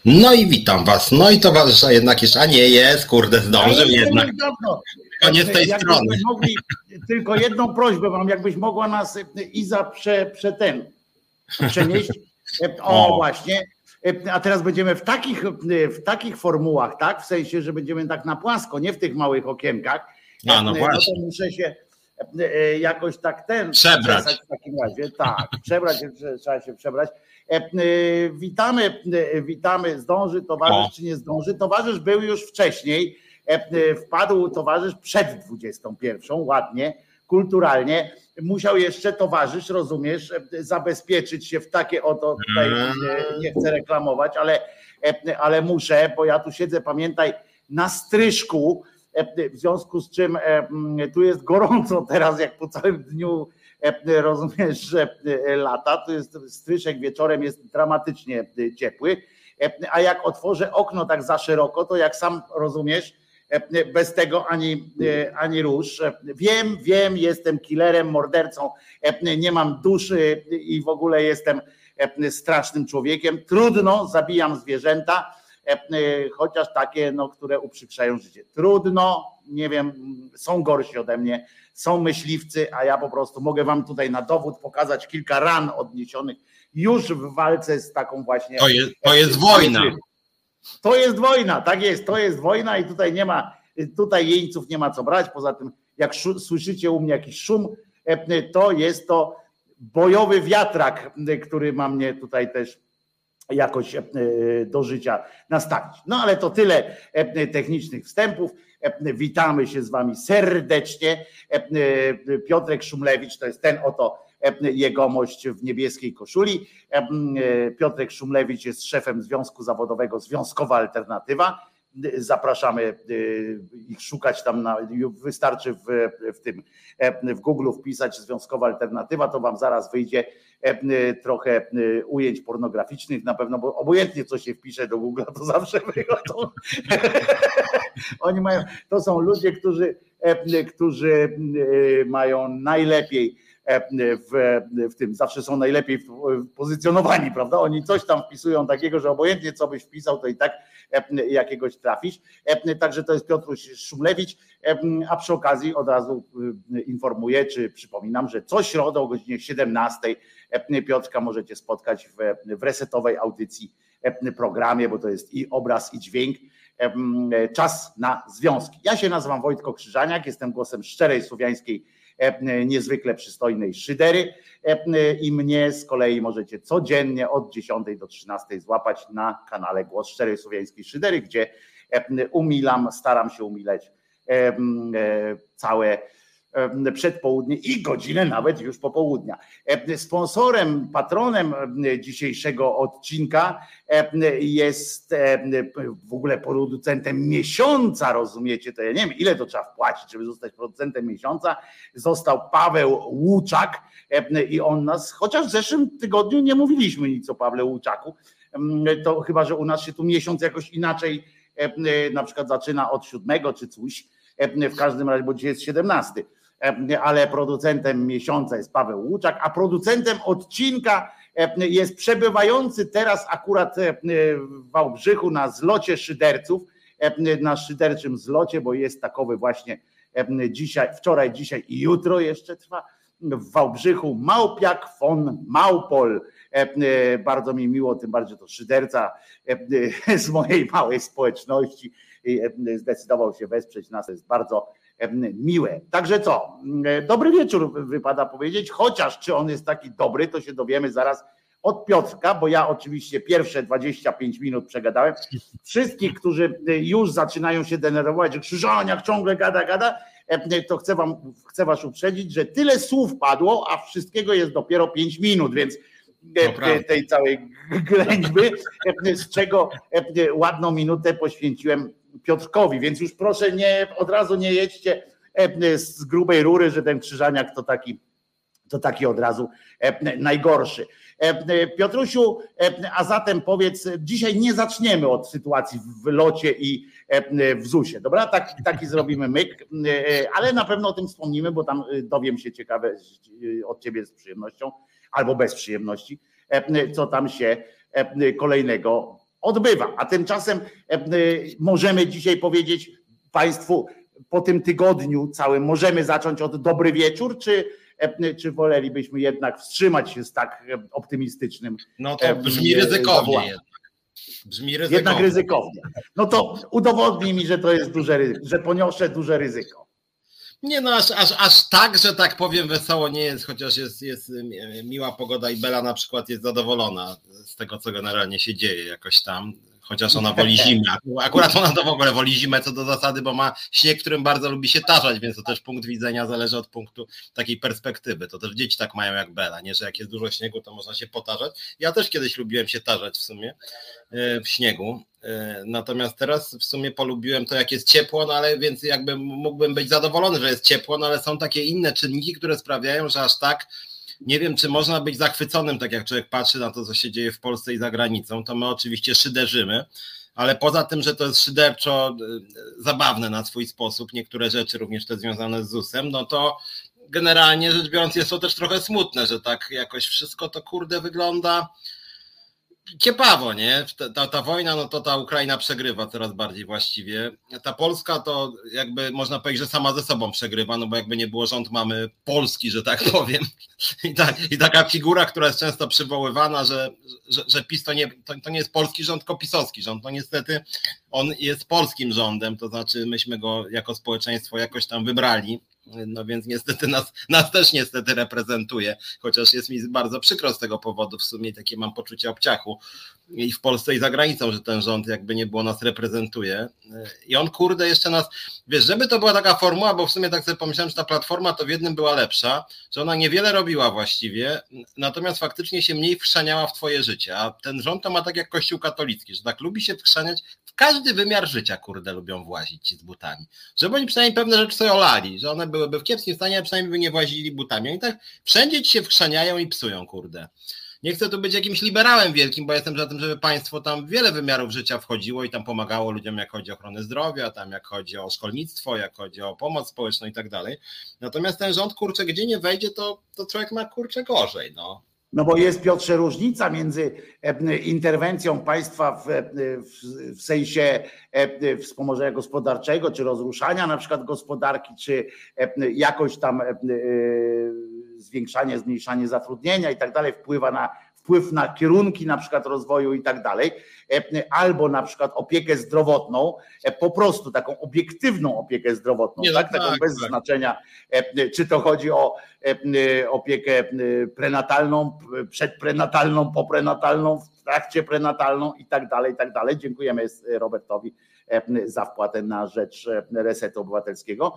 No i witam was. No i towarzysza jednak jeszcze, a nie jest, kurde, zdążył jednak. Koniec tej strony. Mogli, tylko jedną prośbę mam, jakbyś mogła nas Iza przenieść. O, właśnie. A teraz będziemy w takich formułach, tak? W sensie, że będziemy tak na płasko, nie w tych małych okienkach. A, no właśnie. No to muszę się jakoś tak przebrać. W takim razie. Tak, trzeba się przebrać. Witamy. Zdąży towarzysz, czy nie zdąży? Towarzysz był już wcześniej. Wpadł towarzysz przed 21, ładnie, kulturalnie. Musiał jeszcze towarzysz, rozumiesz, zabezpieczyć się w takie oto, tutaj nie chcę reklamować, ale muszę, bo ja tu siedzę, pamiętaj, na stryżku, w związku z czym tu jest gorąco teraz, jak po całym dniu, rozumiesz, że lata, to jest stryszek wieczorem, jest dramatycznie ciepły, a jak otworzę okno tak za szeroko, to jak sam rozumiesz, bez tego ani rusz. Wiem, jestem killerem, mordercą, nie mam duszy i w ogóle jestem strasznym człowiekiem. Trudno, zabijam zwierzęta, chociaż takie, no, które uprzykrzają życie. Trudno, nie wiem, są gorsi ode mnie, są myśliwcy, a ja po prostu mogę wam tutaj na dowód pokazać kilka ran odniesionych już w walce z taką właśnie... To jest wojna. To jest wojna, tak jest, to jest wojna i tutaj jeńców nie ma co brać, poza tym jak słyszycie u mnie jakiś szum, to jest to bojowy wiatrak, który ma mnie tutaj też jakoś do życia nastawić. No ale to tyle technicznych wstępów. Witamy się z wami serdecznie. Piotrek Szumlewicz to jest ten oto jegomość w niebieskiej koszuli. Piotrek Szumlewicz jest szefem Związku Zawodowego Związkowa Alternatywa. Zapraszamy ich szukać tam, wystarczy w Google wpisać Związkowa Alternatywa, to wam zaraz wyjdzie trochę ujęć pornograficznych na pewno, bo obojętnie co się wpisze do Google, to zawsze wychodzą. Oni mają, to są ludzie, którzy mają najlepiej w tym, zawsze są najlepiej pozycjonowani, prawda? Oni coś tam wpisują takiego, że obojętnie co byś wpisał, to i tak jakiegoś trafisz. Także to jest Piotr Szumlewicz, a przy okazji od razu informuję, czy przypominam, że co środę o godzinie 17 Piotrka możecie spotkać w resetowej audycji, programie, bo to jest i obraz, i dźwięk. Czas na związki. Ja się nazywam Wojtko Krzyżaniak, jestem głosem szczerej słowiańskiej, niezwykle przystojnej szydery i mnie z kolei możecie codziennie od 10 do 13 złapać na kanale Głos Szczerej Słowiańskiej Szydery, gdzie staram się umilać całe przedpołudnie i godzinę nawet już popołudnia. Sponsorem, patronem dzisiejszego odcinka jest w ogóle producentem miesiąca, rozumiecie? To ja nie wiem, ile to trzeba wpłacić, żeby zostać producentem miesiąca. Został Paweł Łuczak i on nas, chociaż w zeszłym tygodniu nie mówiliśmy nic o Pawle Łuczaku, to chyba, że u nas się tu miesiąc jakoś inaczej na przykład zaczyna od 7 czy coś, w każdym razie, bo dzisiaj jest 17. Ale producentem miesiąca jest Paweł Łuczak, a producentem odcinka jest przebywający teraz akurat w Wałbrzychu na zlocie szyderców, na szyderczym zlocie, bo jest takowy właśnie wczoraj, dzisiaj i jutro jeszcze trwa w Wałbrzychu Małpiak von Małpol. Bardzo mi miło, tym bardziej to szyderca z mojej małej społeczności zdecydował się wesprzeć nas, to jest bardzo miłe. Także co, dobry wieczór wypada powiedzieć, chociaż czy on jest taki dobry, to się dowiemy zaraz od Piotrka, bo ja oczywiście pierwsze 25 minut przegadałem. Wszystkich, którzy już zaczynają się denerwować, że Krzyżaniak ciągle gada, to chcę was uprzedzić, że tyle słów padło, a wszystkiego jest dopiero 5 minut, więc tej całej ględźby, z czego ładną minutę poświęciłem Piotrkowi, więc już proszę od razu nie jedźcie z grubej rury, że ten Krzyżaniak to taki od razu najgorszy. Piotrusiu, a zatem powiedz, dzisiaj nie zaczniemy od sytuacji w locie i w ZUS-ie, dobra? Taki zrobimy myk, ale na pewno o tym wspomnimy, bo tam dowiem się ciekawe od ciebie z przyjemnością albo bez przyjemności, co tam się kolejnego odbywa. A tymczasem możemy dzisiaj powiedzieć Państwu po tym tygodniu całym, możemy zacząć od dobry wieczór, czy wolelibyśmy jednak wstrzymać się z tak optymistycznym? No to brzmi ryzykownie jednak. Brzmi ryzykownie. Jednak ryzykownie. No to udowodnij mi, że to jest duże ryzyko, że poniosę duże ryzyko. Nie no, aż tak, że tak powiem, wesoło nie jest, chociaż jest miła pogoda i Bela na przykład jest zadowolona z tego, co generalnie się dzieje jakoś tam, chociaż ona woli zimę. Akurat ona to w ogóle woli zimę co do zasady, bo ma śnieg, którym bardzo lubi się tarzać, więc to też punkt widzenia zależy od punktu takiej perspektywy. To też dzieci tak mają jak Bela, nie, że jak jest dużo śniegu, to można się potarzać. Ja też kiedyś lubiłem się tarzać w sumie w śniegu. Natomiast teraz w sumie polubiłem to, jak jest ciepło, no ale więc jakby mógłbym być zadowolony, że jest ciepło, no ale są takie inne czynniki, które sprawiają, że aż tak nie wiem, czy można być zachwyconym, tak jak człowiek patrzy na to, co się dzieje w Polsce i za granicą. To my oczywiście szyderzymy, ale poza tym, że to jest szyderczo zabawne na swój sposób, niektóre rzeczy również te związane z ZUS-em, no to generalnie rzecz biorąc jest to też trochę smutne, że tak jakoś wszystko to kurde wygląda kiepawo, nie? Ta wojna, no to ta Ukraina przegrywa coraz bardziej właściwie. Ta Polska to jakby można powiedzieć, że sama ze sobą przegrywa, no bo jakby nie było rząd mamy Polski, że tak powiem. I taka figura, która jest często przywoływana, że PiS to nie jest polski rząd, tylko pisowski rząd. No niestety on jest polskim rządem, to znaczy myśmy go jako społeczeństwo jakoś tam wybrali. No więc niestety nas też niestety reprezentuje, chociaż jest mi bardzo przykro z tego powodu, w sumie takie mam poczucie obciachu i w Polsce i za granicą, że ten rząd jakby nie było nas reprezentuje i on kurde jeszcze nas, wiesz, żeby to była taka formuła, bo w sumie tak sobie pomyślałem, że ta Platforma to w jednym była lepsza, że ona niewiele robiła właściwie, natomiast faktycznie się mniej wchrzaniała w twoje życie, a ten rząd to ma tak jak Kościół katolicki, że tak lubi się wchrzaniać w każdy wymiar życia, kurde, lubią włazić ci z butami, żeby oni przynajmniej pewne rzeczy sobie olali, że one byłyby w kiepskim stanie, a przynajmniej by nie włazili butami. Oni tak wszędzie ci się wchrzaniają i psują, kurde. Nie chcę tu być jakimś liberałem wielkim, bo jestem za tym, żeby państwo tam w wiele wymiarów życia wchodziło i tam pomagało ludziom, jak chodzi o ochronę zdrowia, tam jak chodzi o szkolnictwo, jak chodzi o pomoc społeczną i tak dalej. Natomiast ten rząd, kurczę, gdzie nie wejdzie, to człowiek ma, kurczę, gorzej, no. No bo jest, Piotrze, różnica między interwencją państwa w sensie wspomożenia gospodarczego, czy rozruszania na przykład gospodarki, czy jakoś tam zwiększanie, zmniejszanie zatrudnienia i tak dalej, wpływ na kierunki na przykład rozwoju i tak dalej, albo na przykład opiekę zdrowotną, po prostu taką obiektywną opiekę zdrowotną, nie, tak? Taką bez znaczenia, czy to chodzi o opiekę prenatalną, przedprenatalną, poprenatalną, w trakcie prenatalną i tak dalej. Dziękujemy Robertowi za wpłatę na rzecz Resetu Obywatelskiego.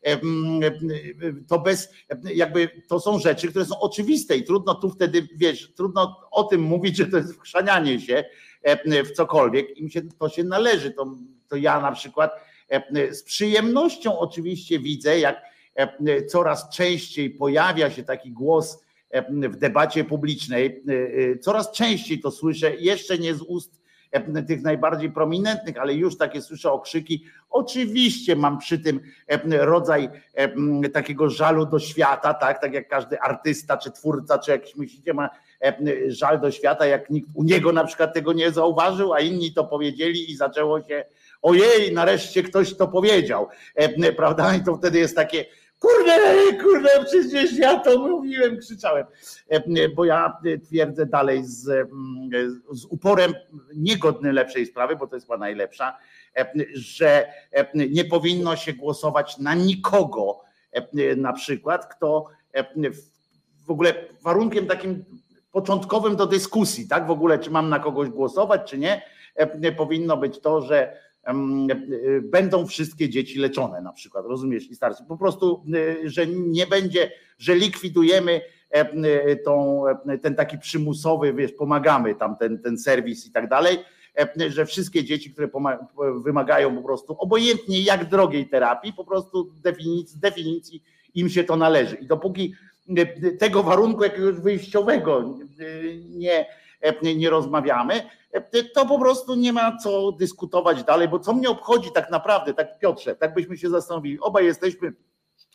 To są rzeczy, które są oczywiste i trudno tu wtedy, wiesz, trudno o tym mówić, że to jest wchrzanianie się w cokolwiek. Im się to się należy. To ja na przykład z przyjemnością oczywiście widzę, jak coraz częściej pojawia się taki głos w debacie publicznej, coraz częściej to słyszę, jeszcze nie z ust tych najbardziej prominentnych, ale już takie słyszę okrzyki. Oczywiście mam przy tym rodzaj takiego żalu do świata, tak jak każdy artysta, czy twórca, czy jakiś myślicie ma żal do świata, jak nikt u niego na przykład tego nie zauważył, a inni to powiedzieli i zaczęło się ojej, nareszcie ktoś to powiedział, prawda? I to wtedy jest takie kurde, przecież ja to mówiłem, krzyczałem, bo ja twierdzę dalej z uporem niegodny lepszej sprawy, bo to jest chyba najlepsza, że nie powinno się głosować na nikogo, na przykład, kto w ogóle warunkiem takim początkowym do dyskusji, tak, w ogóle czy mam na kogoś głosować, czy nie, powinno być to, że będą wszystkie dzieci leczone na przykład, rozumiesz, i starsi. Po prostu, że nie będzie, że likwidujemy ten taki przymusowy, wiesz, pomagamy tam ten serwis i tak dalej, że wszystkie dzieci, które wymagają po prostu obojętnie jak drogiej terapii, po prostu z definicji im się to należy. I dopóki tego warunku jakiegoś wyjściowego nie rozmawiamy, to po prostu nie ma co dyskutować dalej, bo co mnie obchodzi tak naprawdę, tak Piotrze, tak byśmy się zastanowili, obaj jesteśmy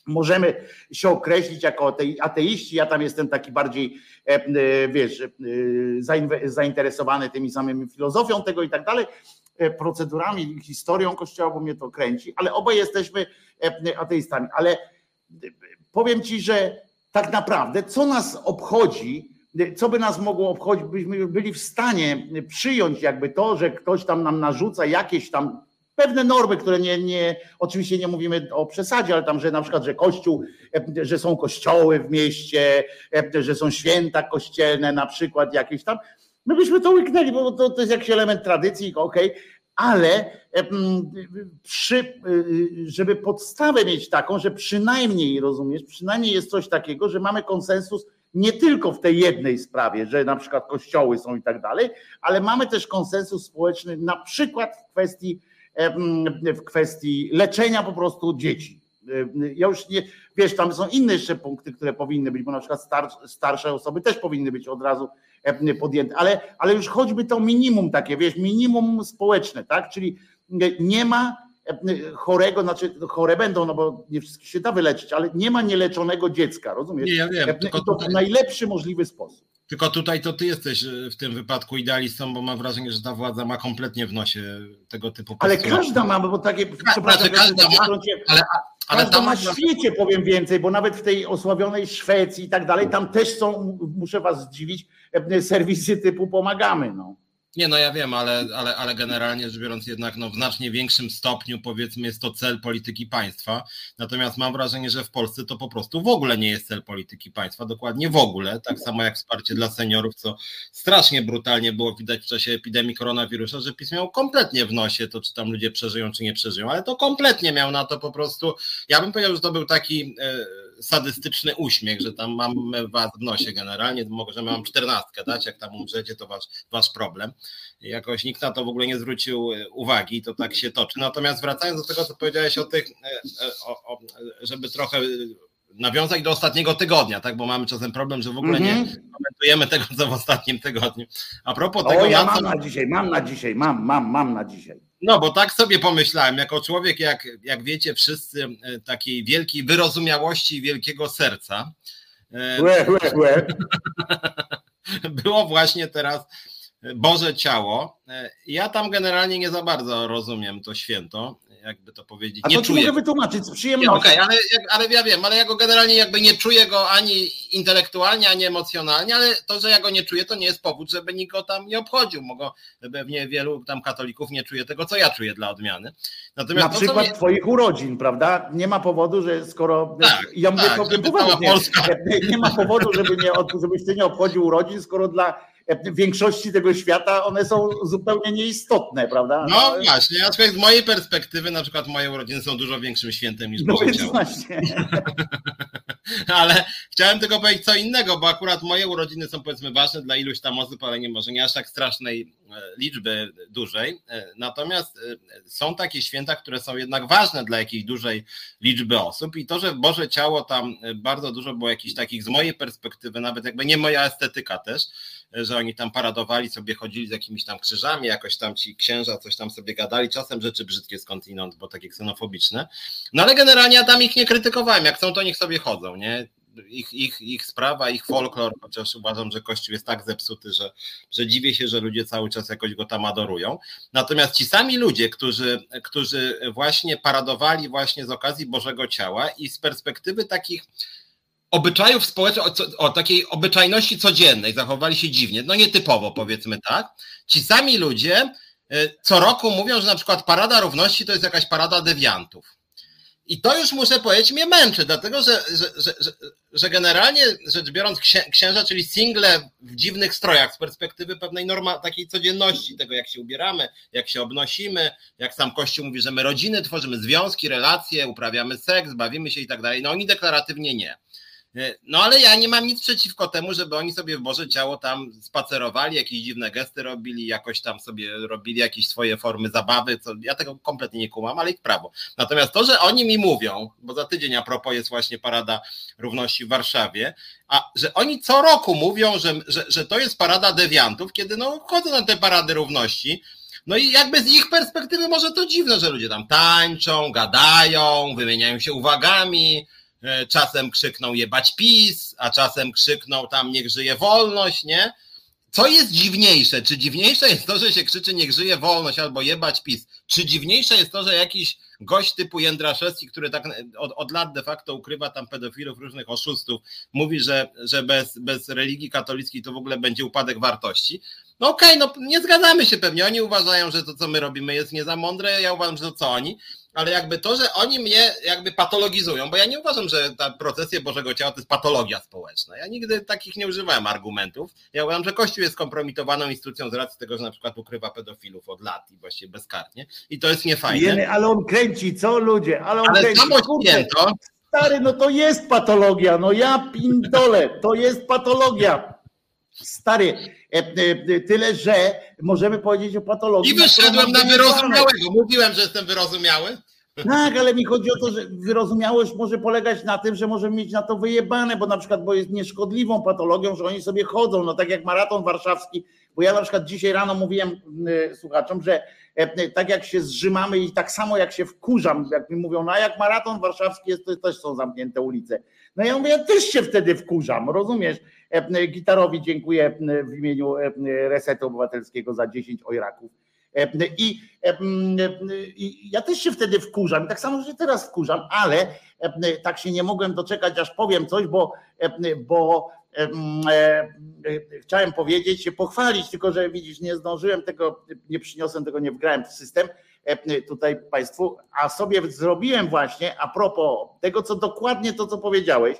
możemy się określić jako ateiści. Ja tam jestem taki bardziej, wiesz, zainteresowany tymi samymi filozofią tego i tak dalej, procedurami, historią Kościoła, bo mnie to kręci, ale obaj jesteśmy ateistami. Ale powiem ci, że tak naprawdę co nas obchodzi, co by nas mogło obchodzić, byśmy byli w stanie przyjąć jakby to, że ktoś tam nam narzuca jakieś tam pewne normy, które oczywiście nie mówimy o przesadzie, ale tam, że na przykład, że Kościół, że są kościoły w mieście, że są święta kościelne na przykład jakieś tam, my byśmy to łyknęli, bo to jest jakiś element tradycji, okej, ale żeby podstawę mieć taką, że przynajmniej, rozumiesz, przynajmniej jest coś takiego, że mamy konsensus nie tylko w tej jednej sprawie, że na przykład kościoły są i tak dalej, ale mamy też konsensus społeczny na przykład w kwestii leczenia po prostu dzieci. Ja już nie, wiesz, tam są inne jeszcze punkty, które powinny być, bo na przykład starsze osoby też powinny być od razu podjęte, ale już choćby to minimum takie, wiesz, minimum społeczne, tak, czyli nie ma chorego, znaczy chore będą, no bo nie wszystkich się da wyleczyć, ale nie ma nieleczonego dziecka, rozumiesz? Nie, ja wiem, tylko i to w najlepszy możliwy sposób. Tylko tutaj to ty jesteś w tym wypadku idealistą, bo mam wrażenie, że ta władza ma kompletnie w nosie tego typu postulaty. Ale każda ma, bo takie, przepraszam, każda ma w świecie, powiem więcej, bo nawet w tej osławionej Szwecji i tak dalej, tam też są, muszę was zdziwić, serwisy typu pomagamy, no. Nie, no ja wiem, ale generalnie rzecz biorąc jednak w znacznie większym stopniu, powiedzmy, jest to cel polityki państwa. Natomiast mam wrażenie, że w Polsce to po prostu w ogóle nie jest cel polityki państwa, dokładnie w ogóle, tak samo jak wsparcie dla seniorów, co strasznie brutalnie było widać w czasie epidemii koronawirusa, że PiS miał kompletnie w nosie to, czy tam ludzie przeżyją, czy nie przeżyją, ale to kompletnie miał na to po prostu, ja bym powiedział, że to był taki sadystyczny uśmiech, że tam mamy was w nosie generalnie, możemy wam 14 dać, jak tam umrzecie, to wasz problem. Jakoś nikt na to w ogóle nie zwrócił uwagi, to tak się toczy. Natomiast wracając do tego, co powiedziałeś o tych, żeby trochę nawiązać do ostatniego tygodnia, tak, bo mamy czasem problem, że w ogóle nie komentujemy tego, co w ostatnim tygodniu. A propos tego... ja mam na dzisiaj. No, bo tak sobie pomyślałem, jako człowiek, jak wiecie wszyscy, takiej wielkiej wyrozumiałości i wielkiego serca, było właśnie teraz Boże Ciało. Ja tam generalnie nie za bardzo rozumiem to święto, jakby to powiedzieć. Nie czuję. Mogę wytłumaczyć z przyjemnością. Okej, ale ja wiem, ale ja go generalnie jakby nie czuję go ani intelektualnie, ani emocjonalnie, ale to, że ja go nie czuję, to nie jest powód, żeby nikt go tam nie obchodził. Pewnie wielu tam katolików nie czuje tego, co ja czuję dla odmiany. Natomiast na przykład twoich urodzin, prawda? Nie ma powodu, że skoro... Ja mówię nie ma powodu, żebyś ty nie obchodził urodzin, skoro dla w większości tego świata one są zupełnie nieistotne, prawda? No właśnie, aczkolwiek z mojej perspektywy na przykład moje urodziny są dużo większym świętem niż Boże Ciało. Właśnie. Ale chciałem tylko powiedzieć co innego, bo akurat moje urodziny są powiedzmy ważne dla iluś tam osób, ale może nie aż tak strasznej liczby dużej. Natomiast są takie święta, które są jednak ważne dla jakiejś dużej liczby osób i to, że Boże Ciało tam bardzo dużo było jakichś takich z mojej perspektywy, nawet jakby nie moja estetyka też, że oni tam paradowali sobie, chodzili z jakimiś tam krzyżami, jakoś tam ci księża coś tam sobie gadali, czasem rzeczy brzydkie skądinąd, bo takie ksenofobiczne. No ale generalnie ja tam ich nie krytykowałem, jak chcą to niech sobie chodzą, nie? Ich sprawa, ich folklor, chociaż uważam, że Kościół jest tak zepsuty, że dziwię się, że ludzie cały czas jakoś go tam adorują. Natomiast ci sami ludzie, którzy właśnie paradowali właśnie z okazji Bożego Ciała i z perspektywy takich obyczajów społecznych, o takiej obyczajności codziennej zachowali się dziwnie, no nietypowo powiedzmy tak. Ci sami ludzie co roku mówią, że na przykład Parada Równości to jest jakaś parada dewiantów. I to już muszę powiedzieć mnie męczy, dlatego że generalnie rzecz biorąc księża, czyli single w dziwnych strojach z perspektywy pewnej takiej codzienności, tego jak się ubieramy, jak się obnosimy, jak sam Kościół mówi, że my rodziny tworzymy, związki, relacje, uprawiamy seks, bawimy się i tak dalej, no oni deklaratywnie nie. No ale ja nie mam nic przeciwko temu, żeby oni sobie w Boże Ciało tam spacerowali, jakieś dziwne gesty robili, jakoś tam sobie robili jakieś swoje formy zabawy, co ja tego kompletnie nie kumam, ale ich prawo. Natomiast to, że oni mi mówią, bo za tydzień a propos jest właśnie Parada Równości w Warszawie, a że oni co roku mówią, że to jest parada dewiantów, kiedy no chodzą na te parady równości, no i jakby z ich perspektywy może to dziwne, że ludzie tam tańczą, gadają, wymieniają się uwagami, czasem krzykną jebać PiS, a czasem krzykną tam niech żyje wolność, nie? Co jest dziwniejsze? Czy dziwniejsze jest to, że się krzyczy niech żyje wolność albo jebać PiS? Czy dziwniejsze jest to, że jakiś gość typu Jędraszewski, który tak od lat de facto ukrywa tam pedofilów, różnych oszustów, mówi, że bez religii katolickiej to w ogóle będzie upadek wartości? No okej, no nie zgadzamy się pewnie. Oni uważają, że to, co my robimy, jest nie za mądre. Ja uważam, że to co oni. Ale jakby to, że oni mnie jakby patologizują, bo ja nie uważam, że ta procesja Bożego Ciała to jest patologia społeczna. Ja nigdy takich nie używałem argumentów. Ja uważam, że Kościół jest kompromitowaną instytucją z racji tego, że na przykład ukrywa pedofilów od lat i właściwie bezkarnie. I to jest niefajne. Ale on kręci, co ludzie? Ale kręci. Samo święto. Stary, no to jest patologia. No ja pindole, to jest patologia. Stary, tyle, że możemy powiedzieć o patologii. I wyszedłem na wyrozumiałego. Mówiłem, że jestem wyrozumiały. Tak, ale mi chodzi o to, że wyrozumiałość może polegać na tym, że możemy mieć na to wyjebane, bo na przykład bo jest nieszkodliwą patologią, że oni sobie chodzą, no tak jak maraton warszawski, bo ja na przykład dzisiaj rano mówiłem słuchaczom, że tak jak się zrzymamy i tak samo jak się wkurzam, jak mi mówią, no a jak maraton warszawski jest, to też są zamknięte ulice. No ja mówię, ja też się wtedy wkurzam, rozumiesz? Gitarowi dziękuję w imieniu Resetu Obywatelskiego za 10 ojraków. I ja też się wtedy wkurzam, tak samo się teraz wkurzam, ale tak się nie mogłem doczekać, aż powiem coś, bo chciałem powiedzieć, się pochwalić, tylko że widzisz, nie zdążyłem tego, nie przyniosłem tego, nie wgrałem w system tutaj Państwu, a sobie zrobiłem właśnie a propos tego, co dokładnie to, co powiedziałeś,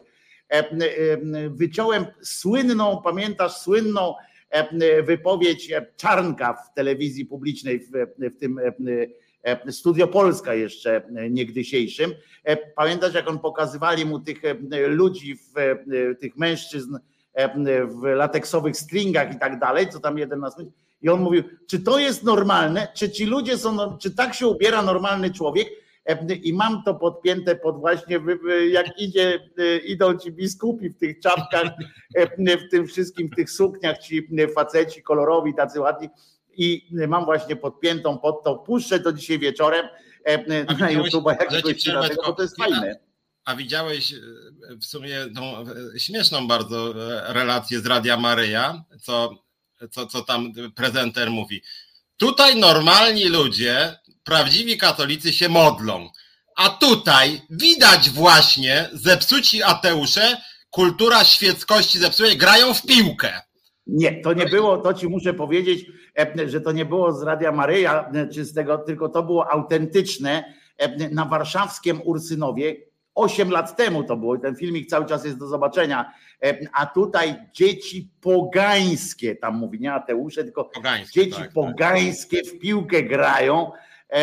wyciąłem słynną, pamiętasz słynną wypowiedź Czarnka w telewizji publicznej, w tym Studio Polska jeszcze niegdysiejszym. Pamiętasz, jak on pokazywali mu tych ludzi, tych mężczyzn w lateksowych stringach i tak dalej, co tam jeden nas mówi. I on mówił, czy to jest normalne, czy ci ludzie są, czy tak się ubiera normalny człowiek? I mam to podpięte pod właśnie, jak idą ci biskupi w tych czapkach, w tym wszystkim, w tych sukniach, ci faceci kolorowi, tacy ładni. I mam właśnie podpiętą pod to, puszczę to dzisiaj wieczorem na YouTube'a, bo to jest fajne. A widziałeś w sumie tą śmieszną bardzo relację z Radia Maryja, co tam prezenter mówi. Tutaj normalni ludzie, prawdziwi katolicy się modlą, a tutaj widać właśnie zepsuci ateusze, kultura świeckości zepsuje, grają w piłkę. Nie, to nie było, to ci muszę powiedzieć, że to nie było z Radia Maryja czystego, tylko to było autentyczne na warszawskim Ursynowie. 8 lat temu to było i ten filmik cały czas jest do zobaczenia, a tutaj dzieci pogańskie, tam mówi nie ateusze, tylko pogańskie, dzieci tak, pogańskie w piłkę grają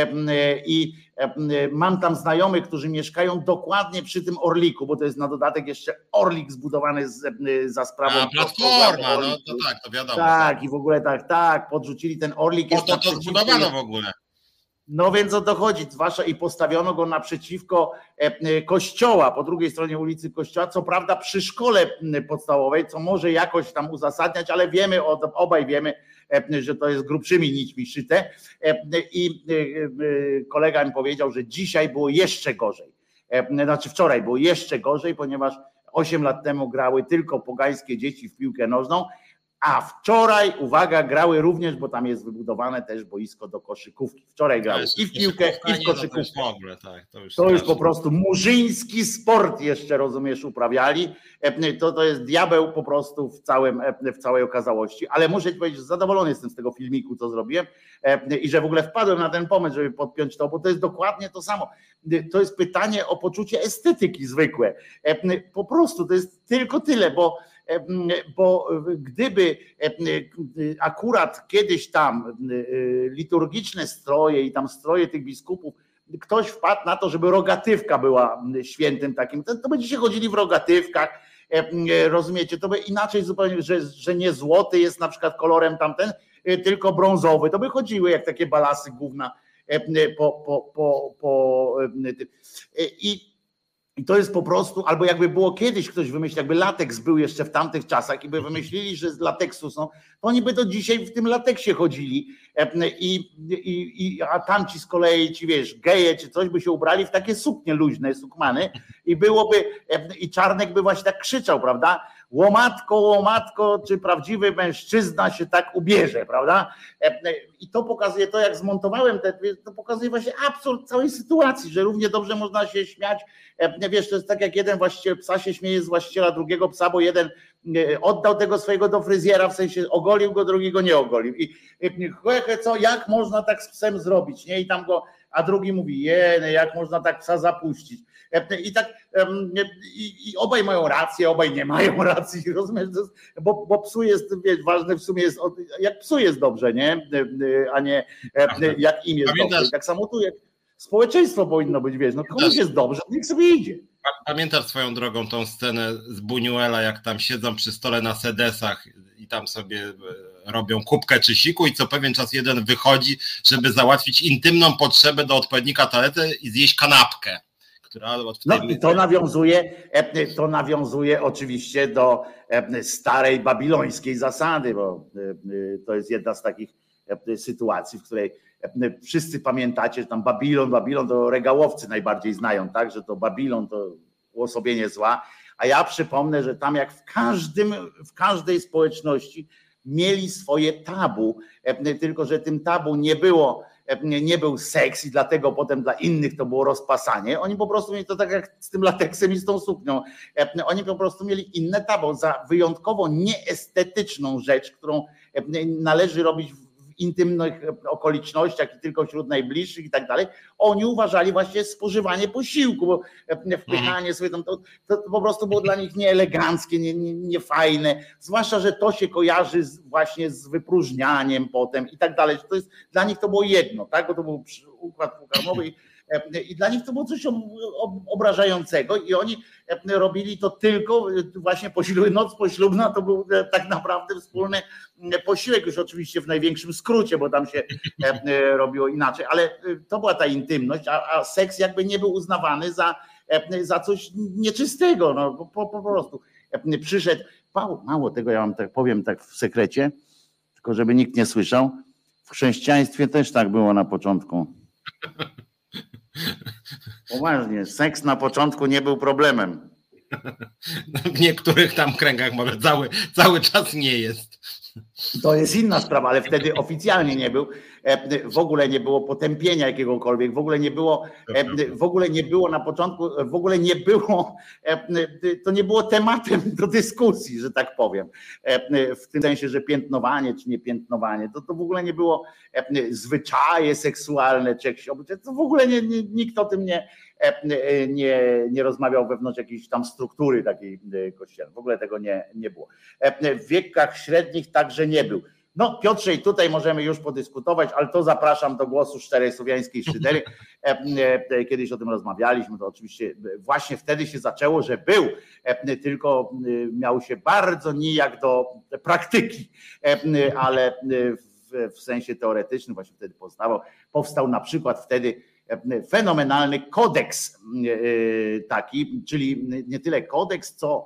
i mam tam znajomych, którzy mieszkają dokładnie przy tym Orliku, bo to jest na dodatek jeszcze Orlik zbudowany za sprawą Platforma, no to tak, to wiadomo. Tak, i w ogóle tak, podrzucili ten Orlik. To zbudowano w ogóle. No więc o to chodzi, zwłaszcza i postawiono go naprzeciwko kościoła, po drugiej stronie ulicy Kościoła, co prawda przy szkole podstawowej, co może jakoś tam uzasadniać, ale wiemy, obaj wiemy, że to jest grubszymi nićmi szyte i kolega mi powiedział, że dzisiaj było jeszcze gorzej, znaczy wczoraj było jeszcze gorzej, ponieważ 8 lat temu grały tylko pogańskie dzieci w piłkę nożną, a wczoraj, uwaga, grały również, bo tam jest wybudowane też boisko do koszykówki. Wczoraj grały i w piłkę, i w koszykówkę. To już po prostu murzyński sport jeszcze, rozumiesz, uprawiali. To jest diabeł po prostu w całej okazałości. Ale muszę ci powiedzieć, że zadowolony jestem z tego filmiku, co zrobiłem i że w ogóle wpadłem na ten pomysł, żeby podpiąć to, bo to jest dokładnie to samo. To jest pytanie o poczucie estetyki zwykłe. Po prostu to jest tylko tyle, bo gdyby akurat kiedyś tam liturgiczne stroje i tam stroje tych biskupów, ktoś wpadł na to, żeby rogatywka była świętym takim, to będziecie chodzili w rogatywkach, rozumiecie, to by inaczej zupełnie, że nie złoty jest na przykład kolorem tamten, tylko brązowy, to by chodziły jak takie balasy gówna I to jest po prostu, albo jakby było kiedyś ktoś wymyślił, jakby lateks był jeszcze w tamtych czasach i by wymyślili, że z lateksu są, to oni by do dzisiaj w tym lateksie chodzili a tamci z kolei, ci wiesz, geje czy coś by się ubrali w takie suknie luźne, sukmany i byłoby, i Czarnek by właśnie tak krzyczał, prawda? Łomatko, czy prawdziwy mężczyzna się tak ubierze, prawda? I to pokazuje, to jak zmontowałem, to pokazuje właśnie absurd całej sytuacji, że równie dobrze można się śmiać. Wiesz, to jest tak jak jeden właściciel psa się śmieje z właściciela drugiego psa, bo jeden oddał tego swojego do fryzjera, w sensie ogolił go, drugi go nie ogolił. I co, jak można tak z psem zrobić, nie? I tam go, a drugi mówi, jak można tak psa zapuścić. I tak i obaj mają rację, obaj nie mają racji, rozumiesz? Bo psu jest, wiesz, ważne w sumie jest, jak psu jest dobrze, nie? A nie jak im jest dobrze. Tak samo tu jak społeczeństwo powinno być, wiesz, no komuś jest dobrze, niech sobie idzie. Pamiętasz swoją drogą tą scenę z Buñuela, jak tam siedzą przy stole na sedesach i tam sobie robią kubkę czy siku i co pewien czas jeden wychodzi, żeby załatwić intymną potrzebę do odpowiednika toalety i zjeść kanapkę. No i to nawiązuje oczywiście do starej babilońskiej zasady, bo to jest jedna z takich sytuacji, w której wszyscy pamiętacie, że tam Babilon to regałowcy najbardziej znają, tak, że to Babilon to uosobienie zła, a ja przypomnę, że tam jak w każdej społeczności mieli swoje tabu, tylko że tym tabu nie był seks i dlatego potem dla innych to było rozpasanie. Oni po prostu mieli to tak jak z tym lateksem i z tą suknią. Oni po prostu mieli inne tabu za wyjątkowo nieestetyczną rzecz, którą należy robić w intymnych okolicznościach i tylko wśród najbliższych i tak dalej. Oni uważali właśnie spożywanie posiłku, bo wpychanie sobie tam, to po prostu było dla nich nieeleganckie, niefajne, zwłaszcza, że to się kojarzy właśnie z wypróżnianiem potem i tak dalej. To jest, dla nich to było jedno, tak? Bo to był układ pokarmowy i dla nich to było coś obrażającego i oni robili to tylko właśnie noc poślubna to był tak naprawdę wspólny posiłek, już oczywiście w największym skrócie, bo tam się robiło inaczej, ale to była ta intymność, a seks jakby nie był uznawany za coś nieczystego, no po prostu przyszedł, mało tego, ja wam tak powiem tak w sekrecie, tylko żeby nikt nie słyszał, w chrześcijaństwie też tak było na początku. Poważnie, seks na początku nie był problemem. W niektórych tam kręgach może cały czas nie jest. To jest inna sprawa, ale wtedy oficjalnie nie był. W ogóle nie było potępienia jakiegokolwiek, w ogóle nie było na początku, w ogóle nie było, to nie było tematem do dyskusji, że tak powiem. W tym sensie, że piętnowanie czy nie piętnowanie, to w ogóle nie było zwyczaje seksualne czy jakieś obyczaje, to w ogóle nikt o tym nie rozmawiał wewnątrz jakiejś tam struktury takiej kościelnej. W ogóle tego nie było. W wiekach średnich także nie był. No Piotrze, i tutaj możemy już podyskutować, ale to zapraszam do głosu Szczerej Słowiańskiej Szydery. Kiedyś o tym rozmawialiśmy, to oczywiście właśnie wtedy się zaczęło, że był, tylko miał się bardzo nijak do praktyki, ale w sensie teoretycznym właśnie wtedy powstał na przykład wtedy fenomenalny kodeks taki, czyli nie tyle kodeks, co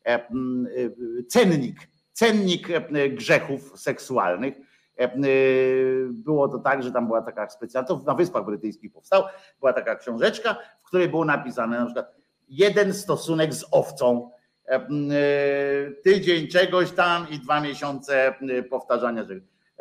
cennik grzechów seksualnych. Było to tak, że tam była taka specjalna, to na Wyspach Brytyjskich powstał, była taka książeczka, w której było napisane na przykład 1 stosunek z owcą, tydzień czegoś tam i 2 miesiące powtarzania czegoś.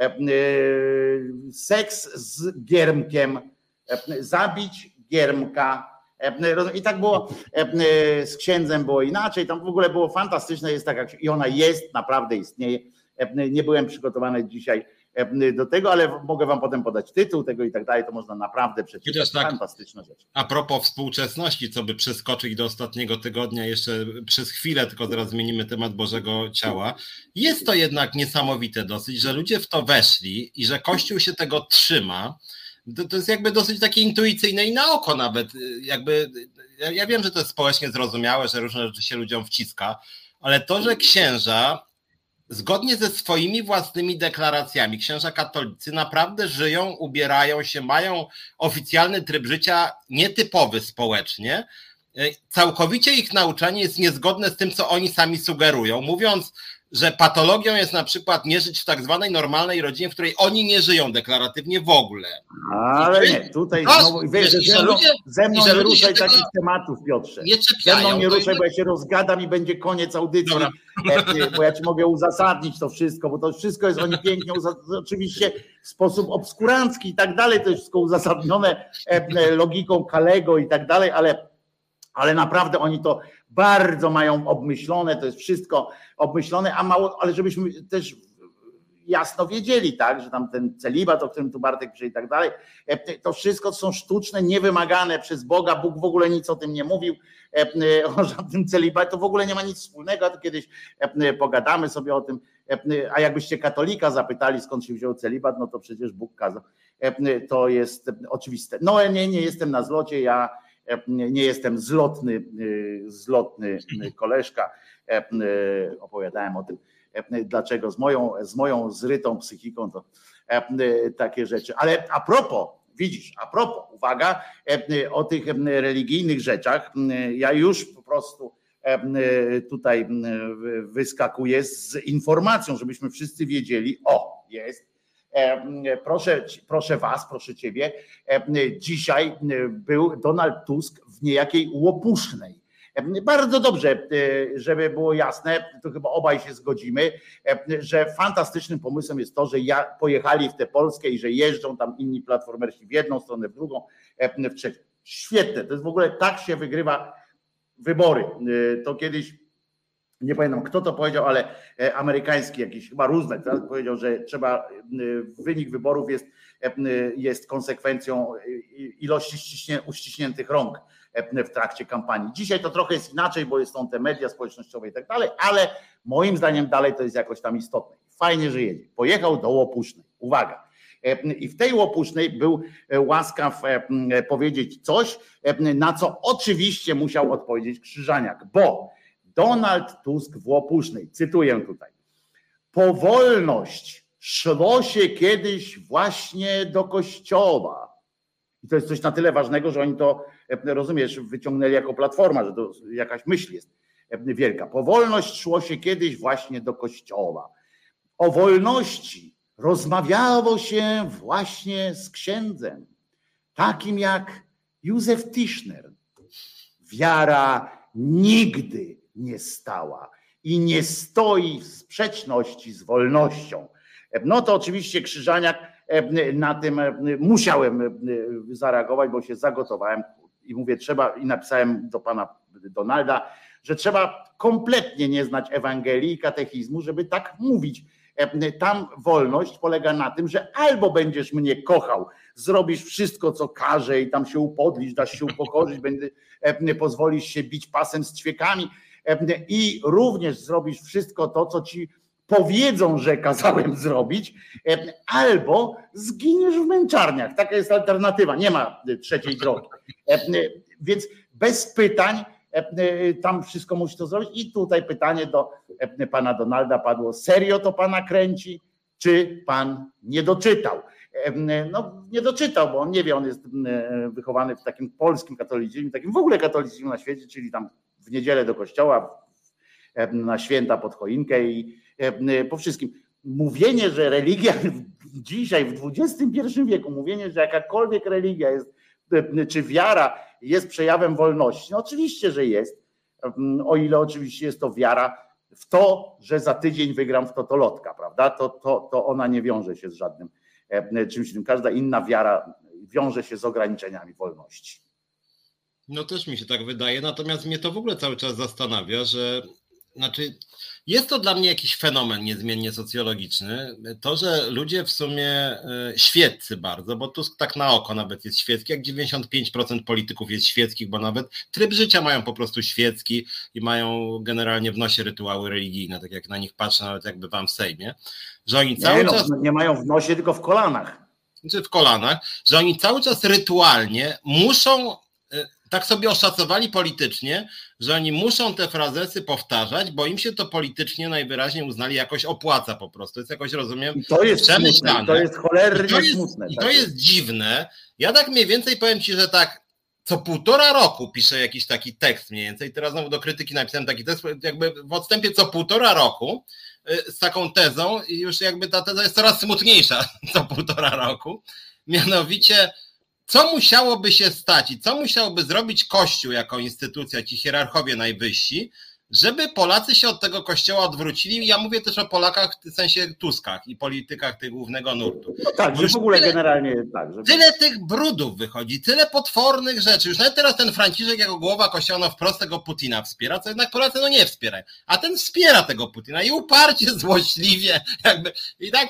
Seks z giermkiem, zabić giermka. I tak było z księdzem, było inaczej, tam w ogóle było fantastyczne, jest taka, i ona jest, naprawdę istnieje. Nie byłem przygotowany dzisiaj do tego, ale mogę wam potem podać tytuł tego i tak dalej, to można naprawdę przeczytać. Tak, fantastyczna rzecz. A propos współczesności, co by przeskoczyć do ostatniego tygodnia jeszcze przez chwilę, tylko zaraz zmienimy temat Bożego Ciała. Jest to jednak niesamowite dosyć, że ludzie w to weszli i że Kościół się tego trzyma. To jest jakby dosyć takie intuicyjne i na oko nawet. Jakby, ja wiem, że to jest społecznie zrozumiałe, że różne rzeczy się ludziom wciska, ale to, że księża zgodnie ze swoimi własnymi deklaracjami, księża katolicy naprawdę żyją, ubierają się, mają oficjalny tryb życia nietypowy społecznie całkowicie ich nauczanie jest niezgodne z tym, co oni sami sugerują, mówiąc, że patologią jest na przykład nie żyć w tak zwanej normalnej rodzinie, w której oni nie żyją deklaratywnie w ogóle. Ale nie, tutaj znowu, ze mną nie ruszaj takich tematów, Piotrze. Ze mną nie ruszaj, bo ja się rozgadam i będzie koniec audycji, dobra. Bo ja ci mogę uzasadnić to wszystko, bo to wszystko jest oni pięknie, oczywiście w sposób obskurancki i tak dalej, to jest wszystko uzasadnione logiką Kalego i tak dalej, ale naprawdę oni to bardzo mają obmyślone, to jest wszystko obmyślone, a mało, ale żebyśmy też jasno wiedzieli, tak, że tam ten celibat, o którym tu Bartek pisze i tak dalej, to wszystko są sztuczne, niewymagane przez Boga, Bóg w ogóle nic o tym nie mówił, o żadnym celibacie, to w ogóle nie ma nic wspólnego, to kiedyś pogadamy sobie o tym, a jakbyście katolika zapytali, skąd się wziął celibat, no to przecież Bóg kazał, to jest oczywiste. No nie jestem na zlocie, ja nie jestem zlotny koleżka, opowiadałem o tym, dlaczego z moją zrytą psychiką to takie rzeczy. Ale a propos, uwaga, o tych religijnych rzeczach, ja już po prostu tutaj wyskakuję z informacją, żebyśmy wszyscy wiedzieli, jest. Proszę was, proszę ciebie, dzisiaj był Donald Tusk w niejakiej Łopusznej. Bardzo dobrze, żeby było jasne, to chyba obaj się zgodzimy, że fantastycznym pomysłem jest to, że pojechali w tę Polskę i że jeżdżą tam inni platformersi w jedną stronę, w drugą, w trzecią. Świetne, to jest w ogóle tak się wygrywa wybory. To kiedyś, nie pamiętam kto to powiedział, ale amerykański jakiś, chyba Roosevelt powiedział, że wynik wyborów jest konsekwencją ilości uściśniętych rąk w trakcie kampanii. Dzisiaj to trochę jest inaczej, bo są te media społecznościowe i tak dalej, ale moim zdaniem dalej to jest jakoś tam istotne. Fajnie, że jedzie. Pojechał do Łopusznej. Uwaga. I w tej Łopusznej był łaskaw powiedzieć coś, na co oczywiście musiał odpowiedzieć Krzyżaniak, bo Donald Tusk w Łopusznej, cytuję tutaj, powolność szło się kiedyś właśnie do kościoła. I to jest coś na tyle ważnego, że oni to, rozumiesz, wyciągnęli jako platforma, że to jakaś myśl jest wielka. Powolność szło się kiedyś właśnie do kościoła. O wolności rozmawiało się właśnie z księdzem, takim jak Józef Tischner. Wiara nigdy nie stała i nie stoi w sprzeczności z wolnością. No to oczywiście Krzyżaniak, na tym musiałem zareagować, bo się zagotowałem i mówię, i napisałem do pana Donalda, że trzeba kompletnie nie znać Ewangelii i katechizmu, żeby tak mówić. Tam wolność polega na tym, że albo będziesz mnie kochał, zrobisz wszystko, co każe i tam się upodlisz, dasz się upokorzyć, pozwolisz się bić pasem z ćwiekami i również zrobisz wszystko to, co ci powiedzą, że kazałem zrobić, albo zginiesz w męczarniach. Taka jest alternatywa, nie ma trzeciej drogi. Więc bez pytań tam wszystko musi to zrobić. I tutaj pytanie do pana Donalda padło, serio to pana kręci, czy pan nie doczytał? No nie doczytał, bo on nie wie, on jest wychowany w takim polskim katolicyzmie, takim w ogóle katolicyzmie na świecie, czyli tam w niedzielę do kościoła, na święta pod choinkę i po wszystkim. Mówienie, że religia dzisiaj w XXI wieku, mówienie, że jakakolwiek religia jest, czy wiara jest przejawem wolności, no oczywiście, że jest, o ile oczywiście jest to wiara w to, że za tydzień wygram w totolotka, prawda? To ona nie wiąże się z żadnym czymś innym. Każda inna wiara wiąże się z ograniczeniami wolności. No też mi się tak wydaje, natomiast mnie to w ogóle cały czas zastanawia, że jest to dla mnie jakiś fenomen niezmiennie socjologiczny, to, że ludzie w sumie świeccy bardzo, bo Tusk tak na oko nawet jest świecki, jak 95% polityków jest świeckich, bo nawet tryb życia mają po prostu świecki i mają generalnie w nosie rytuały religijne, tak jak na nich patrzę nawet jakby wam w Sejmie, że oni cały czas... Nie mają w nosie, tylko w kolanach. Znaczy w kolanach, że oni cały czas rytualnie muszą... Tak sobie oszacowali politycznie, że oni muszą te frazesy powtarzać, bo im się to politycznie najwyraźniej uznali jakoś opłaca po prostu. Jest jakoś, rozumiem, I to jest przemyślane. To jest cholernie smutne. I to jest dziwne. Ja tak mniej więcej powiem ci, że tak co 1,5 roku piszę jakiś taki tekst mniej więcej, teraz znowu do krytyki napisałem taki tekst, jakby w odstępie co 1,5 roku z taką tezą i już jakby ta teza jest coraz smutniejsza co 1,5 roku, mianowicie co musiałoby się stać i co musiałby zrobić Kościół jako instytucja, ci hierarchowie najwyżsi, żeby Polacy się od tego Kościoła odwrócili. Ja mówię też o Polakach w sensie Tuskach i politykach tych głównego nurtu. No tak, że w ogóle generalnie tak. Żeby... Tyle tych brudów wychodzi, tyle potwornych rzeczy. Już nawet teraz ten Franciszek jako głowa Kościoła wprost tego Putina wspiera, co jednak Polacy nie wspierają. A ten wspiera tego Putina i uparcie, złośliwie jakby i tak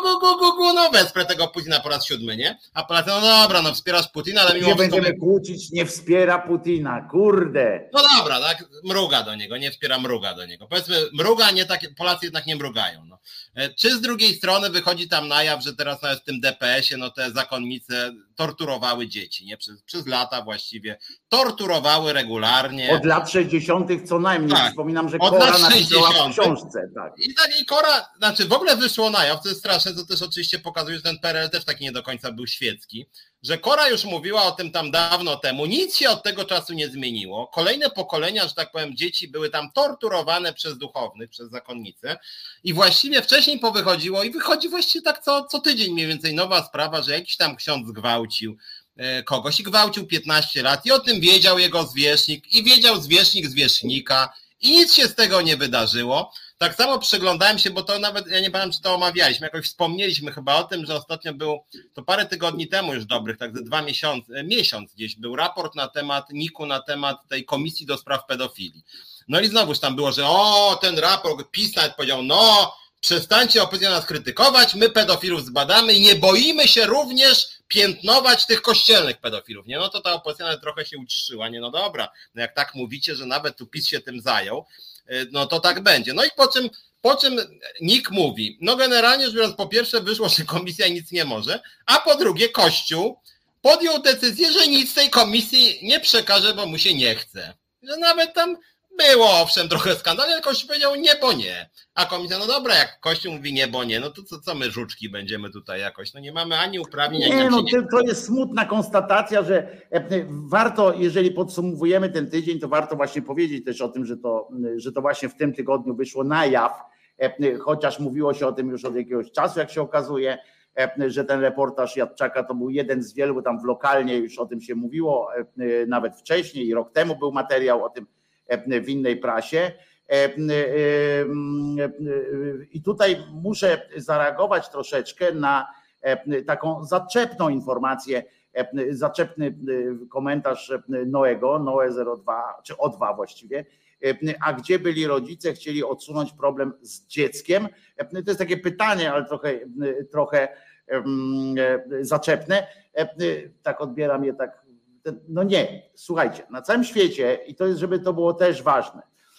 wesprę tego Putina po raz 7, nie? A Polacy, no dobra, wspierasz Putina, ale mimo wszystko... Nie będziemy kłócić, nie wspiera Putina, kurde. No dobra, tak, mruga do niego, nie wspiera, mruga do niego. Powiedzmy, mruga, nie tak, Polacy jednak nie mrugają. No. Czy z drugiej strony wychodzi tam na jaw, że teraz nawet w tym DPS-ie te zakonnice torturowały dzieci, nie? Przez lata właściwie torturowały regularnie. Od lat 60. co najmniej. Tak. Wspominam, że Kora napisała w książce. Tak. I Kora, znaczy w ogóle wyszło na jaw, to jest straszne, to też oczywiście pokazuje, że ten PRL też taki nie do końca był świecki, że Kora już mówiła o tym tam dawno temu, nic się od tego czasu nie zmieniło. Kolejne pokolenia, że tak powiem, dzieci były tam torturowane przez duchownych, przez zakonnice i właściwie wcześniej powychodziło i wychodzi właściwie tak co tydzień mniej więcej nowa sprawa, że jakiś tam ksiądz gwałcił kogoś i gwałcił 15 lat i o tym wiedział jego zwierzchnik i wiedział zwierzchnik zwierzchnika i nic się z tego nie wydarzyło. Tak samo przyglądałem się, bo to nawet, ja nie pamiętam, czy to omawialiśmy, jakoś wspomnieliśmy chyba o tym, że ostatnio był, to parę tygodni temu już dobrych, tak ze 2 miesiące, miesiąc gdzieś był raport na temat NIK-u, na temat tej Komisji do Spraw Pedofilii. No i znowuż tam było, że ten raport, PiS nawet powiedział, przestańcie opozycję nas krytykować, my pedofilów zbadamy i nie boimy się również piętnować tych kościelnych pedofilów. Nie, no to ta opozycja nawet trochę się uciszyła, nie, no dobra, no jak tak mówicie, że nawet tu PiS się tym zajął, no to tak będzie. No i po czym NIK mówi, no generalnie rzecz biorąc, po pierwsze wyszło, że komisja nic nie może, a po drugie Kościół podjął decyzję, że nic z tej komisji nie przekaże, bo mu się nie chce. Że nawet tam było owszem trochę skandal, ale Kościół powiedział nie, bo nie. A komisja, no dobra, jak Kościół mówi nie, bo nie, no to co my żuczki będziemy tutaj jakoś, no nie mamy ani uprawnień, nie, to jest smutna konstatacja, że warto, jeżeli podsumowujemy ten tydzień, to warto właśnie powiedzieć też o tym, że to właśnie w tym tygodniu wyszło na jaw, chociaż mówiło się o tym już od jakiegoś czasu, jak się okazuje, że ten reportaż Jadczaka to był jeden z wielu, bo tam lokalnie już o tym się mówiło, nawet wcześniej i rok temu był materiał o tym w innej prasie. I tutaj muszę zareagować troszeczkę na taką zaczepną informację, zaczepny komentarz Noego, Noe02, czy O2 właściwie, a gdzie byli rodzice, chcieli odsunąć problem z dzieckiem. To jest takie pytanie, ale trochę zaczepne. Tak odbieram je tak. No nie, słuchajcie, na całym świecie, i to jest, żeby to było też ważne,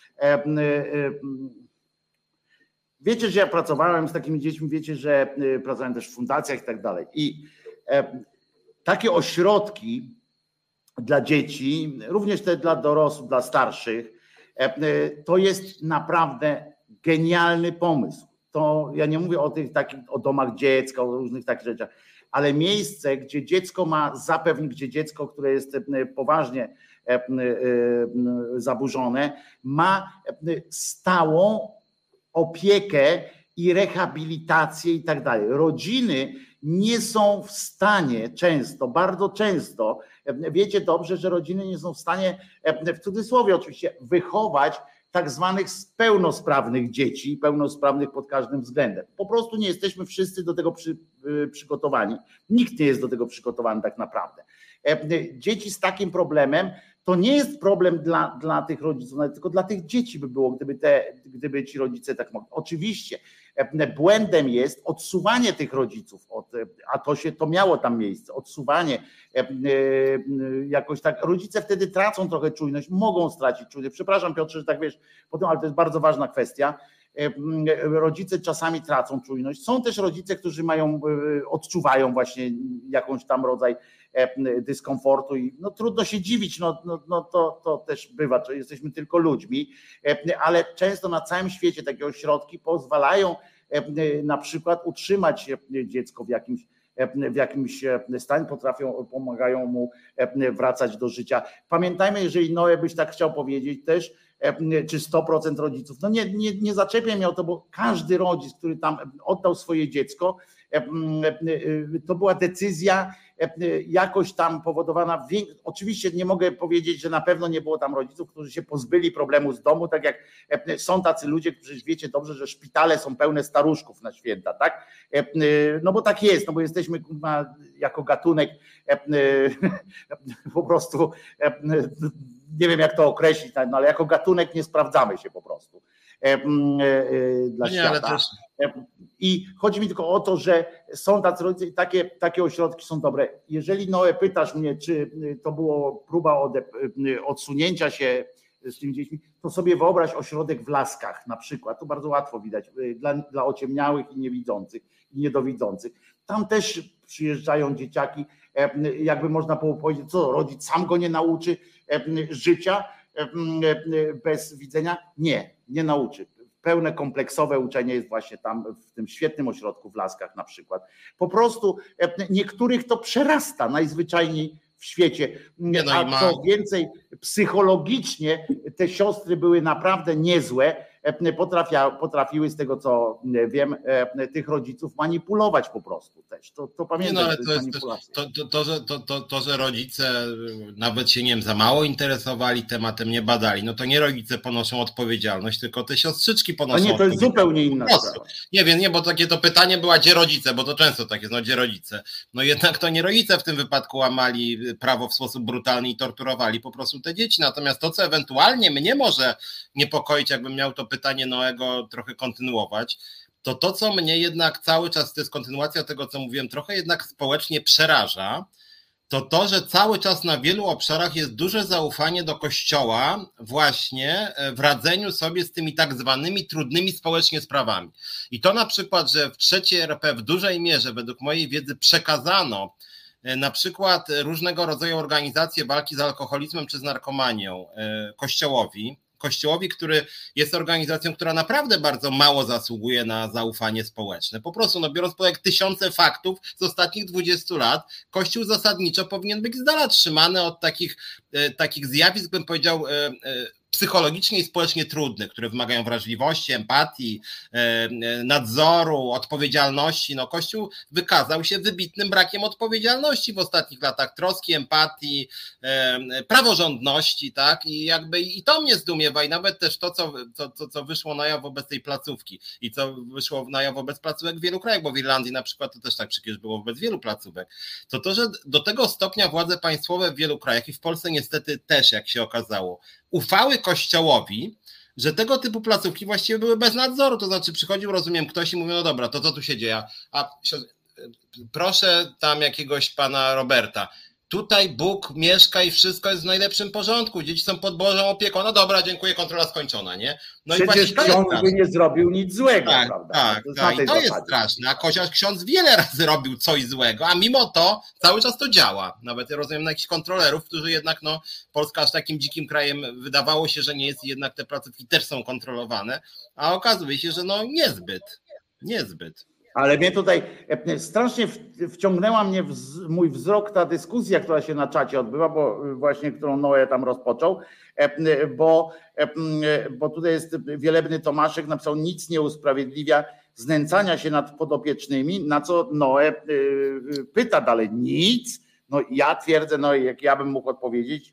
wiecie, że ja pracowałem z takimi dziećmi, wiecie, że pracowałem też w fundacjach i tak dalej. I takie ośrodki dla dzieci, również te dla dorosłych, dla starszych, to jest naprawdę genialny pomysł. To ja nie mówię o tych takich, o domach dziecka, o różnych takich rzeczach, ale miejsce, gdzie dziecko ma zapewnić, gdzie dziecko, które jest poważnie zaburzone, ma stałą opiekę i rehabilitację i tak dalej. Rodziny nie są w stanie często, bardzo często, wiecie dobrze, że rodziny nie są w stanie, w cudzysłowie oczywiście, wychować tak zwanych pełnosprawnych dzieci, pełnosprawnych pod każdym względem. Po prostu nie jesteśmy wszyscy do tego przygotowani. Nikt nie jest do tego przygotowany tak naprawdę. Dzieci z takim problemem to nie jest problem dla tych rodziców, tylko dla tych dzieci by było, gdyby ci rodzice tak mogli. Oczywiście błędem jest odsuwanie tych rodziców, a to miało tam miejsce, odsuwanie jakoś tak. Rodzice wtedy tracą trochę czujność, mogą stracić czujność. Przepraszam Piotrze, że tak wiesz, ale to jest bardzo ważna kwestia. Rodzice czasami tracą czujność. Są też rodzice, którzy odczuwają właśnie jakąś tam rodzaj dyskomfortu i no trudno się dziwić, to też bywa, że jesteśmy tylko ludźmi, ale często na całym świecie takie ośrodki pozwalają na przykład utrzymać dziecko w jakimś w jakimś stanie, pomagają mu wracać do życia. Pamiętajmy, jeżeli Noe byś tak chciał powiedzieć też, czy 100% rodziców, no nie zaczepiaj mnie o to, bo każdy rodzic, który tam oddał swoje dziecko, to była decyzja jakoś tam powodowana, oczywiście nie mogę powiedzieć, że na pewno nie było tam rodziców, którzy się pozbyli problemu z domu, tak jak są tacy ludzie, którzy wiecie dobrze, że szpitale są pełne staruszków na święta, tak? No bo tak jest, no bo jesteśmy jako gatunek po prostu, nie wiem jak to określić, no ale jako gatunek nie sprawdzamy się po prostu dla świata. I chodzi mi tylko o to, że są tacy rodzice i takie ośrodki są dobre. Jeżeli Noe pytasz mnie, czy to było próba odsunięcia się z tymi dziećmi, to sobie wyobraź ośrodek w Laskach na przykład, to bardzo łatwo widać, dla ociemniałych i niewidzących i niedowidzących. Tam też przyjeżdżają dzieciaki, jakby można było powiedzieć, co rodzic sam go nie nauczy życia bez widzenia? Nie nauczy. Pełne kompleksowe uczenie jest właśnie tam w tym świetnym ośrodku w Laskach na przykład. Po prostu niektórych to przerasta najzwyczajniej w świecie. A co więcej, psychologicznie te siostry były naprawdę niezłe, potrafiły z tego co wiem tych rodziców manipulować po prostu też. To pamiętam, ale to jest to, że rodzice nawet się nie wiem, za mało interesowali tematem, nie badali, no to nie rodzice ponoszą odpowiedzialność, tylko te siostrzyczki ponoszą odpowiedzialność. To jest zupełnie inna sprawa. Nie wiem, bo takie to pytanie było, gdzie rodzice, bo to często tak jest, no gdzie rodzice? No jednak to nie rodzice w tym wypadku łamali prawo w sposób brutalny i torturowali po prostu te dzieci, natomiast to, co ewentualnie mnie może niepokoić, jakbym miał to pytanie Noego trochę kontynuować, to co mnie jednak cały czas, to jest kontynuacja tego, co mówiłem, trochę jednak społecznie przeraża, to, że cały czas na wielu obszarach jest duże zaufanie do Kościoła właśnie w radzeniu sobie z tymi tak zwanymi trudnymi społecznie sprawami. I to na przykład, że w III RP w dużej mierze, według mojej wiedzy, przekazano na przykład różnego rodzaju organizacje walki z alkoholizmem czy z narkomanią Kościołowi, który jest organizacją, która naprawdę bardzo mało zasługuje na zaufanie społeczne. Po prostu, biorąc pod uwagę tysiące faktów z ostatnich 20 lat, Kościół zasadniczo powinien być z dala trzymany od takich zjawisk, bym powiedział, psychologicznie i społecznie trudnych, które wymagają wrażliwości, empatii, nadzoru, odpowiedzialności. Kościół wykazał się wybitnym brakiem odpowiedzialności w ostatnich latach, troski, empatii, praworządności, tak? I to mnie zdumiewa i nawet też to, co wyszło na jaw wobec tej placówki i co wyszło na jaw wobec placówek w wielu krajach, bo w Irlandii na przykład to też tak przecież było wobec wielu placówek, to, że do tego stopnia władze państwowe w wielu krajach i w Polsce niestety też, jak się okazało, ufały Kościołowi, że tego typu placówki właściwie były bez nadzoru, to znaczy przychodził, rozumiem, ktoś i mówił, no dobra, to co tu się dzieje, proszę tam jakiegoś pana Roberta, tutaj Bóg mieszka i wszystko jest w najlepszym porządku, dzieci są pod Bożą opieką, no dobra, dziękuję, kontrola skończona, nie? No przecież ksiądz by nie zrobił nic złego, tak, prawda? Tak, i to jest straszne, a chociaż ksiądz wiele razy robił coś złego, a mimo to cały czas to działa. Nawet ja rozumiem na jakichś kontrolerów, którzy jednak, Polska aż takim dzikim krajem wydawało się, że nie jest, jednak te placówki też są kontrolowane, a okazuje się, że niezbyt. Ale mnie tutaj strasznie wciągnęła mnie mój wzrok ta dyskusja, która się na czacie odbywa, bo właśnie którą Noe tam rozpoczął, bo tutaj jest wielebny Tomaszek, napisał, nic nie usprawiedliwia znęcania się nad podopiecznymi, na co Noe pyta dalej, nic? No ja twierdzę, jak ja bym mógł odpowiedzieć,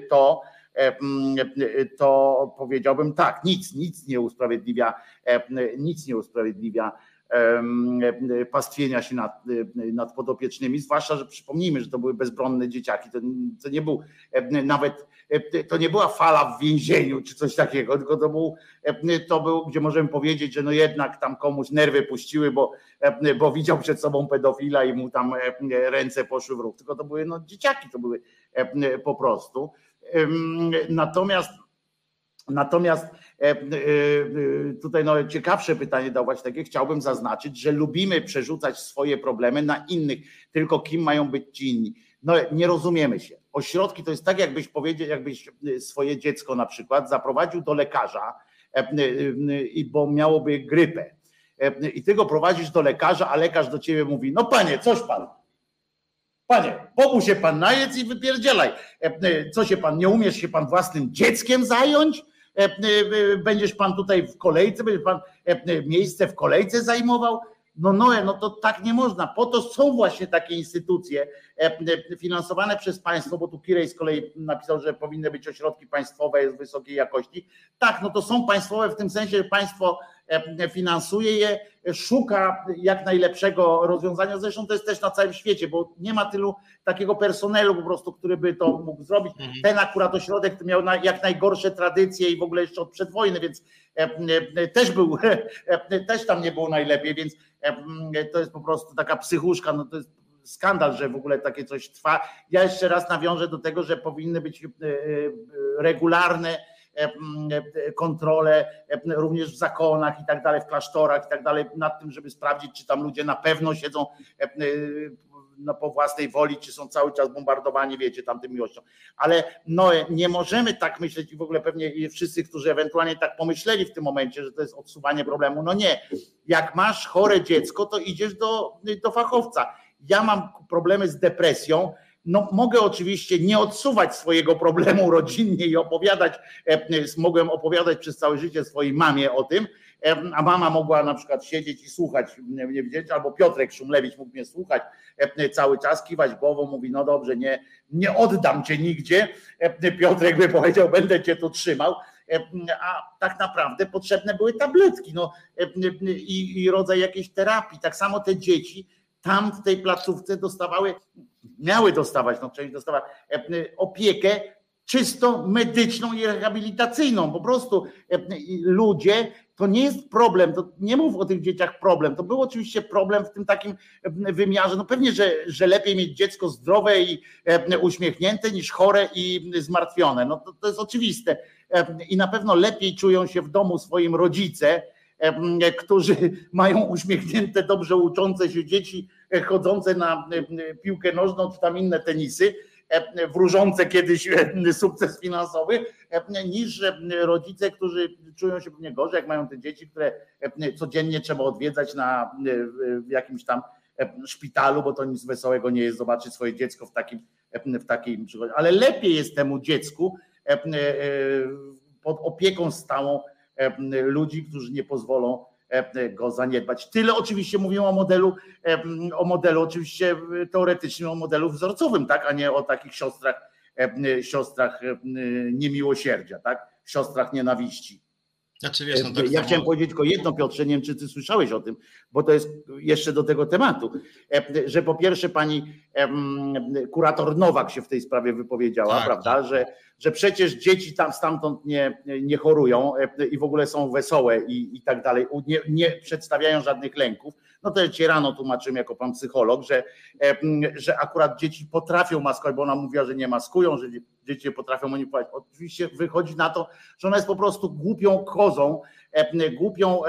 to powiedziałbym tak, nic nie usprawiedliwia pastwienia się nad podopiecznymi, zwłaszcza, że przypomnijmy, że to były bezbronne dzieciaki, to nie był nawet, to nie była fala w więzieniu czy coś takiego, tylko to był, gdzie możemy powiedzieć, że jednak tam komuś nerwy puściły, bo widział przed sobą pedofila i mu tam ręce poszły w ruch, tylko to były dzieciaki, to były po prostu. Natomiast tutaj ciekawsze pytanie dał właśnie takie, chciałbym zaznaczyć, że lubimy przerzucać swoje problemy na innych, tylko kim mają być ci inni. Nie rozumiemy się. Ośrodki to jest tak, jakbyś swoje dziecko na przykład zaprowadził do lekarza, bo miałoby grypę. i ty go prowadzisz do lekarza, a lekarz do ciebie mówi, no panie, coś pan. Panie, pomóż się pan najedz i wypierdzielaj. Co się pan, nie umiesz się pan własnym dzieckiem zająć? Będziesz pan tutaj w kolejce, będziesz pan miejsce w kolejce zajmował? No to tak nie można. Po to są właśnie takie instytucje finansowane przez państwo, bo tu Kirej z kolei napisał, że powinny być ośrodki państwowe z wysokiej jakości. Tak, no to są państwowe w tym sensie, że państwo finansuje je, szuka jak najlepszego rozwiązania. Zresztą to jest też na całym świecie, bo nie ma tylu takiego personelu po prostu, który by to mógł zrobić. Ten akurat ośrodek miał jak najgorsze tradycje i w ogóle jeszcze od przedwojny, więc też tam nie było najlepiej, więc to jest po prostu taka psychuszka, no to jest skandal, że w ogóle takie coś trwa. Ja jeszcze raz nawiążę do tego, że powinny być regularne kontrole również w zakonach i tak dalej, w klasztorach i tak dalej, nad tym, żeby sprawdzić, czy tam ludzie na pewno siedzą po własnej woli, czy są cały czas bombardowani, wiecie, tamtym miłością. Ale no, nie możemy tak myśleć i w ogóle pewnie wszyscy, którzy ewentualnie tak pomyśleli w tym momencie, że to jest odsuwanie problemu, no nie. Jak masz chore dziecko, to idziesz do fachowca. Ja mam problemy z depresją, no mogę oczywiście nie odsuwać swojego problemu rodzinnie i mogłem opowiadać przez całe życie swojej mamie o tym, a mama mogła na przykład siedzieć i słuchać, nie wiedzieć, albo Piotrek Szumlewicz mógł mnie słuchać cały czas, kiwać głową, mówi, no dobrze, nie oddam cię nigdzie. Piotrek by powiedział, będę cię tu trzymał, a tak naprawdę potrzebne były tabletki, no i rodzaj jakiejś terapii. Tak samo te dzieci tam w tej placówce miały dostawać, no część dostała opiekę czysto medyczną i rehabilitacyjną. Po prostu ludzie, to nie jest problem, to nie mów o tych dzieciach problem, to był oczywiście problem w tym takim wymiarze, no pewnie, że lepiej mieć dziecko zdrowe i uśmiechnięte niż chore i zmartwione, no to jest oczywiste i na pewno lepiej czują się w domu swoim rodzice, którzy mają uśmiechnięte, dobrze uczące się dzieci, chodzące na piłkę nożną czy tam inne tenisy, wróżące kiedyś sukces finansowy, niż rodzice, którzy czują się pewnie gorzej, jak mają te dzieci, które codziennie trzeba odwiedzać w jakimś tam szpitalu, bo to nic wesołego nie jest zobaczyć swoje dziecko w takim przychodzie. Ale lepiej jest temu dziecku pod opieką stałą ludzi, którzy nie pozwolą go zaniedbać. Tyle oczywiście mówimy o modelu oczywiście teoretycznym, o modelu wzorcowym, tak, a nie o takich siostrach niemiłosierdzia, tak, siostrach nienawiści. Znaczy, wiesz, no ja chciałem powiedzieć tylko jedno, Piotrze, nie wiem, czy ty słyszałeś o tym, bo to jest jeszcze do tego tematu, że po pierwsze pani kurator Nowak się w tej sprawie wypowiedziała, tak, prawda, tak. Że przecież dzieci tam stamtąd nie chorują i w ogóle są wesołe i tak dalej, nie przedstawiają żadnych lęków. No to ci rano tłumaczymy jako pan psycholog, że akurat dzieci potrafią maskować, bo ona mówiła, że nie maskują, że dzieci potrafią manipulować. Oczywiście wychodzi na to, że ona jest po prostu głupią kozą, głupią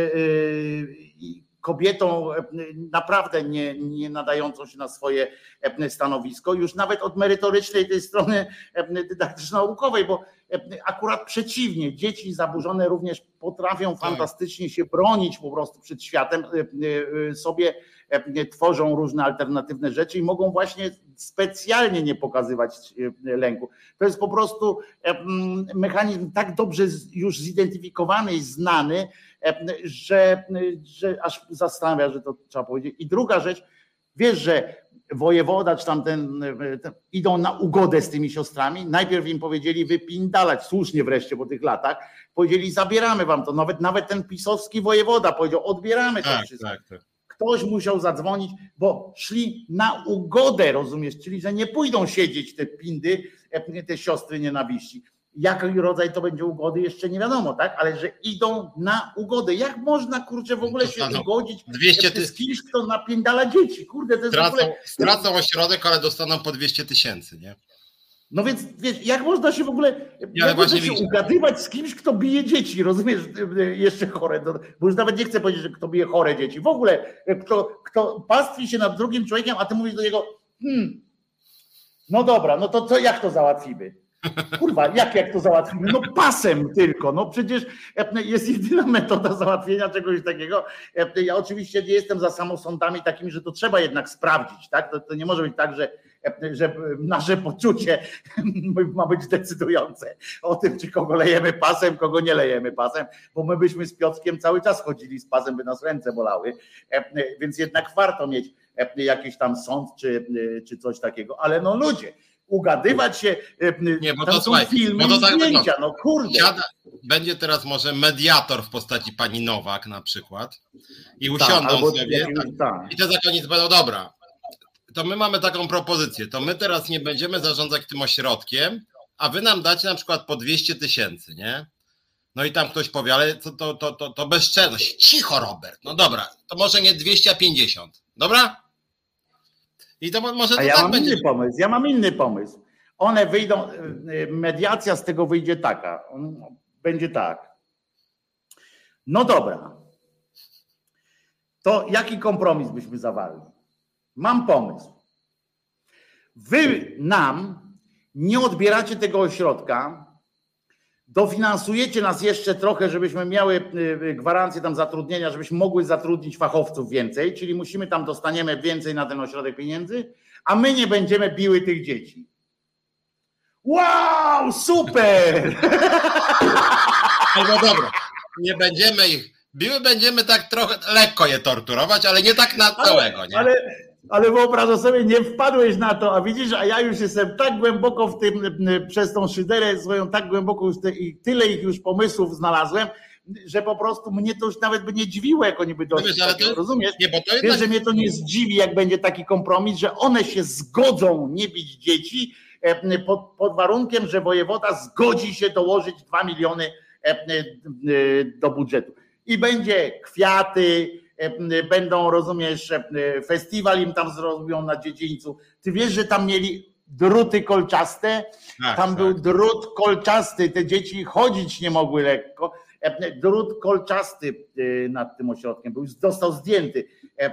kobietą naprawdę nie nadającą się na swoje stanowisko, już nawet od merytorycznej tej strony dydaktyczno-naukowej, bo akurat przeciwnie, dzieci zaburzone również potrafią fantastycznie się bronić po prostu przed światem, sobie tworzą różne alternatywne rzeczy i mogą właśnie specjalnie nie pokazywać lęku. To jest po prostu mechanizm tak dobrze już zidentyfikowany i znany, że aż zastanawia, że to trzeba powiedzieć. I druga rzecz, wiesz, że wojewoda czy tamten idą na ugodę z tymi siostrami, najpierw im powiedzieli wypindalać, słusznie wreszcie po tych latach, powiedzieli zabieramy wam to, nawet ten pisowski wojewoda powiedział odbieramy to wszystko. Tak. Ktoś musiał zadzwonić, bo szli na ugodę, rozumiesz, czyli że nie pójdą siedzieć te pindy, te siostry nienawiści. Jaki rodzaj to będzie ugody, jeszcze nie wiadomo, tak? Ale że idą na ugodę. Jak można, kurczę, w ogóle się ugodzić z kimś, kto napindala dzieci? Kurde, to jest w ogóle... Stracą ośrodek, ale dostaną po 200 000, nie? No więc wiesz, jak można się w ogóle ugadywać z kimś, kto bije dzieci, rozumiesz, jeszcze chore, bo już nawet nie chcę powiedzieć, że kto bije chore dzieci, w ogóle kto pastwi się nad drugim człowiekiem, a ty mówisz do niego, no dobra, no to co, jak to załatwimy? Kurwa, jak to załatwimy? No pasem tylko, no przecież jest jedyna metoda załatwienia czegoś takiego. Ja oczywiście nie jestem za samosądami takimi, że to trzeba jednak sprawdzić, tak? To nie może być tak, że nasze poczucie ma być decydujące o tym, czy kogo lejemy pasem, kogo nie lejemy pasem, bo my byśmy z Piotrkiem cały czas chodzili z pasem, by nas ręce bolały, więc jednak warto mieć jakiś tam sąd czy coś takiego, ale no ludzie, ugadywać się, nie, bo tam to, są słuchaj, filmy bo to i tak zdjęcia, no kurde. Będzie teraz może mediator w postaci pani Nowak na przykład i usiądą sobie i te zakonnice będą, dobra, to my mamy taką propozycję, to my teraz nie będziemy zarządzać tym ośrodkiem, a wy nam dacie na przykład po 200 000, nie? No i tam ktoś powie, ale to bezczelność. Cicho, Robert, no dobra, to może nie 250, dobra? I to może to ja mam inny pomysł. One wyjdą, mediacja z tego wyjdzie taka, będzie tak. No dobra, to jaki kompromis byśmy zawarli? Mam pomysł. Wy nam nie odbieracie tego ośrodka, dofinansujecie nas jeszcze trochę, żebyśmy miały gwarancję tam zatrudnienia, żebyśmy mogły zatrudnić fachowców więcej, czyli dostaniemy więcej na ten ośrodek pieniędzy, a my nie będziemy biły tych dzieci. Wow, super! Albo dobra, nie będziemy ich biły, będziemy tak trochę lekko je torturować, ale nie tak na całego, nie? Ale wyobrażasz sobie, nie wpadłeś na to, a widzisz, a ja już jestem tak głęboko w tym, przez tą szyderę swoją, tak głęboko już i tyle ich już pomysłów znalazłem, że po prostu mnie to już nawet by nie dziwiło, jak oni by doszli. Rozumiesz? Nie, bo to Wiesz, że mnie to nie zdziwi, jak będzie taki kompromis, że one się zgodzą nie bić dzieci pod warunkiem, że wojewoda zgodzi się dołożyć 2 miliony do budżetu. I będzie kwiaty, będą, rozumiesz, festiwal im tam zrobią na dziedzińcu. Ty wiesz, że tam mieli druty kolczaste? Tam był drut kolczasty, te dzieci chodzić nie mogły lekko. Drut kolczasty nad tym ośrodkiem został zdjęty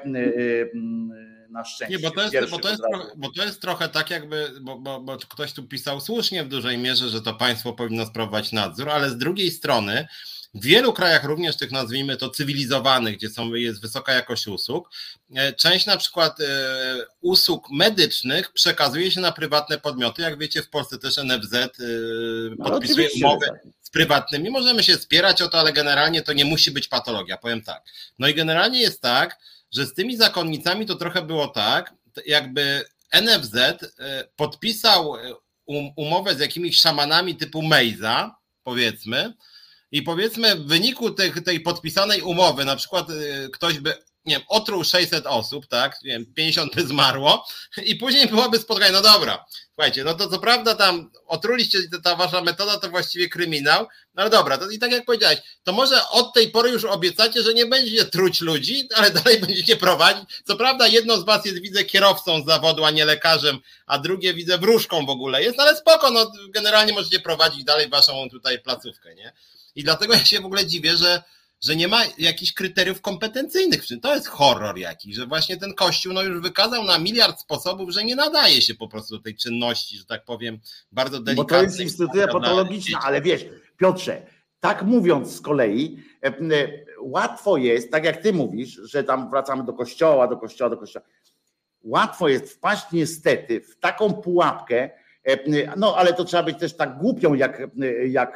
na szczęście. Nie, bo to jest trochę tak jakby, bo ktoś tu pisał słusznie w dużej mierze, że to państwo powinno sprawować nadzór, ale z drugiej strony w wielu krajach, również tych nazwijmy to cywilizowanych, gdzie jest wysoka jakość usług, część na przykład usług medycznych przekazuje się na prywatne podmioty. Jak wiecie, w Polsce też NFZ podpisuje umowy z prywatnymi. Możemy się spierać o to, ale generalnie to nie musi być patologia, powiem tak. No i generalnie jest tak, że z tymi zakonnicami to trochę było tak, jakby NFZ podpisał umowę z jakimiś szamanami typu Mejza, powiedzmy, i powiedzmy w wyniku tej podpisanej umowy, na przykład ktoś by, nie wiem, otruł 600 osób, tak, nie wiem, 50 by zmarło i później byłoby spotkanie, no dobra, słuchajcie, no to co prawda tam otruliście, ta wasza metoda to właściwie kryminał, no ale dobra, to i tak jak powiedziałeś, to może od tej pory już obiecacie, że nie będziecie truć ludzi, ale dalej będziecie prowadzić, co prawda jedno z was jest, widzę, kierowcą z zawodu, a nie lekarzem, a drugie widzę wróżką w ogóle jest, ale spoko, no generalnie możecie prowadzić dalej waszą tutaj placówkę, nie? I dlatego ja się w ogóle dziwię, że nie ma jakichś kryteriów kompetencyjnych. To jest horror jakiś, że właśnie ten Kościół no już wykazał na miliard sposobów, że nie nadaje się po prostu do tej czynności, że tak powiem, bardzo delikatnej. Bo to jest instytucja patologiczna, ale wiesz, Piotrze, tak mówiąc z kolei, łatwo jest, tak jak ty mówisz, że tam wracamy do kościoła. Łatwo jest wpaść niestety w taką pułapkę, no ale to trzeba być też tak głupią jak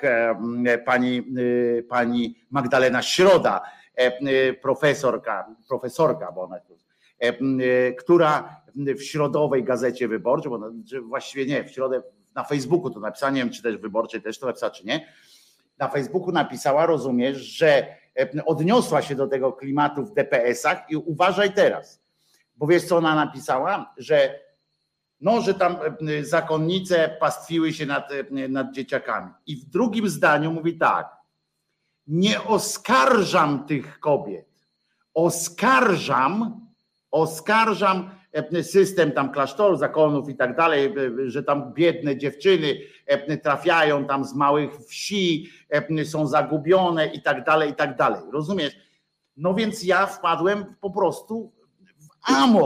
pani Magdalena Środa, profesorka, bo ona, która w Środowej Gazecie Wyborczej, bo właściwie nie, w środę na Facebooku to napisała, nie wiem czy też Wyborczej też to napisała, czy nie, na Facebooku napisała, rozumiesz, że odniosła się do tego klimatu w DPS-ach i uważaj teraz, bo wiesz co ona napisała, że tam zakonnice pastwiły się nad dzieciakami. I w drugim zdaniu mówi tak, nie oskarżam tych kobiet, oskarżam system tam klasztorów, zakonów i tak dalej, że tam biedne dziewczyny trafiają tam z małych wsi, są zagubione i tak dalej, rozumiesz? No więc ja wpadłem po prostu w amok.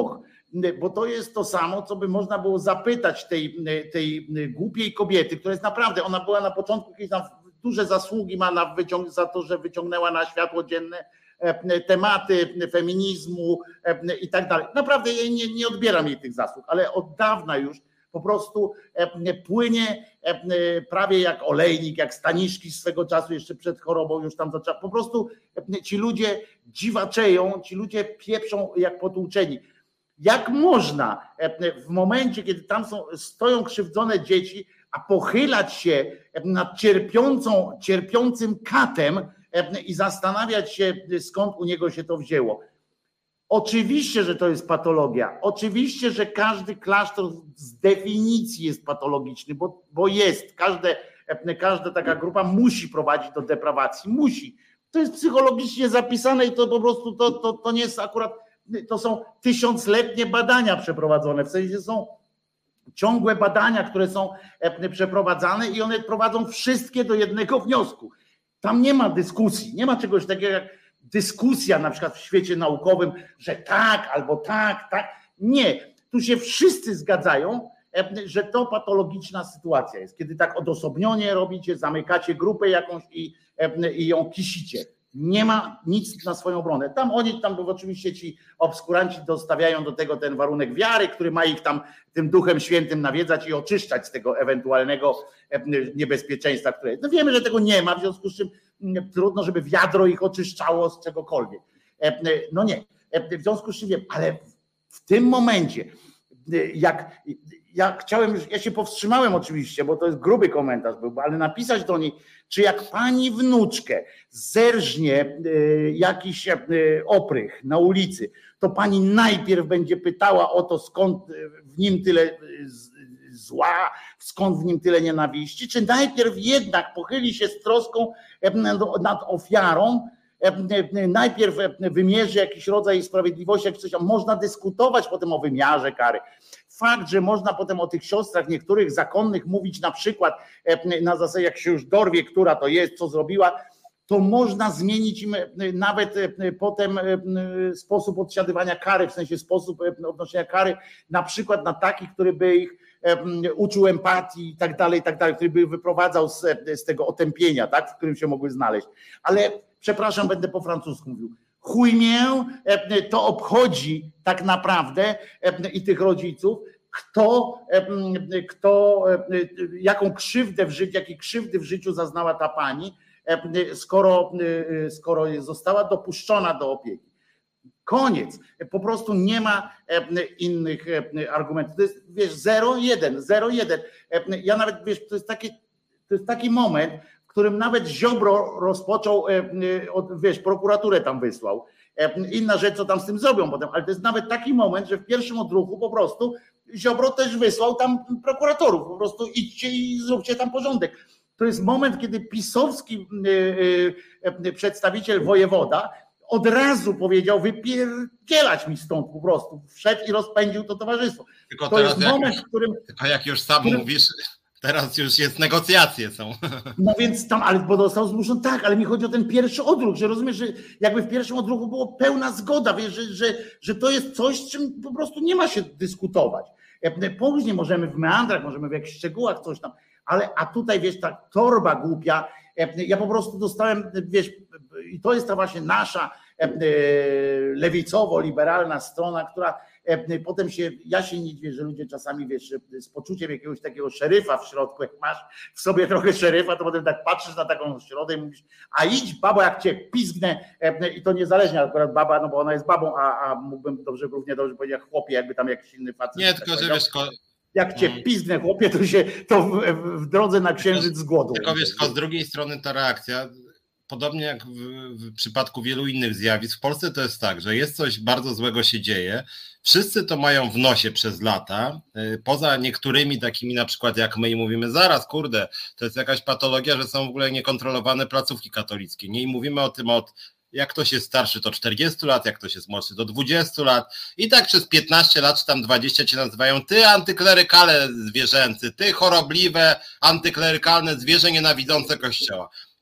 bo to jest to samo, co by można było zapytać tej głupiej kobiety, która jest naprawdę, ona była na początku jakieś tam duże zasługi ma za to, że wyciągnęła na światło dzienne tematy feminizmu i tak dalej. Naprawdę nie odbieram jej tych zasług, ale od dawna już po prostu płynie prawie jak olejnik, jak Staniszki swego czasu, jeszcze przed chorobą już tam zaczęła. Po prostu ci ludzie dziwaczeją, ci ludzie pieprzą jak potłuczeni. Jak można w momencie, kiedy tam stoją krzywdzone dzieci, a pochylać się nad cierpiącym katem i zastanawiać się, skąd u niego się to wzięło. Oczywiście, że to jest patologia. Oczywiście, że każdy klasztor z definicji jest patologiczny, bo jest. Każda taka grupa musi prowadzić do deprawacji. Musi. To jest psychologicznie zapisane i to po prostu to nie jest akurat, to są tysiącletnie badania przeprowadzone. W sensie są ciągłe badania, które są przeprowadzane i one prowadzą wszystkie do jednego wniosku. Tam nie ma dyskusji, nie ma czegoś takiego jak dyskusja na przykład w świecie naukowym, że tak albo tak. Nie, tu się wszyscy zgadzają, że to patologiczna sytuacja jest, kiedy tak odosobnione robicie, zamykacie grupę jakąś i ją kisicie. Nie ma nic na swoją obronę. Tam oczywiście ci obskuranci dostawiają do tego ten warunek wiary, który ma ich tam tym Duchem Świętym nawiedzać i oczyszczać z tego ewentualnego niebezpieczeństwa, które jest. No wiemy, że tego nie ma, w związku z czym trudno, żeby wiadro ich oczyszczało z czegokolwiek. No nie. W związku z czym wiem, ale w tym momencie, jak ja się powstrzymałem oczywiście, bo to jest gruby komentarz był, ale napisać do niej, czy jak pani wnuczkę zerżnie jakiś oprych na ulicy, to pani najpierw będzie pytała o to, skąd w nim tyle zła, skąd w nim tyle nienawiści, czy najpierw jednak pochyli się z troską nad ofiarą, najpierw wymierzy jakiś rodzaj sprawiedliwości, jak coś, można dyskutować potem o wymiarze kary. Fakt, że można potem o tych siostrach niektórych zakonnych mówić na przykład na zasadzie, jak się już dorwie, która to jest, co zrobiła, to można zmienić im nawet potem sposób odsiadywania kary, w sensie sposób odnoszenia kary, na przykład na taki, który by ich uczył empatii i tak dalej, który by wyprowadzał z tego otępienia, tak, w którym się mogły znaleźć. Ale przepraszam, będę po francusku mówił. Chuj mię, to obchodzi tak naprawdę i tych rodziców, jaką krzywdę w życiu, jakiej krzywdy w życiu zaznała ta pani, skoro została dopuszczona do opieki. Koniec. Po prostu nie ma innych argumentów. To jest, wiesz, 0-1. Ja nawet, wiesz, to jest taki moment, w którym nawet Ziobro rozpoczął, wiesz, prokuraturę tam wysłał. Inna rzecz, co tam z tym zrobią potem, ale to jest nawet taki moment, że w pierwszym odruchu po prostu Ziobro też wysłał tam prokuratorów. Po prostu idźcie i zróbcie tam porządek. To jest moment, kiedy pisowski przedstawiciel wojewoda od razu powiedział, wypierdzielać mi stąd po prostu. Wszedł i rozpędził to towarzystwo. Tylko to jest moment, w którym... Tylko jak już sam mówisz, teraz już jest negocjacje są. No więc tam, ale bo został zmuszony, tak, ale mi chodzi o ten pierwszy odruch, że rozumiesz, że jakby w pierwszym odruchu było pełna zgoda, wiesz, że to jest coś, z czym po prostu nie ma się dyskutować. Później możemy w meandrach, możemy w jakichś szczegółach coś tam, a tutaj, wiesz, ta torba głupia, ja po prostu dostałem, wiesz, i to jest ta właśnie nasza lewicowo-liberalna strona, która potem ja się nie dziwię, że ludzie czasami, wiesz, z poczuciem jakiegoś takiego szeryfa w środku, jak masz w sobie trochę szeryfa, to potem tak patrzysz na taką środę i mówisz, a idź babo, jak cię pizgnę, i to niezależnie akurat baba, no bo ona jest babą, a mógłbym równie dobrze powiedzieć jak chłopie, jakby tam jakiś inny facet. Nie, tylko że wiesz, jak cię piznę, chłopie, to w drodze na księżyc z głodu. Tylko wiesz, z drugiej strony ta reakcja, podobnie jak w przypadku wielu innych zjawisk, w Polsce to jest tak, że jest coś bardzo złego się dzieje, wszyscy to mają w nosie przez lata, poza niektórymi takimi na przykład jak my i mówimy, zaraz kurde, to jest jakaś patologia, że są w ogóle niekontrolowane placówki katolickie, nie? I mówimy o tym jak ktoś jest starszy to 40 lat, jak ktoś jest młodszy to 20 lat i tak przez 15 lat czy tam 20 cię nazywają ty antyklerykale zwierzęcy, ty chorobliwe, antyklerykalne zwierzę nienawidzące Kościoła.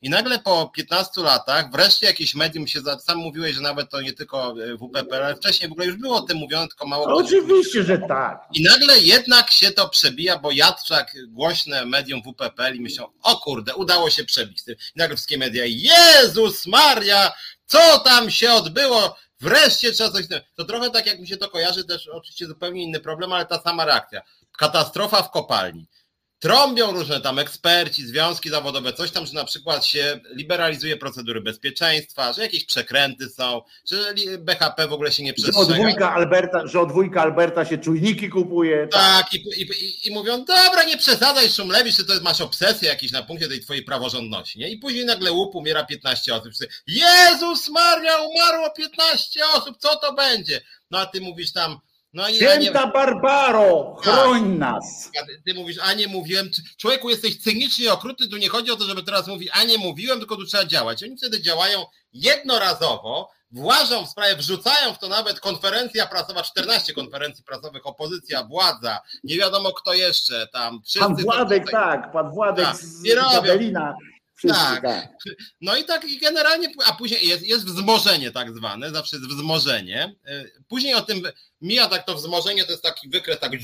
I nagle po 15 latach wreszcie jakieś medium się, sam mówiłeś, że nawet to nie tylko WP.pl, ale wcześniej w ogóle już było o tym mówione, tylko mało... Oczywiście, że tak. I nagle jednak się to przebija, bo Jadczak, głośne medium WP.pl i myślą, o kurde, udało się przebić. I nagle wszystkie media, Jezus Maria, co tam się odbyło? Wreszcie trzeba coś... To trochę tak jak mi się to kojarzy, też oczywiście zupełnie inny problem, ale ta sama reakcja. Katastrofa w kopalni. Trąbią różne tam eksperci, związki zawodowe, coś tam, że na przykład się liberalizuje procedury bezpieczeństwa, że jakieś przekręty są, że BHP w ogóle się nie przestrzega. Że od wujka Alberta się czujniki kupuje. Tak, i mówią, dobra, nie przesadzaj, Szumlewicz, czy to masz obsesję jakieś na punkcie tej twojej praworządności, nie? I później nagle łup, umiera 15 osób. Jezus Maria, umarło 15 osób, co to będzie? No a ty mówisz tam, no Święta Barbaro, chroń nas. Ty mówisz, a nie mówiłem. Człowieku, jesteś cynicznie okrutny, tu nie chodzi o to, żeby teraz mówić, a nie mówiłem, tylko tu trzeba działać. Oni wtedy działają jednorazowo, włażą w sprawę, wrzucają w to nawet konferencja prasowa, 14 konferencji prasowych, opozycja, władza, nie wiadomo kto jeszcze tam. Pan Władek, tak, pan Władek z Gabelina. Tak. No i tak i generalnie, a później jest wzmożenie tak zwane, zawsze jest wzmożenie. Później o tym mija tak to wzmożenie, to jest taki wykres tak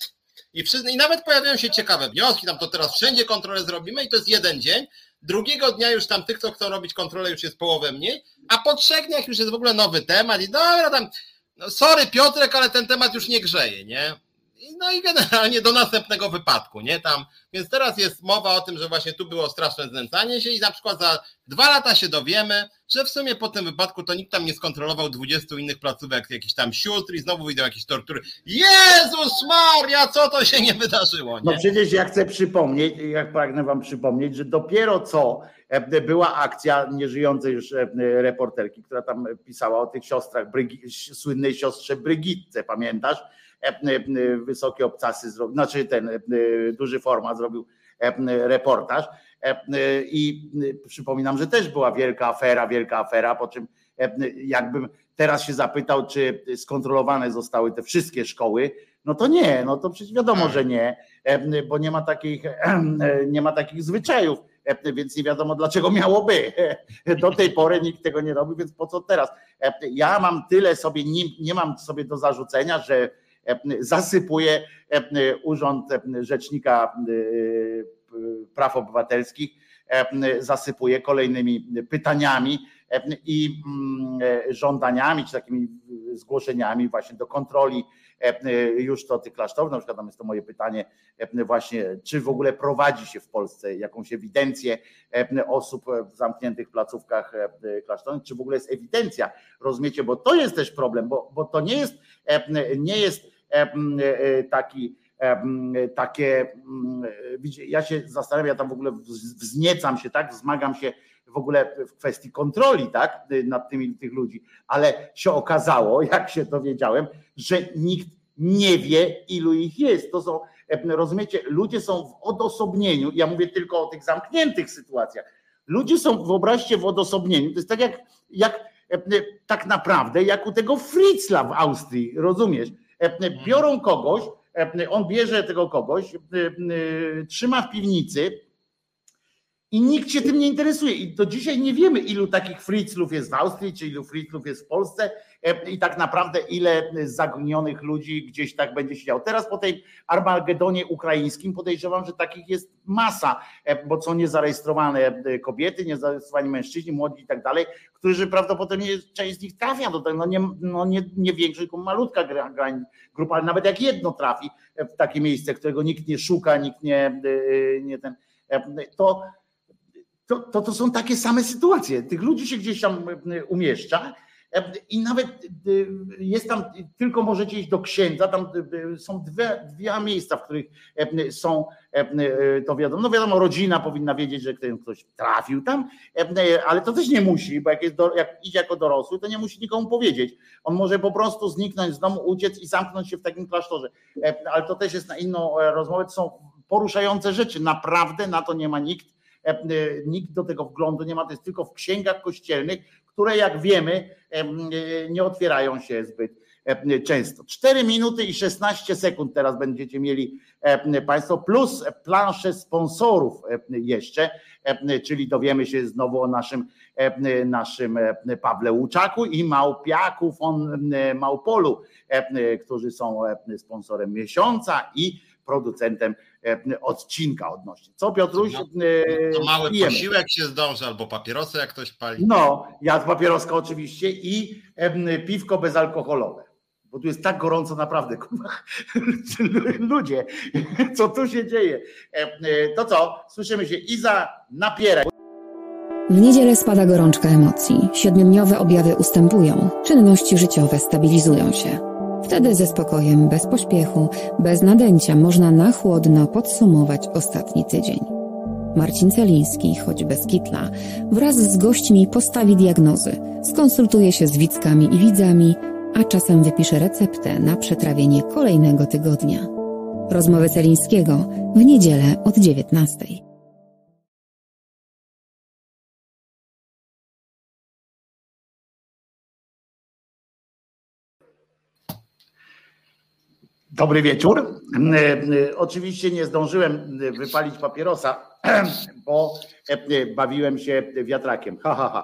i nawet pojawiają się ciekawe wnioski, tam to teraz wszędzie kontrolę zrobimy i to jest jeden dzień. Drugiego dnia już tam tych, co chcą robić kontrolę, już jest połowę mniej, a po 3 dniach już jest w ogóle nowy temat i dobra tam, no sorry Piotrek, ale ten temat już nie grzeje, nie? No i generalnie do następnego wypadku, nie? Tam, więc teraz jest mowa o tym, że właśnie tu było straszne znęcanie się i na przykład za 2 lata się dowiemy, że w sumie po tym wypadku to nikt tam nie skontrolował 20 innych placówek, jakichś tam sióstr i znowu wyjdą jakieś tortury. Jezus Maria, co to się nie wydarzyło, nie? No przecież ja chcę przypomnieć, jak pragnę wam przypomnieć, że dopiero co była akcja nieżyjącej już reporterki, która tam pisała o tych siostrach, słynnej siostrze Brygitce, pamiętasz? Wysokie obcasy zrobił, znaczy ten duży format zrobił reportaż i przypominam, że też była wielka afera, po czym jakbym teraz się zapytał, czy skontrolowane zostały te wszystkie szkoły, no to nie, no to przecież wiadomo, że nie, bo nie ma takich zwyczajów, więc nie wiadomo dlaczego miałoby. Do tej pory nikt tego nie robi, więc po co teraz? Ja mam tyle sobie, nie mam sobie do zarzucenia, że zasypuje Urząd Rzecznika Praw Obywatelskich, zasypuje kolejnymi pytaniami i żądaniami, czy takimi zgłoszeniami właśnie do kontroli już to tych klasztorów. Na przykład tam jest to moje pytanie właśnie, czy w ogóle prowadzi się w Polsce jakąś ewidencję osób w zamkniętych placówkach klasztornych, czy w ogóle jest ewidencja, rozumiecie, bo to jest też problem, bo to nie jest takie, ja się zastanawiam, ja tam w ogóle wzniecam się, tak, wzmagam się w ogóle w kwestii kontroli, tak, nad tych ludzi, ale się okazało, jak się dowiedziałem, że nikt nie wie, ilu ich jest. To są, rozumiecie, ludzie są w odosobnieniu, ja mówię tylko o tych zamkniętych sytuacjach, ludzie są, wyobraźcie, w odosobnieniu, to jest tak jak tak naprawdę, jak u tego Fritzla w Austrii, rozumiesz? Biorą kogoś, on bierze tego kogoś, trzyma w piwnicy i nikt się tym nie interesuje. I do dzisiaj nie wiemy, ilu takich Fritzlów jest w Austrii, czy ilu Fritzlów jest w Polsce i tak naprawdę ile zaginionych ludzi gdzieś tak będzie się działo. Teraz po tej Armagedonie ukraińskim podejrzewam, że takich jest masa, bo są niezarejestrowane kobiety, niezarejestrowani mężczyźni, młodzi i tak dalej, którzy prawdopodobnie część z nich trafia do tego, nie większość, tylko malutka grupa, ale nawet jak jedno trafi w takie miejsce, którego nikt nie szuka, nikt nie ten, to są takie same sytuacje. Tych ludzi się gdzieś tam umieszcza i nawet jest tam, tylko możecie iść do księdza, tam są dwa miejsca, w których są, to wiadomo, no wiadomo, rodzina powinna wiedzieć, że ktoś trafił tam, ale to też nie musi, bo jak idzie jako dorosły, to nie musi nikomu powiedzieć. On może po prostu zniknąć z domu, uciec i zamknąć się w takim klasztorze. Ale to też jest na inną rozmowę, to są poruszające rzeczy. Naprawdę na to nie ma nikt do tego wglądu nie ma, to jest tylko w księgach kościelnych, które jak wiemy nie otwierają się zbyt często. 4 minuty i 16 sekund teraz będziecie mieli Państwo, plus planszę sponsorów jeszcze, czyli dowiemy się znowu o naszym Pawle Łuczaku i Małpiaku von Małpolu, którzy są sponsorem miesiąca i producentem odcinka odnośnie. Co, Piotruś? To mały posiłek się zdąży, albo papierosy jak ktoś pali. No, jadł papieroska oczywiście i piwko bezalkoholowe. Bo tu jest tak gorąco naprawdę, kurwa. Ludzie, co tu się dzieje? To co? Słyszymy się. Iza, napieraj. W niedzielę spada gorączka emocji. 7-dniowe objawy ustępują. Czynności życiowe stabilizują się. Wtedy ze spokojem, bez pośpiechu, bez nadęcia można na chłodno podsumować ostatni tydzień. Marcin Celiński, choć bez kitla, wraz z gośćmi postawi diagnozy, skonsultuje się z widzkami i widzami, a czasem wypisze receptę na przetrawienie kolejnego tygodnia. Rozmowy Celińskiego w niedzielę od 19:00. Dobry wieczór. Oczywiście nie zdążyłem wypalić papierosa, bo bawiłem się wiatrakiem.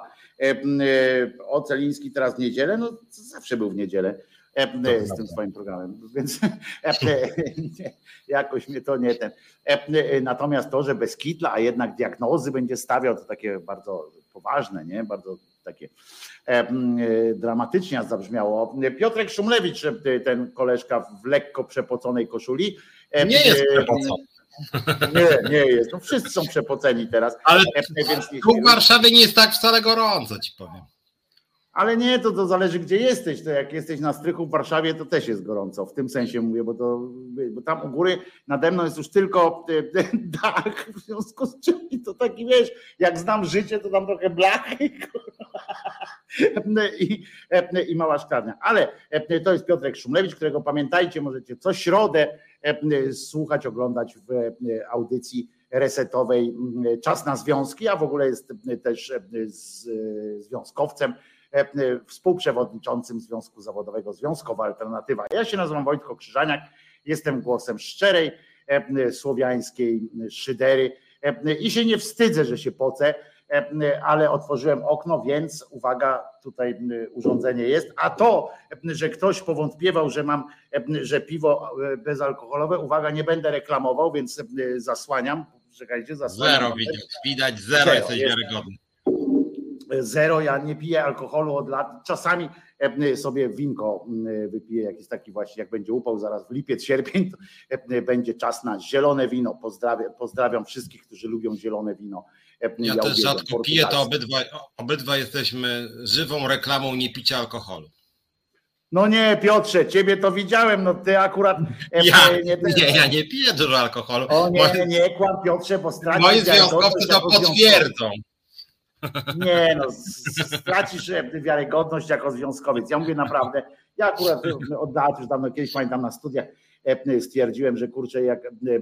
O, Celiński teraz w niedzielę, no zawsze był w niedzielę z tym swoim programem, więc jakoś mnie to nie ten. Natomiast to, że bez kitla, a jednak diagnozy będzie stawiał, to takie bardzo poważne, nie? Bardzo takie dramatycznie zabrzmiało. Piotrek Szumlewicz, ten koleżka w lekko przepoconej koszuli. Nie jest przepocony. Nie jest. No wszyscy są przepoceni teraz. Ale tu w Warszawie nie jest tak wcale gorąco, ci powiem. Ale nie, to zależy gdzie jesteś. To jak jesteś na strychu w Warszawie, to też jest gorąco. W tym sensie mówię, bo tam u góry nade mną jest już tylko dach, w związku z czym to taki, wiesz, jak znam życie, to tam trochę blachy i mała szklarnia. Ale to jest Piotrek Szumlewicz, którego pamiętajcie, możecie co środę słuchać, oglądać w audycji resetowej Czas na Związki, a w ogóle jest też związkowcem, współprzewodniczącym Związku Zawodowego Związkowa Alternatywa. Ja się nazywam Wojtko Krzyżaniak, jestem głosem szczerej, słowiańskiej szydery i się nie wstydzę, że się pocę, ale otworzyłem okno, więc uwaga, tutaj urządzenie jest, a to, że ktoś powątpiewał, że piwo bezalkoholowe, uwaga, nie będę reklamował, więc zasłaniam. Czekajcie, zasłaniam. Zero widać, zero jesteś wiarygodny. Zero, ja nie piję alkoholu od lat, czasami sobie winko wypiję, jakiś taki właśnie, jak będzie upał zaraz w lipiec, sierpień, to będzie czas na zielone wino. Pozdrawiam wszystkich, którzy lubią zielone wino. Ja też rzadko piję, to obydwa jesteśmy żywą reklamą niepicia alkoholu. No nie, Piotrze, ciebie to widziałem, no ty akurat... Ja nie piję dużo alkoholu. O nie kłam, Piotrze, bo stracisz... Moi związkowcy to potwierdzą. Nie no, stracisz wiarygodność jako związkowiec. Ja mówię naprawdę, ja akurat od lat, już dawno kiedyś pamiętam na studiach, stwierdziłem, że kurczę, jak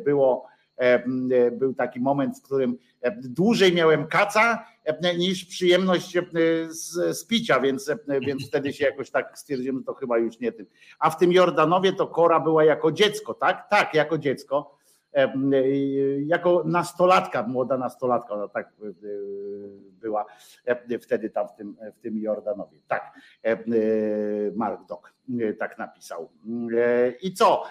był taki moment, w którym dłużej miałem kaca niż przyjemność z picia, więc wtedy się jakoś tak stwierdziłem, że to chyba już nie tym. A w tym Jordanowie to Kora była jako dziecko, tak? Tak, jako dziecko. Jako nastolatka, młoda nastolatka, ona tak była wtedy tam w tym Jordanowie. Tak, Mark Dok tak napisał. I co?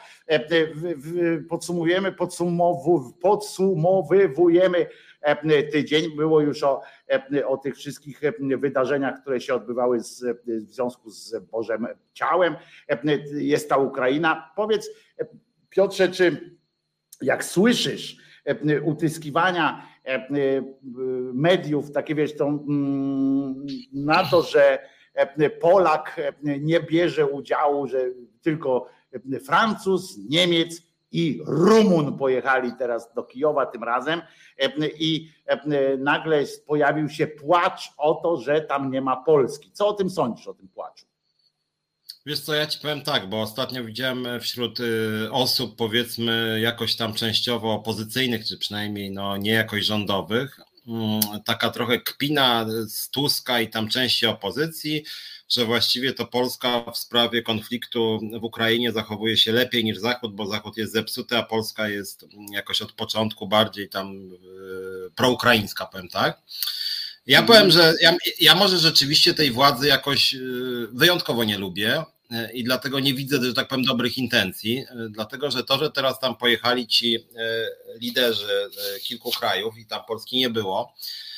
Podsumowujemy tydzień. Było już o tych wszystkich wydarzeniach, które się odbywały w związku z Bożym Ciałem. Jest ta Ukraina. Powiedz, Piotrze, czy jak słyszysz utyskiwania mediów, takie wiesz, to na to, że Polak nie bierze udziału, że tylko Francuz, Niemiec i Rumun pojechali teraz do Kijowa tym razem i nagle pojawił się płacz o to, że tam nie ma Polski. Co o tym sądzisz, o tym płaczu? Wiesz co, ja ci powiem tak, bo ostatnio widziałem wśród osób powiedzmy jakoś tam częściowo opozycyjnych, czy przynajmniej no nie jakoś rządowych, taka trochę kpina z Tuska i tam części opozycji, że właściwie to Polska w sprawie konfliktu w Ukrainie zachowuje się lepiej niż Zachód, bo Zachód jest zepsuty, a Polska jest jakoś od początku bardziej tam proukraińska, powiem tak. Ja powiem, że ja może rzeczywiście tej władzy jakoś wyjątkowo nie lubię i dlatego nie widzę, że tak powiem, dobrych intencji, dlatego że to, że teraz tam pojechali ci liderzy kilku krajów i tam Polski nie było,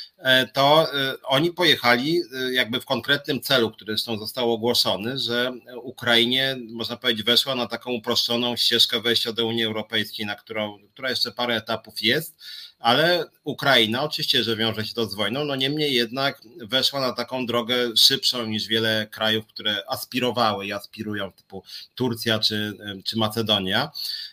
to oni pojechali jakby w konkretnym celu, który zresztą został ogłoszony, że Ukrainie, można powiedzieć, weszła na taką uproszczoną ścieżkę wejścia do Unii Europejskiej, która jeszcze parę etapów jest, ale Ukraina oczywiście, że wiąże się to z wojną, no niemniej jednak weszła na taką drogę szybszą niż wiele krajów, które aspirowały i aspirują, typu Turcja czy Macedonia.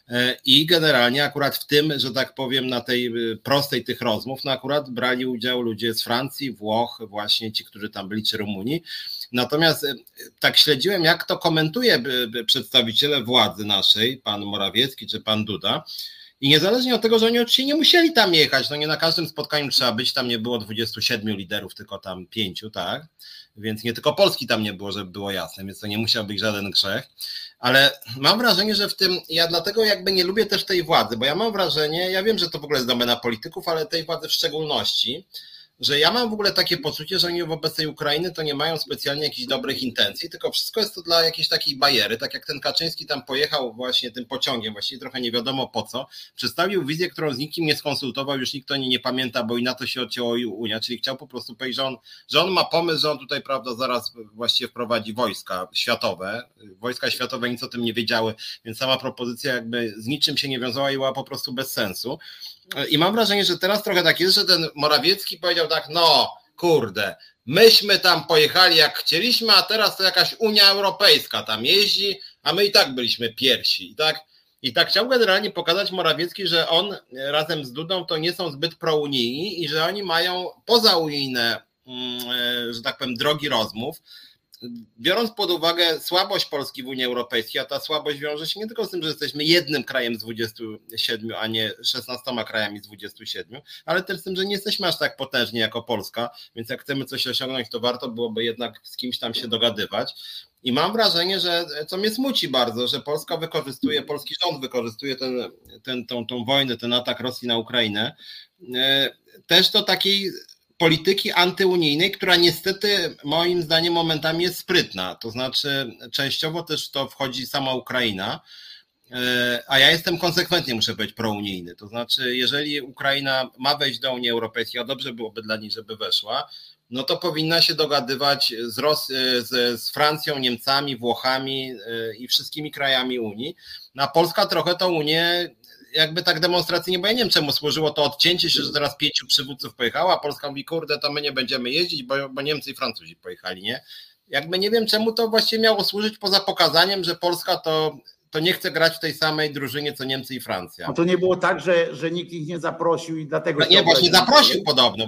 I generalnie akurat w tym, że tak powiem, na tej prostej tych rozmów, no akurat brali udział ludzie z Francji, Włoch, właśnie ci, którzy tam byli, czy Rumunii. Natomiast tak śledziłem, jak to komentuje przedstawiciele władzy naszej, pan Morawiecki czy pan Duda. I niezależnie od tego, że oni oczywiście nie musieli tam jechać, no nie na każdym spotkaniu trzeba być, tam nie było 27 liderów, tylko tam 5, tak? Więc nie tylko Polski tam nie było, żeby było jasne, więc to nie musiał być żaden grzech. Ale mam wrażenie, że w tym, ja dlatego jakby nie lubię też tej władzy, bo ja mam wrażenie, ja wiem, że to w ogóle jest domena polityków, ale tej władzy w szczególności, że ja mam w ogóle takie poczucie, że oni wobec tej Ukrainy to nie mają specjalnie jakichś dobrych intencji, tylko wszystko jest to dla jakiejś takiej bajery, tak jak ten Kaczyński tam pojechał właśnie tym pociągiem, właściwie trochę nie wiadomo po co, przedstawił wizję, którą z nikim nie skonsultował, już nikt o niej nie pamięta, bo i na to się odcięło Unia, czyli chciał po prostu powiedzieć, że on ma pomysł, że on tutaj, prawda, zaraz właściwie wprowadzi wojska światowe nic o tym nie wiedziały, więc sama propozycja jakby z niczym się nie wiązała i była po prostu bez sensu. I mam wrażenie, że teraz trochę tak jest, że ten Morawiecki powiedział tak, no kurde, myśmy tam pojechali jak chcieliśmy, a teraz to jakaś Unia Europejska tam jeździ, a my i tak byliśmy pierwsi. I tak chciał generalnie pokazać Morawiecki, że on razem z Dudą to nie są zbyt prounijni i że oni mają pozaunijne, że tak powiem, drogi rozmów. Biorąc pod uwagę słabość Polski w Unii Europejskiej, a ta słabość wiąże się nie tylko z tym, że jesteśmy jednym krajem z 27, a nie 16 krajami z 27, ale też z tym, że nie jesteśmy aż tak potężni jako Polska, więc jak chcemy coś osiągnąć, to warto byłoby jednak z kimś tam się dogadywać. I mam wrażenie, że co mnie smuci bardzo, że polski rząd wykorzystuje tą wojnę, ten atak Rosji na Ukrainę, też do takiej polityki antyunijnej, która niestety moim zdaniem momentami jest sprytna, to znaczy częściowo też w to wchodzi sama Ukraina, a ja jestem konsekwentnie, muszę być prounijny, to znaczy jeżeli Ukraina ma wejść do Unii Europejskiej, a dobrze byłoby dla niej, żeby weszła, no to powinna się dogadywać z Francją, Niemcami, Włochami i wszystkimi krajami Unii, a Polska trochę tą Unię jakby tak demonstracyjnie, bo ja nie wiem czemu służyło to odcięcie się, że teraz 5 przywódców pojechało, a Polska mówi, kurde, to my nie będziemy jeździć, bo Niemcy i Francuzi pojechali, nie? Jakby nie wiem czemu to właściwie miało służyć poza pokazaniem, że Polska to nie chce grać w tej samej drużynie co Niemcy i Francja. A to nie było tak, że nikt ich nie zaprosił i dlatego... Nie, właśnie zaprosił podobno,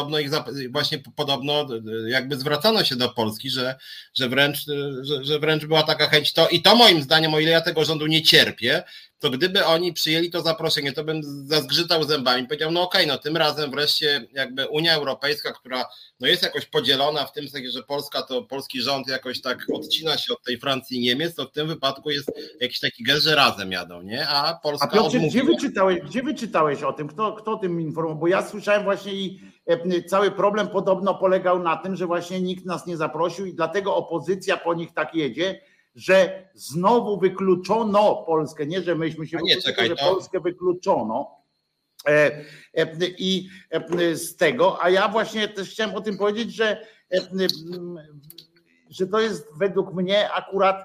podobno jakby zwracano się do Polski, że wręcz była taka chęć, to moim zdaniem, o ile ja tego rządu nie cierpię, to gdyby oni przyjęli to zaproszenie, to bym zazgrzytał zębami, powiedział, no okej, no tym razem wreszcie jakby Unia Europejska, która no jest jakoś podzielona w tym sensie, że polski rząd jakoś tak odcina się od tej Francji i Niemiec, to w tym wypadku jest jakiś taki gest, że razem jadą, nie? A Polska Piotrze, gdzie wyczytałeś o tym? Kto tym informował? Bo ja słyszałem właśnie i cały problem podobno polegał na tym, że właśnie nikt nas nie zaprosił i dlatego opozycja po nich tak jedzie, że znowu wykluczono Polskę, nie, że myśmy się że Polskę wykluczono i z tego, a ja właśnie też chciałem o tym powiedzieć, że to jest według mnie akurat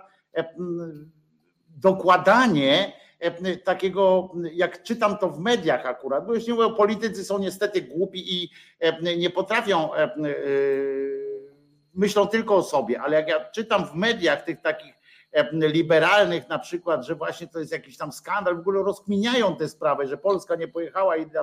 dokładanie takiego, jak czytam to w mediach akurat, bo już nie mówię, politycy są niestety głupi i nie potrafią, myślą tylko o sobie, ale jak ja czytam w mediach tych takich liberalnych na przykład, że właśnie to jest jakiś tam skandal, w ogóle rozkminiają tę sprawę, że Polska nie pojechała i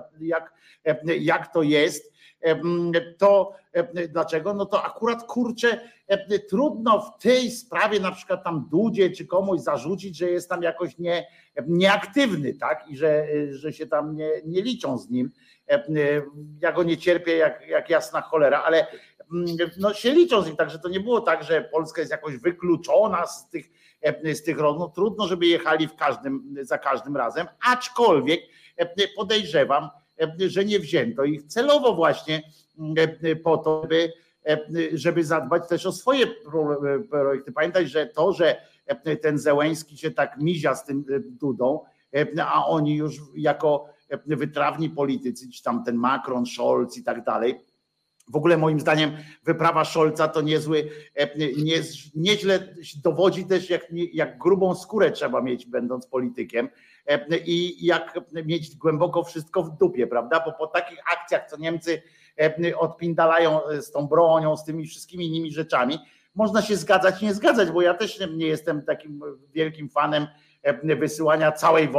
jak to jest, to dlaczego? No to akurat kurczę, trudno w tej sprawie na przykład tam Dudzie czy komuś zarzucić, że jest tam jakoś nieaktywny, tak? I że się tam nie liczą z nim. Ja go nie cierpię jak jasna cholera, ale no się liczą z nim, także to nie było tak, że Polska jest jakoś wykluczona z tych rozmów. Trudno, żeby jechali za każdym razem, aczkolwiek podejrzewam, że nie wzięto ich celowo właśnie po to, żeby zadbać też o swoje projekty. Pamiętaj, że to, że ten Zełenski się tak mizia z tym Dudą, a oni już jako wytrawni politycy, czy tam ten Macron, Scholz i tak dalej. W ogóle moim zdaniem wyprawa Scholza to nieźle dowodzi też, jak grubą skórę trzeba mieć, będąc politykiem, i jak mieć głęboko wszystko w dupie, prawda? Bo po takich akcjach, co Niemcy odpindalają z tą bronią, z tymi wszystkimi innymi rzeczami, można się zgadzać, nie zgadzać, bo ja też nie jestem takim wielkim fanem wysyłania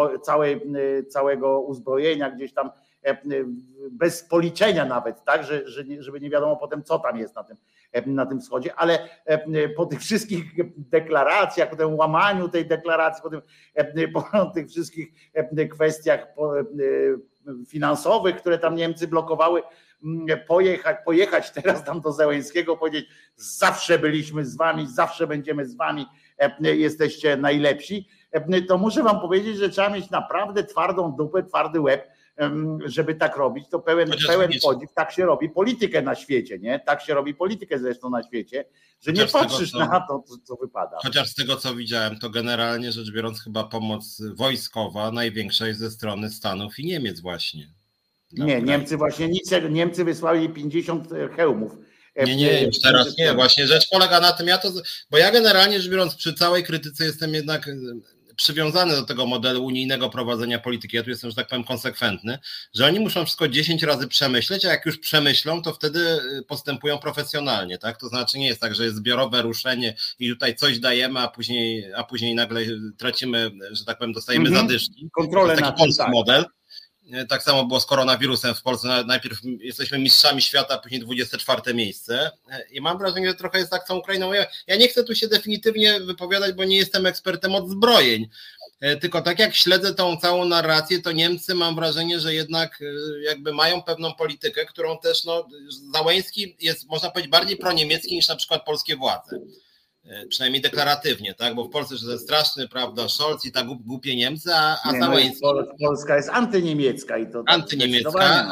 całego uzbrojenia gdzieś tam bez policzenia nawet, tak, żeby nie wiadomo potem, co tam jest na tym wschodzie, ale po tych wszystkich deklaracjach, po tym łamaniu tej deklaracji, po tych wszystkich kwestiach finansowych, które tam Niemcy blokowały, pojechać teraz tam do Zełenskiego, powiedzieć: zawsze byliśmy z wami, zawsze będziemy z wami, jesteście najlepsi, to muszę wam powiedzieć, że trzeba mieć naprawdę twardą dupę, twardy łeb, żeby tak robić. To pełen podziw. Tak się robi politykę na świecie, nie? Tak się robi politykę zresztą na świecie, że nie patrzysz na to, co wypada. Chociaż z tego, co widziałem, to generalnie rzecz biorąc chyba pomoc wojskowa największa jest ze strony Stanów i Niemiec właśnie. Nie, Niemcy właśnie Niemcy wysłali 50 hełmów. Nie, już teraz nie. Właśnie rzecz polega na tym, bo ja generalnie rzecz biorąc przy całej krytyce jestem jednak przywiązany do tego modelu unijnego prowadzenia polityki, ja tu jestem, że tak powiem, konsekwentny, że oni muszą wszystko 10 razy przemyśleć, a jak już przemyślą, to wtedy postępują profesjonalnie, tak? To znaczy nie jest tak, że jest zbiorowe ruszenie i tutaj coś dajemy, a później nagle tracimy, że tak powiem, dostajemy zadyszki. Kontrolę to na taki polski tak. model. Tak samo było z koronawirusem w Polsce. Najpierw jesteśmy mistrzami świata, a później 24 miejsce. I mam wrażenie, że trochę jest tak z tą Ukrainą. Ja nie chcę tu się definitywnie wypowiadać, bo nie jestem ekspertem od zbrojeń. Tylko tak jak śledzę tą całą narrację, to Niemcy mam wrażenie, że jednak jakby mają pewną politykę, którą też Załęski jest, można powiedzieć, bardziej proniemiecki niż na przykład polskie władze. Przynajmniej deklaratywnie, tak? Bo w Polsce że jest straszny, prawda, Scholz i tak głupie Niemcy, a Załęski... Polska jest antyniemiecka i to antyniemiecka,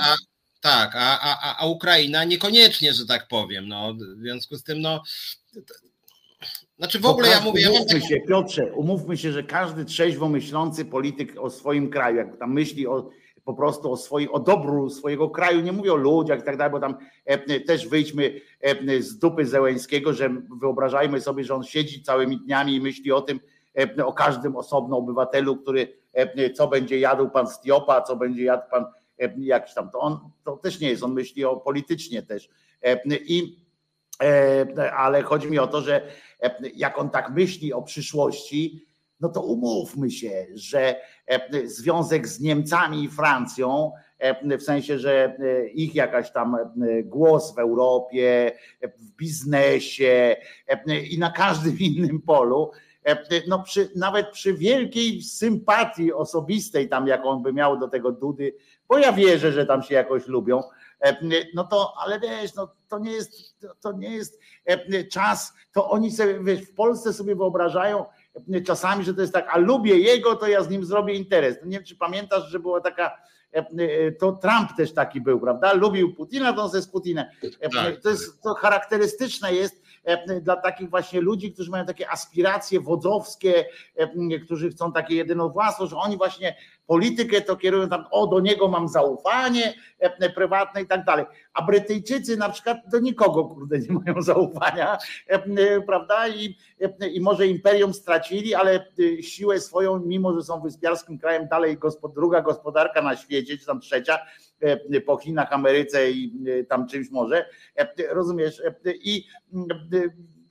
a Ukraina niekoniecznie, że tak powiem. No, w związku z tym, znaczy w ogóle ja mówię... Piotrze, umówmy się, że każdy trzeźwo myślący polityk o swoim kraju, jak tam myśli po prostu o dobru swojego kraju, nie mówię o ludziach i tak dalej, bo tam też wyjdźmy z dupy Zełenskiego, że wyobrażajmy sobie, że on siedzi całymi dniami i myśli o tym, o każdym osobno obywatelu, który co będzie jadł pan Stiopa, co będzie jadł pan jakiś tam, to też nie jest, on myśli politycznie też. Ale chodzi mi o to, że jak on tak myśli o przyszłości, no to umówmy się, że związek z Niemcami i Francją, w sensie, że ich jakaś tam głos w Europie, w biznesie i na każdym innym polu, nawet przy wielkiej sympatii osobistej, tam jak on by miał do tego Dudy, bo ja wierzę, że tam się jakoś lubią, ale wiesz, to nie jest czas, to oni sobie, wiesz, w Polsce sobie wyobrażają czasami, że to jest tak, a lubię jego, to ja z nim zrobię interes. Nie wiem, czy pamiętasz, że była taka, to Trump też taki był, prawda? Lubił Putina, to on ze z Putinem. To charakterystyczne jest dla takich właśnie ludzi, którzy mają takie aspiracje wodzowskie, którzy chcą takie jedynowładztwo, że oni właśnie politykę to kierują tam, do niego mam zaufanie prywatne i tak dalej. A Brytyjczycy na przykład do nikogo, kurde, nie mają zaufania, prawda? I może imperium stracili, ale siłę swoją, mimo że są wyspiarskim krajem, dalej druga gospodarka na świecie, czy tam trzecia, po Chinach, Ameryce i tam czymś może, rozumiesz? I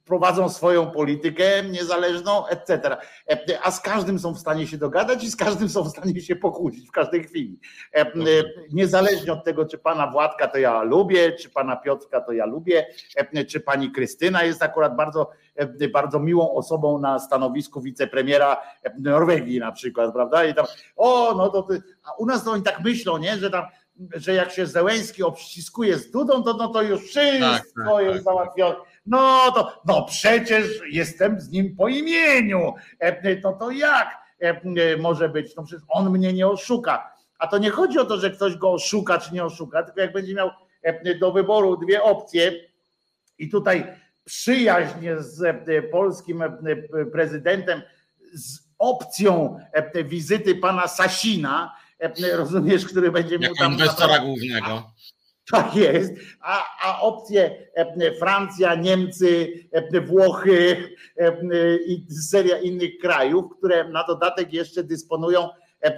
prowadzą swoją politykę niezależną, etc. A z każdym są w stanie się dogadać i z każdym są w stanie się pokłócić w każdej chwili. Niezależnie od tego, czy pana Władka to ja lubię, czy pana Piotrka to ja lubię, czy pani Krystyna jest akurat bardzo, bardzo miłą osobą na stanowisku wicepremiera Norwegii na przykład, prawda? I tam, a u nas to oni tak myślą, nie? Że jak się Zełenski obściskuje z Dudą, to już wszystko jest załatwione. No przecież jestem z nim po imieniu. To jak może być? No przecież on mnie nie oszuka. A to nie chodzi o to, że ktoś go oszuka czy nie oszuka, tylko jak będzie miał do wyboru dwie opcje i tutaj przyjaźń z polskim prezydentem z opcją wizyty pana Sasina, rozumiesz, który będzie miał tam inwestora głównego. Tak jest, a opcje Francja, Niemcy, Włochy i seria innych krajów, które na dodatek jeszcze dysponują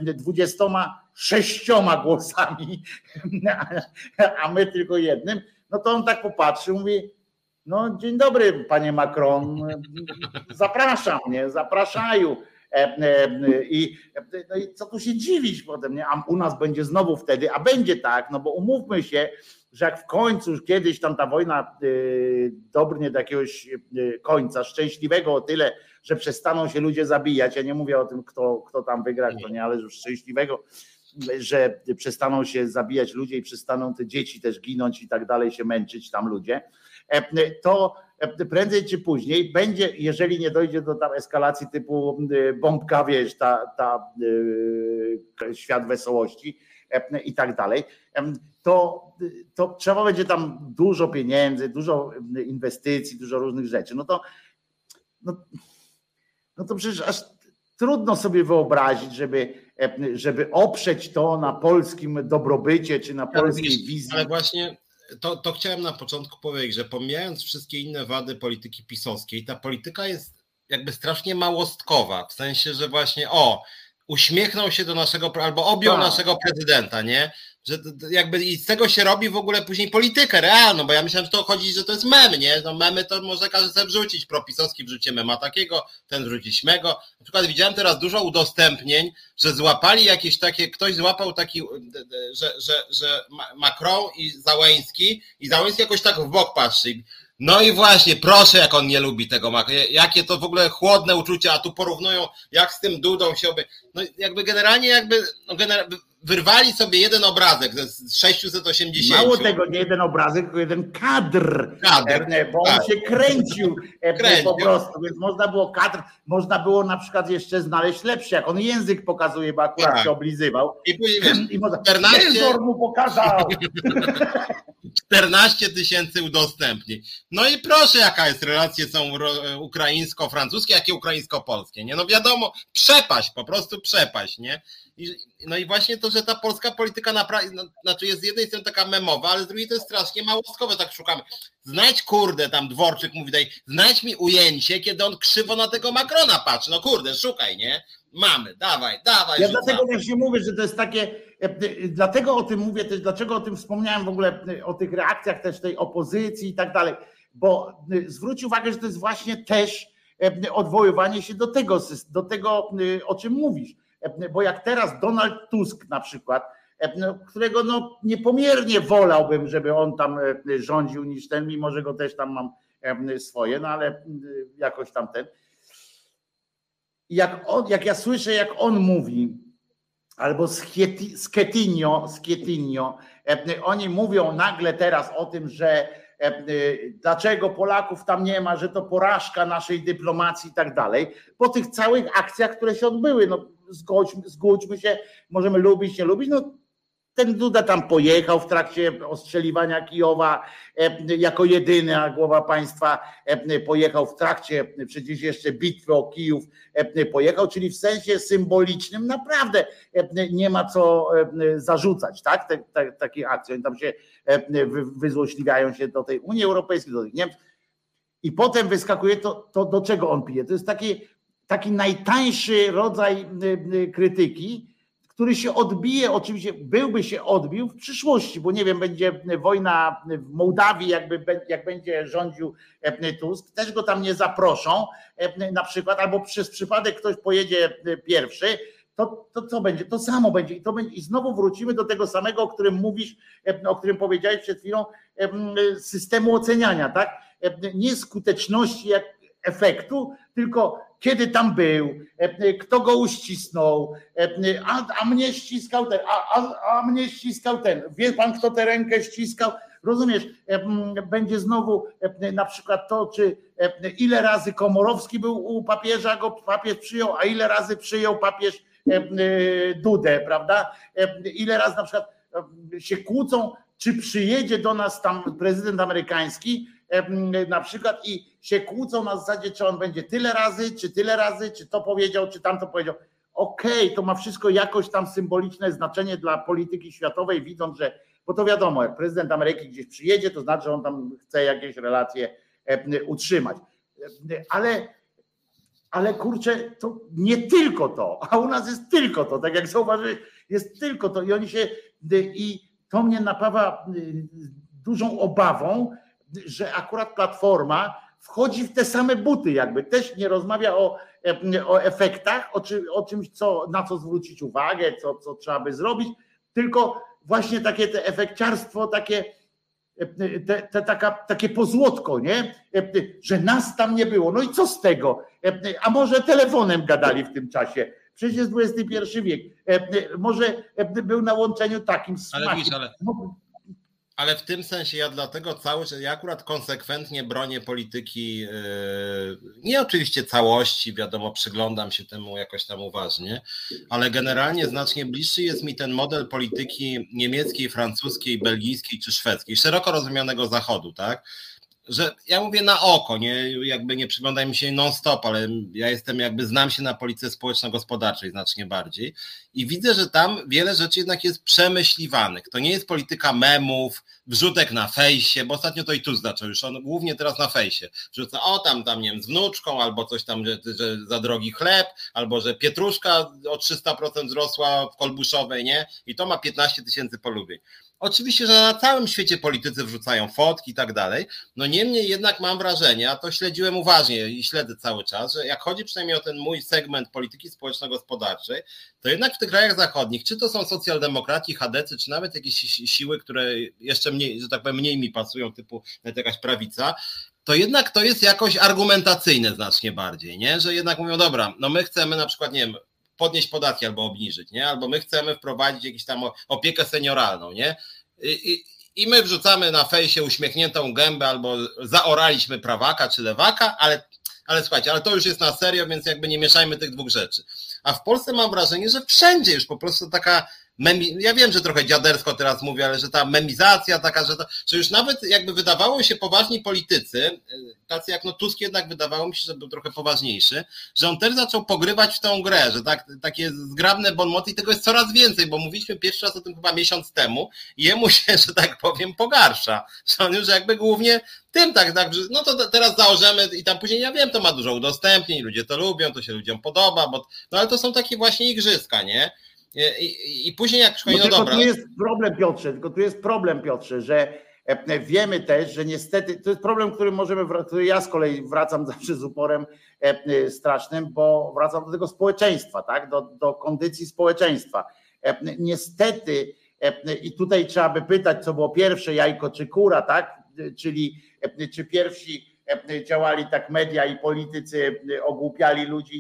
26 głosami, a my tylko jednym, no to on tak popatrzy, mówi, no dzień dobry panie Macron, zapraszam mnie, zapraszają. I co tu się dziwić potem, nie? A u nas będzie znowu wtedy, a będzie tak, no bo umówmy się, że jak w końcu już kiedyś tam ta wojna dobrnie do jakiegoś końca, szczęśliwego o tyle, że przestaną się ludzie zabijać, ja nie mówię o tym, kto tam wygra, kto nie, ale już szczęśliwego, że przestaną się zabijać ludzie i przestaną te dzieci też ginąć i tak dalej, się męczyć tam ludzie, to prędzej czy później będzie, jeżeli nie dojdzie do tam eskalacji typu bombka, wiesz, ta świat wesołości i tak dalej, to trzeba będzie tam dużo pieniędzy, dużo inwestycji, dużo różnych rzeczy. No to przecież aż trudno sobie wyobrazić, żeby oprzeć to na polskim dobrobycie czy na polskiej wizji. Ale właśnie to chciałem na początku powiedzieć, że pomijając wszystkie inne wady polityki pisowskiej, ta polityka jest jakby strasznie małostkowa, w sensie, że właśnie uśmiechnął się do naszego, albo objął naszego prezydenta, nie? Że jakby i z tego się robi w ogóle później politykę realną, bo ja myślałem, że to chodzi, że to jest mem, nie? No memy to może każdy sobie wrzucić, propisowski wrzuci mema takiego, ten wrzuci śmego. Na przykład widziałem teraz dużo udostępnień, że złapali jakieś takie, ktoś złapał taki, że Macron i Załęski jakoś tak w bok patrzy. No i właśnie, proszę, jak on nie lubi tego Macron, jakie to w ogóle chłodne uczucie, a tu porównują, jak z tym Dudą się no jakby generalnie wyrwali sobie jeden obrazek z 680. Mało tego, nie jeden obrazek, tylko jeden kadr, bo on się kręcił po prostu, więc można było na przykład jeszcze znaleźć lepszy, jak on język pokazuje, bo akurat się oblizywał. I później wiesz, 14 mu pokazał. 14 000 udostępnień. No i proszę, jaka jest relacja są ukraińsko-francuskie, jakie ukraińsko-polskie, nie? No wiadomo, przepaść, po prostu przepaść, nie? No i właśnie to, że ta polska polityka naprawdę, znaczy jest z jednej strony taka memowa, ale z drugiej to jest strasznie małostkowe, tak szukamy. Znajdź, kurde, tam Dworczyk mówi, znajdź mi ujęcie, kiedy on krzywo na tego Macrona patrzy, no kurde, szukaj, nie? Mamy, dawaj. Ja dlatego właśnie mówię, że to jest takie, dlatego o tym mówię też, dlaczego o tym wspomniałem w ogóle, o tych reakcjach też tej opozycji i tak dalej, bo zwróć uwagę, że to jest właśnie też odwoływanie się do tego, o czym mówisz. Bo jak teraz Donald Tusk na przykład, którego niepomiernie wolałbym, żeby on tam rządził niż ten, mimo że go też tam mam swoje, no ale jakoś tam ten. Jak ja słyszę, jak on mówi, albo Schetinio, oni mówią nagle teraz o tym, że dlaczego Polaków tam nie ma, że to porażka naszej dyplomacji i tak dalej, po tych całych akcjach, które się odbyły, zgódźmy się, możemy lubić, nie lubić, ten Duda tam pojechał w trakcie ostrzeliwania Kijowa jako jedyna głowa państwa, pojechał w trakcie przecież jeszcze bitwy o Kijów, pojechał, czyli w sensie symbolicznym naprawdę nie ma co zarzucać, tak? Takie akcje, oni tam się wyzłośliwiają się do tej Unii Europejskiej, do tych Niemców i potem wyskakuje to do czego on pije. To jest taki najtańszy rodzaj krytyki, który się odbije, oczywiście byłby się odbił w przyszłości, bo nie wiem, będzie wojna w Mołdawii, jak będzie rządził Tusk, też go tam nie zaproszą na przykład, albo przez przypadek ktoś pojedzie pierwszy, to co będzie? To samo będzie i znowu wrócimy do tego samego, o którym mówisz, o którym powiedziałeś przed chwilą, systemu oceniania, tak? Nie skuteczności jak efektu, tylko kiedy tam był, kto go uścisnął, a mnie ściskał ten, a mnie ściskał ten. Wie pan, kto tę rękę ściskał? Rozumiesz, będzie znowu na przykład to, czy ile razy Komorowski był u papieża, go papież przyjął, a ile razy przyjął papież Dudę, prawda? Ile razy na przykład się kłócą, czy przyjedzie do nas tam prezydent amerykański na przykład i się kłócą na zasadzie, czy on będzie tyle razy, czy to powiedział, czy tamto powiedział. Okej, to ma wszystko jakoś tam symboliczne znaczenie dla polityki światowej, widząc, że, bo to wiadomo, jak prezydent Ameryki gdzieś przyjedzie, to znaczy, że on tam chce jakieś relacje utrzymać. Ale kurczę, to nie tylko to, a u nas jest tylko to, tak jak zauważyłeś, jest tylko to i to mnie napawa dużą obawą, że akurat Platforma wchodzi w te same buty, jakby też nie rozmawia o efektach, o czymś, na co zwrócić uwagę, co trzeba by zrobić, tylko właśnie takie te efekciarstwo, takie pozłotko, nie? Że nas tam nie było. No i co z tego? A może telefonem gadali w tym czasie? Przecież jest XXI wiek. Może był na łączeniu takim smakiem. Ale widzisz, ale w tym sensie ja dlatego ja akurat konsekwentnie bronię polityki, nie oczywiście całości, wiadomo, przyglądam się temu jakoś tam uważnie, ale generalnie znacznie bliższy jest mi ten model polityki niemieckiej, francuskiej, belgijskiej czy szwedzkiej, szeroko rozumianego Zachodu, tak? Że ja mówię na oko, nie przyglądaj mi się non-stop, ale ja znam się na polityce społeczno-gospodarczej znacznie bardziej i widzę, że tam wiele rzeczy jednak jest przemyśliwanych. To nie jest polityka memów, wrzutek na fejsie, bo ostatnio to i tu zaczął już, on głównie teraz na fejsie wrzuca, tam nie wiem, z wnuczką, albo coś tam, że za drogi chleb, albo że pietruszka o 300% wzrosła w Kolbuszowej, nie? I to ma 15 000 polubień. Oczywiście, że na całym świecie politycy wrzucają fotki i tak dalej, no niemniej jednak mam wrażenie, a to śledziłem uważnie i śledzę cały czas, że jak chodzi przynajmniej o ten mój segment polityki społeczno-gospodarczej, to jednak w tych krajach zachodnich, czy to są socjaldemokraci, chadecy, czy nawet jakieś siły, które jeszcze mniej, że tak powiem, mniej mi pasują, typu nawet jakaś prawica, to jednak to jest jakoś argumentacyjne znacznie bardziej, nie? Że jednak mówią, dobra, no my chcemy na przykład, nie wiem, podnieść podatki albo obniżyć, nie? Albo my chcemy wprowadzić jakąś tam opiekę senioralną, nie? I my wrzucamy na fejsie uśmiechniętą gębę albo zaoraliśmy prawaka czy lewaka, ale słuchajcie, ale to już jest na serio, więc jakby nie mieszajmy tych dwóch rzeczy. A w Polsce mam wrażenie, że wszędzie już po prostu taka ja wiem, że trochę dziadersko teraz mówię, ale że ta memizacja taka, że już nawet jakby wydawało się poważni politycy, tacy jak Tusk jednak wydawało mi się, że był trochę poważniejszy, że on też zaczął pogrywać w tą grę, że takie zgrabne bonmoty i tego jest coraz więcej, bo mówiliśmy pierwszy raz o tym chyba miesiąc temu i jemu się, że tak powiem, pogarsza, że on już jakby głównie tym tak, że no to teraz założymy i tam później, ja wiem, to ma dużo udostępnień, ludzie to lubią, to się ludziom podoba, no ale to są takie właśnie igrzyska, nie? I później jak przychodzi, no dobra. Tu jest problem, Piotrze, że wiemy też, że niestety, to jest problem, który ja z kolei wracam zawsze z uporem strasznym, bo wracam do tego społeczeństwa, tak? Do kondycji społeczeństwa. Niestety, i tutaj trzeba by pytać, co było pierwsze, jajko czy kura, tak? Czyli czy pierwsi działali tak media i politycy, ogłupiali ludzi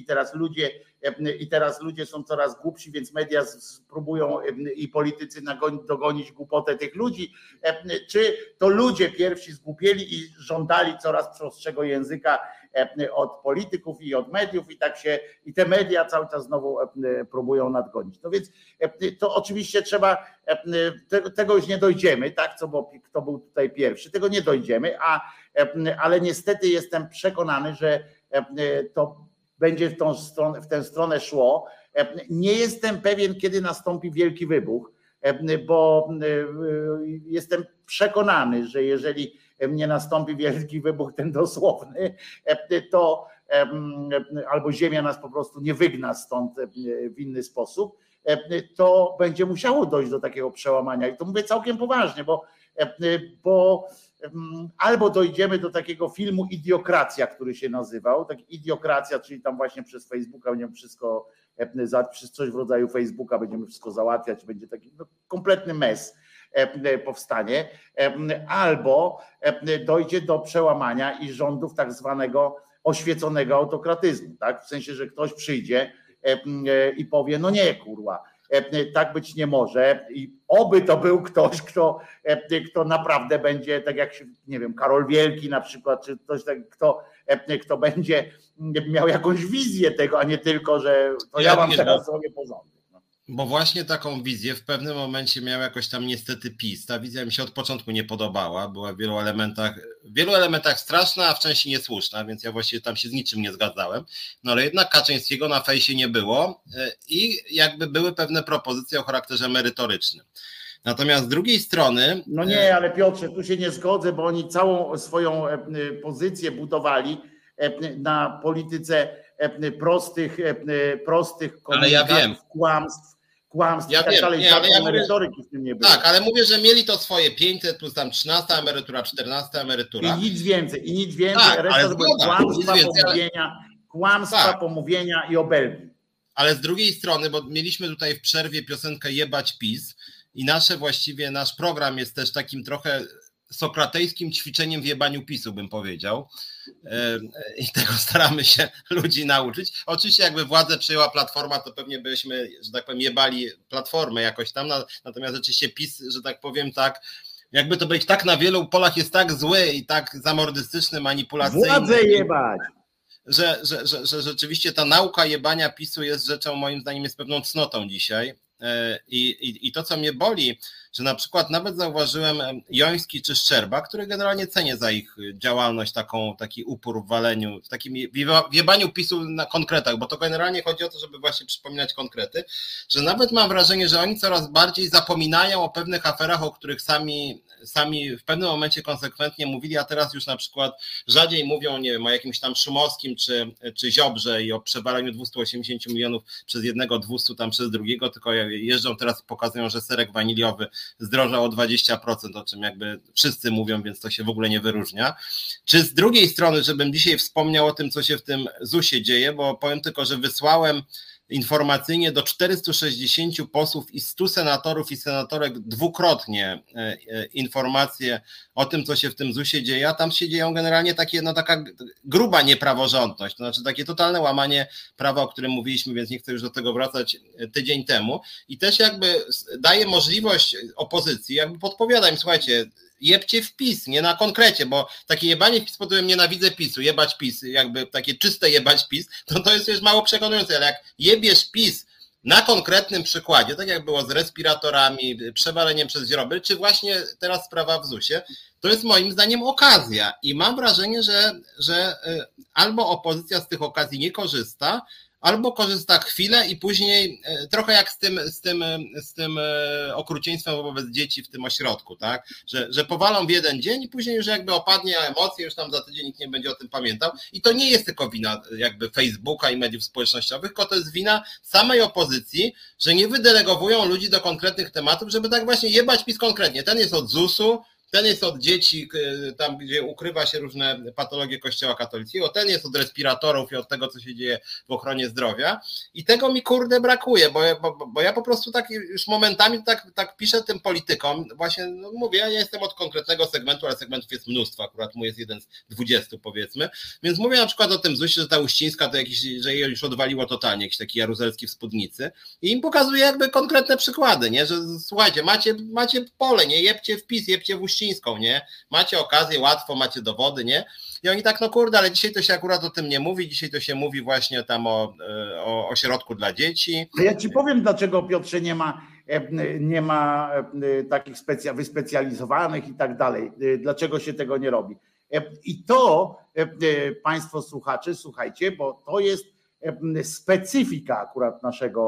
i teraz ludzie są coraz głupsi, więc media spróbują i politycy dogonić głupotę tych ludzi, czy to ludzie pierwsi zgłupieli i żądali coraz prostszego języka od polityków i od mediów i te media cały czas znowu próbują nadgonić. No więc to oczywiście trzeba, tego już nie dojdziemy, tak, kto był tutaj pierwszy, tego nie dojdziemy, ale niestety jestem przekonany, że to będzie w tę stronę szło. Nie jestem pewien, kiedy nastąpi wielki wybuch, bo jestem przekonany, że jeżeli nie nastąpi wielki wybuch, ten dosłowny, to albo ziemia nas po prostu nie wygna stąd w inny sposób, to będzie musiało dojść do takiego przełamania. I to mówię całkiem poważnie, bo albo dojdziemy do takiego filmu Idiokracja, który się nazywał, tak Idiokracja, czyli tam właśnie przez Facebooka będziemy wszystko, przez coś w rodzaju Facebooka będziemy wszystko załatwiać, będzie taki kompletny mes powstanie, albo dojdzie do przełamania i rządów tak zwanego oświeconego autokratyzmu, tak? W sensie, że ktoś przyjdzie i powie, no nie kurwa, tak być nie może i oby to był ktoś, kto naprawdę będzie, tak jak nie wiem, Karol Wielki na przykład, czy ktoś tak, kto będzie miał jakąś wizję tego, a nie tylko, że to ja mam teraz zrobię porządek. Bo właśnie taką wizję w pewnym momencie miał jakoś tam niestety PiS. Ta wizja mi się od początku nie podobała, była w wielu elementach straszna, a w części niesłuszna, więc ja właściwie tam się z niczym nie zgadzałem. No ale jednak Kaczyńskiego na fejsie nie było i jakby były pewne propozycje o charakterze merytorycznym. Natomiast z drugiej strony... No nie, ale Piotrze, tu się nie zgodzę, bo oni całą swoją pozycję budowali na polityce prostych komunikatów, kłamstw ja i tak dalej. Merytoryki w tym nie było. Tak, ale mówię, że mieli to swoje 500 plus tam 13 emerytura, 14 emerytura. I nic więcej. Tak, reszta to były kłamstwa, pomówienia i obelgi. Ale z drugiej strony, bo mieliśmy tutaj w przerwie piosenkę Jebać PiS i nasz program jest też takim trochę sokratejskim ćwiczeniem w jebaniu PiS-u, bym powiedział. I tego staramy się ludzi nauczyć. Oczywiście jakby władzę przejęła Platforma, to pewnie byśmy, że tak powiem, jebali Platformę jakoś tam, natomiast rzeczywiście PiS, że tak powiem tak, jakby to być tak na wielu polach jest tak zły i tak zamordystyczny, manipulacyjny. Władzę jebać! Że rzeczywiście ta nauka jebania PiS-u jest rzeczą, moim zdaniem, jest pewną cnotą dzisiaj. I to, co mnie boli, że na przykład nawet zauważyłem Joński czy Szczerba, który generalnie cenię za ich działalność, taki upór w waleniu, w takim jebaniu PiS-u na konkretach, bo to generalnie chodzi o to, żeby właśnie przypominać konkrety, że nawet mam wrażenie, że oni coraz bardziej zapominają o pewnych aferach, o których sami w pewnym momencie konsekwentnie mówili, a teraz już na przykład rzadziej mówią, nie wiem, o jakimś tam Szumowskim czy Ziobrze i o przewaleniu 280 milionów przez jednego, 200 tam przez drugiego, tylko jeżdżą teraz i pokazują, że serek waniliowy zdrożał o 20%, o czym jakby wszyscy mówią, więc to się w ogóle nie wyróżnia. Czy z drugiej strony, żebym dzisiaj wspomniał o tym, co się w tym ZUS-ie dzieje, bo powiem tylko, że wysłałem informacyjnie do 460 posłów i 100 senatorów i senatorek dwukrotnie informacje o tym, co się w tym ZUS-ie dzieje, a tam się dzieją generalnie taka gruba niepraworządność, to znaczy takie totalne łamanie prawa, o którym mówiliśmy, więc nie chcę już do tego wracać tydzień temu i też jakby daje możliwość opozycji, jakby podpowiada im, słuchajcie, jebcie w PiS, nie na konkrecie, bo takie jebanie w PiS, potem nienawidzę PiS-u, jebać PiS, jakby takie czyste jebać PiS, to jest już mało przekonujące, ale jak jebiesz PiS na konkretnym przykładzie, tak jak było z respiratorami, przewaleniem przez Ziobry, czy właśnie teraz sprawa w ZUS-ie, to jest moim zdaniem okazja i mam wrażenie, że albo opozycja z tych okazji nie korzysta, albo korzysta chwilę i później trochę jak z tym okrucieństwem wobec dzieci w tym ośrodku, tak? Że powalą w jeden dzień i później już jakby opadnie emocje, już tam za tydzień nikt nie będzie o tym pamiętał. I to nie jest tylko wina jakby Facebooka i mediów społecznościowych, tylko to jest wina samej opozycji, że nie wydelegowują ludzi do konkretnych tematów, żeby tak właśnie jebać PiS konkretnie. Ten jest od ZUS-u, ten jest od dzieci, tam gdzie ukrywa się różne patologie Kościoła katolickiego, ten jest od respiratorów i od tego, co się dzieje w ochronie zdrowia i tego mi kurde brakuje, bo ja po prostu tak już momentami tak piszę tym politykom, właśnie no mówię, ja nie jestem od konkretnego segmentu, ale segmentów jest mnóstwo, akurat mój jest jeden z 20 powiedzmy, więc mówię na przykład o tym ZUS-ie, że ta Uścińska to że jej już odwaliło totalnie, jakiś taki Jaruzelski w spódnicy i im pokazuje jakby konkretne przykłady, nie, że słuchajcie, macie pole, nie, jebcie w PiS, jebcie w Uścińską, nie? Macie okazję, łatwo, macie dowody, nie? I oni tak, no kurde, ale dzisiaj to się akurat o tym nie mówi, dzisiaj to się mówi właśnie tam o ośrodku dla dzieci. Ja ci powiem, dlaczego, Piotrze, nie ma takich wyspecjalizowanych i tak dalej. Dlaczego się tego nie robi? I to, Państwo słuchacze, słuchajcie, bo to jest specyfika akurat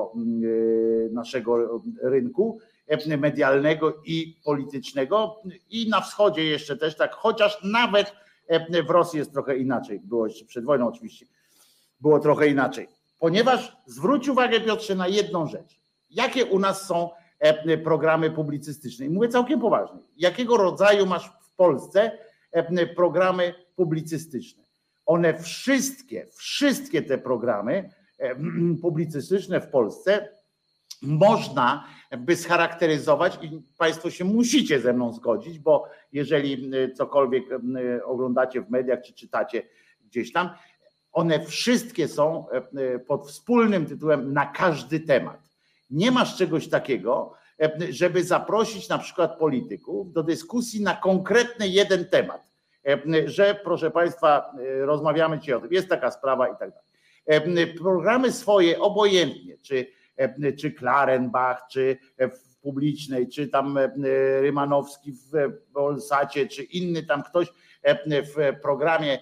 naszego rynku medialnego i politycznego i na wschodzie jeszcze też tak, chociaż nawet w Rosji jest trochę inaczej, było jeszcze przed wojną oczywiście, było trochę inaczej, ponieważ zwróć uwagę, Piotrze, na jedną rzecz. jakie u nas są programy publicystyczne. I mówię całkiem poważnie. Jakiego rodzaju masz w Polsce programy publicystyczne? One wszystkie te programy publicystyczne w Polsce można by scharakteryzować, i Państwo się musicie ze mną zgodzić, bo jeżeli cokolwiek oglądacie w mediach czy czytacie gdzieś tam, one wszystkie są pod wspólnym tytułem na każdy temat. Nie masz czegoś takiego, żeby zaprosić na przykład polityków do dyskusji na konkretny jeden temat, że proszę Państwa, rozmawiamy dzisiaj o tym, jest taka sprawa i tak dalej. Programy swoje obojętnie, czy Klarenbach, czy w Publicznej, czy tam Rymanowski w Polsacie, czy inny tam ktoś w programie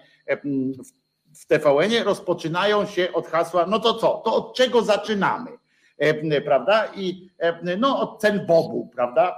w TVN-ie rozpoczynają się od hasła, no to co, to od czego zaczynamy, prawda? I no od cen bobu, prawda?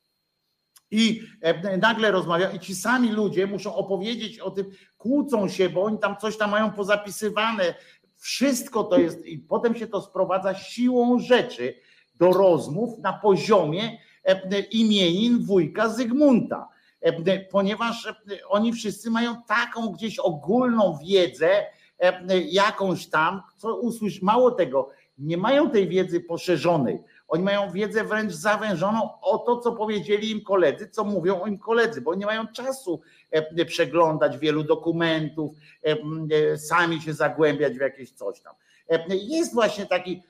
I nagle rozmawiają i ci sami ludzie muszą opowiedzieć o tym, kłócą się, bo oni tam coś tam mają pozapisywane. Wszystko to jest i potem się to sprowadza siłą rzeczy do rozmów na poziomie imienin wujka Zygmunta, ponieważ oni wszyscy mają taką gdzieś ogólną wiedzę, jakąś tam, co usłysz, mało tego, nie mają tej wiedzy poszerzonej. Oni mają wiedzę wręcz zawężoną o to, co powiedzieli im koledzy, co mówią im koledzy, bo nie mają czasu przeglądać wielu dokumentów, sami się zagłębiać w jakieś coś tam. Jest właśnie taki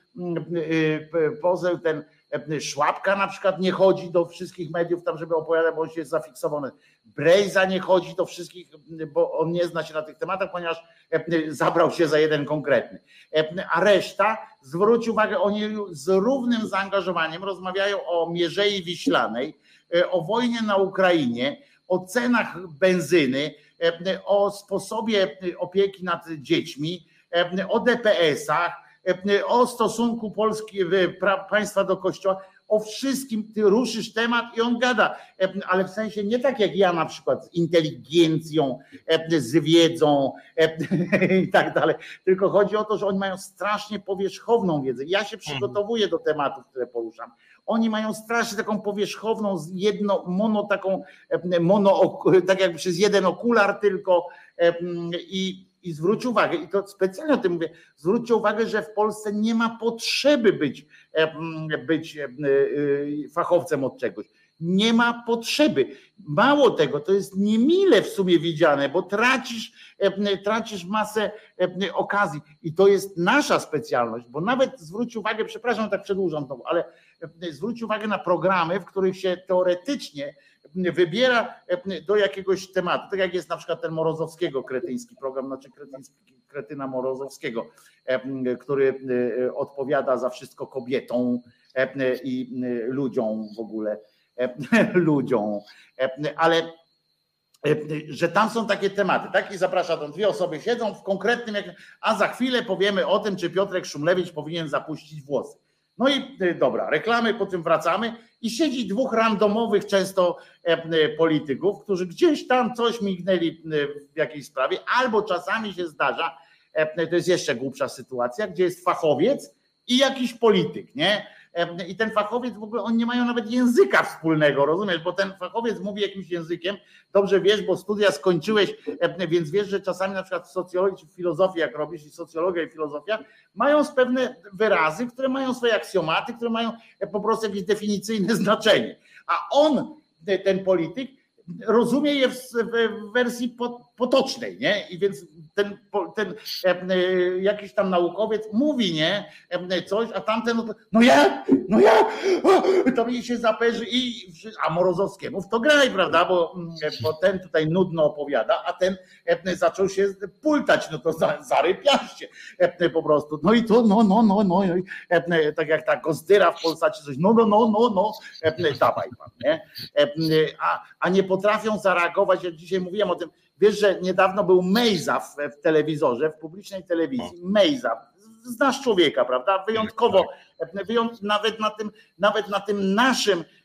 poseł, ten Szłapka na przykład nie chodzi do wszystkich mediów tam, żeby opowiadać, bo on się jest zafiksowany. Brejza nie chodzi do wszystkich, bo on nie zna się na tych tematach, ponieważ zabrał się za jeden konkretny. A reszta, zwróć uwagę, oni z równym zaangażowaniem rozmawiają o Mierzei Wiślanej, o wojnie na Ukrainie, o cenach benzyny, o sposobie opieki nad dziećmi, o DPS-ach, o stosunku Polski, państwa do Kościoła, o wszystkim. Ty ruszysz temat i on gada, ale w sensie nie tak jak ja na przykład z inteligencją, z wiedzą i tak dalej, tylko chodzi o to, że oni mają strasznie powierzchowną wiedzę. Ja się przygotowuję do tematów, które poruszam. Oni mają strasznie taką powierzchowną, tak jakby przez jeden okular tylko i zwróć uwagę, i to specjalnie o tym mówię, zwróćcie uwagę, że w Polsce nie ma potrzeby być fachowcem od czegoś. Nie ma potrzeby. Mało tego, to jest niemile w sumie widziane, bo tracisz masę okazji i to jest nasza specjalność, bo nawet zwróć uwagę, przepraszam, tak przedłużam to, ale zwróć uwagę na programy, w których się teoretycznie wybiera do jakiegoś tematu, tak jak jest na przykład ten Morozowskiego kretyński program, znaczy kretyna Morozowskiego, który odpowiada za wszystko kobietom i ludziom w ogóle, ale że tam są takie tematy, tak? I zaprasza tam dwie osoby, siedzą w konkretnym, a za chwilę powiemy o tym, czy Piotrek Szumlewicz powinien zapuścić włosy. No i dobra, reklamy, po tym wracamy i siedzi dwóch randomowych często polityków, którzy gdzieś tam coś mignęli w jakiejś sprawie, albo czasami się zdarza, to jest jeszcze głupsza sytuacja, gdzie jest fachowiec i jakiś polityk, nie? I ten fachowiec w ogóle, oni nie mają nawet języka wspólnego, rozumiesz, bo ten fachowiec mówi jakimś językiem, dobrze wiesz, bo studia skończyłeś, więc wiesz, że czasami na przykład w socjologii czy w filozofii, jak robisz, i socjologia i filozofia, mają pewne wyrazy, które mają swoje aksjomaty, które mają po prostu jakieś definicyjne znaczenie, a on, ten polityk, rozumie je w wersji potocznej, nie? I więc ten jakiś tam naukowiec mówi, nie? Coś, a tamten, no jak? To mi się zaperzy a Morozowskiemu w to graj, prawda? Bo ten tutaj nudno opowiada, a ten zaczął się pultać, no to zarypiaście po prostu. No i to, no, tak jak ta Gozdyra w Polsacie coś, no, dawaj pan, nie? A nie potrafią zareagować, jak dzisiaj mówiłem o tym, wiesz, że niedawno był Mejza w telewizorze, w publicznej telewizji, Mejza, znasz człowieka, prawda, wyjątkowo, nawet na tym naszym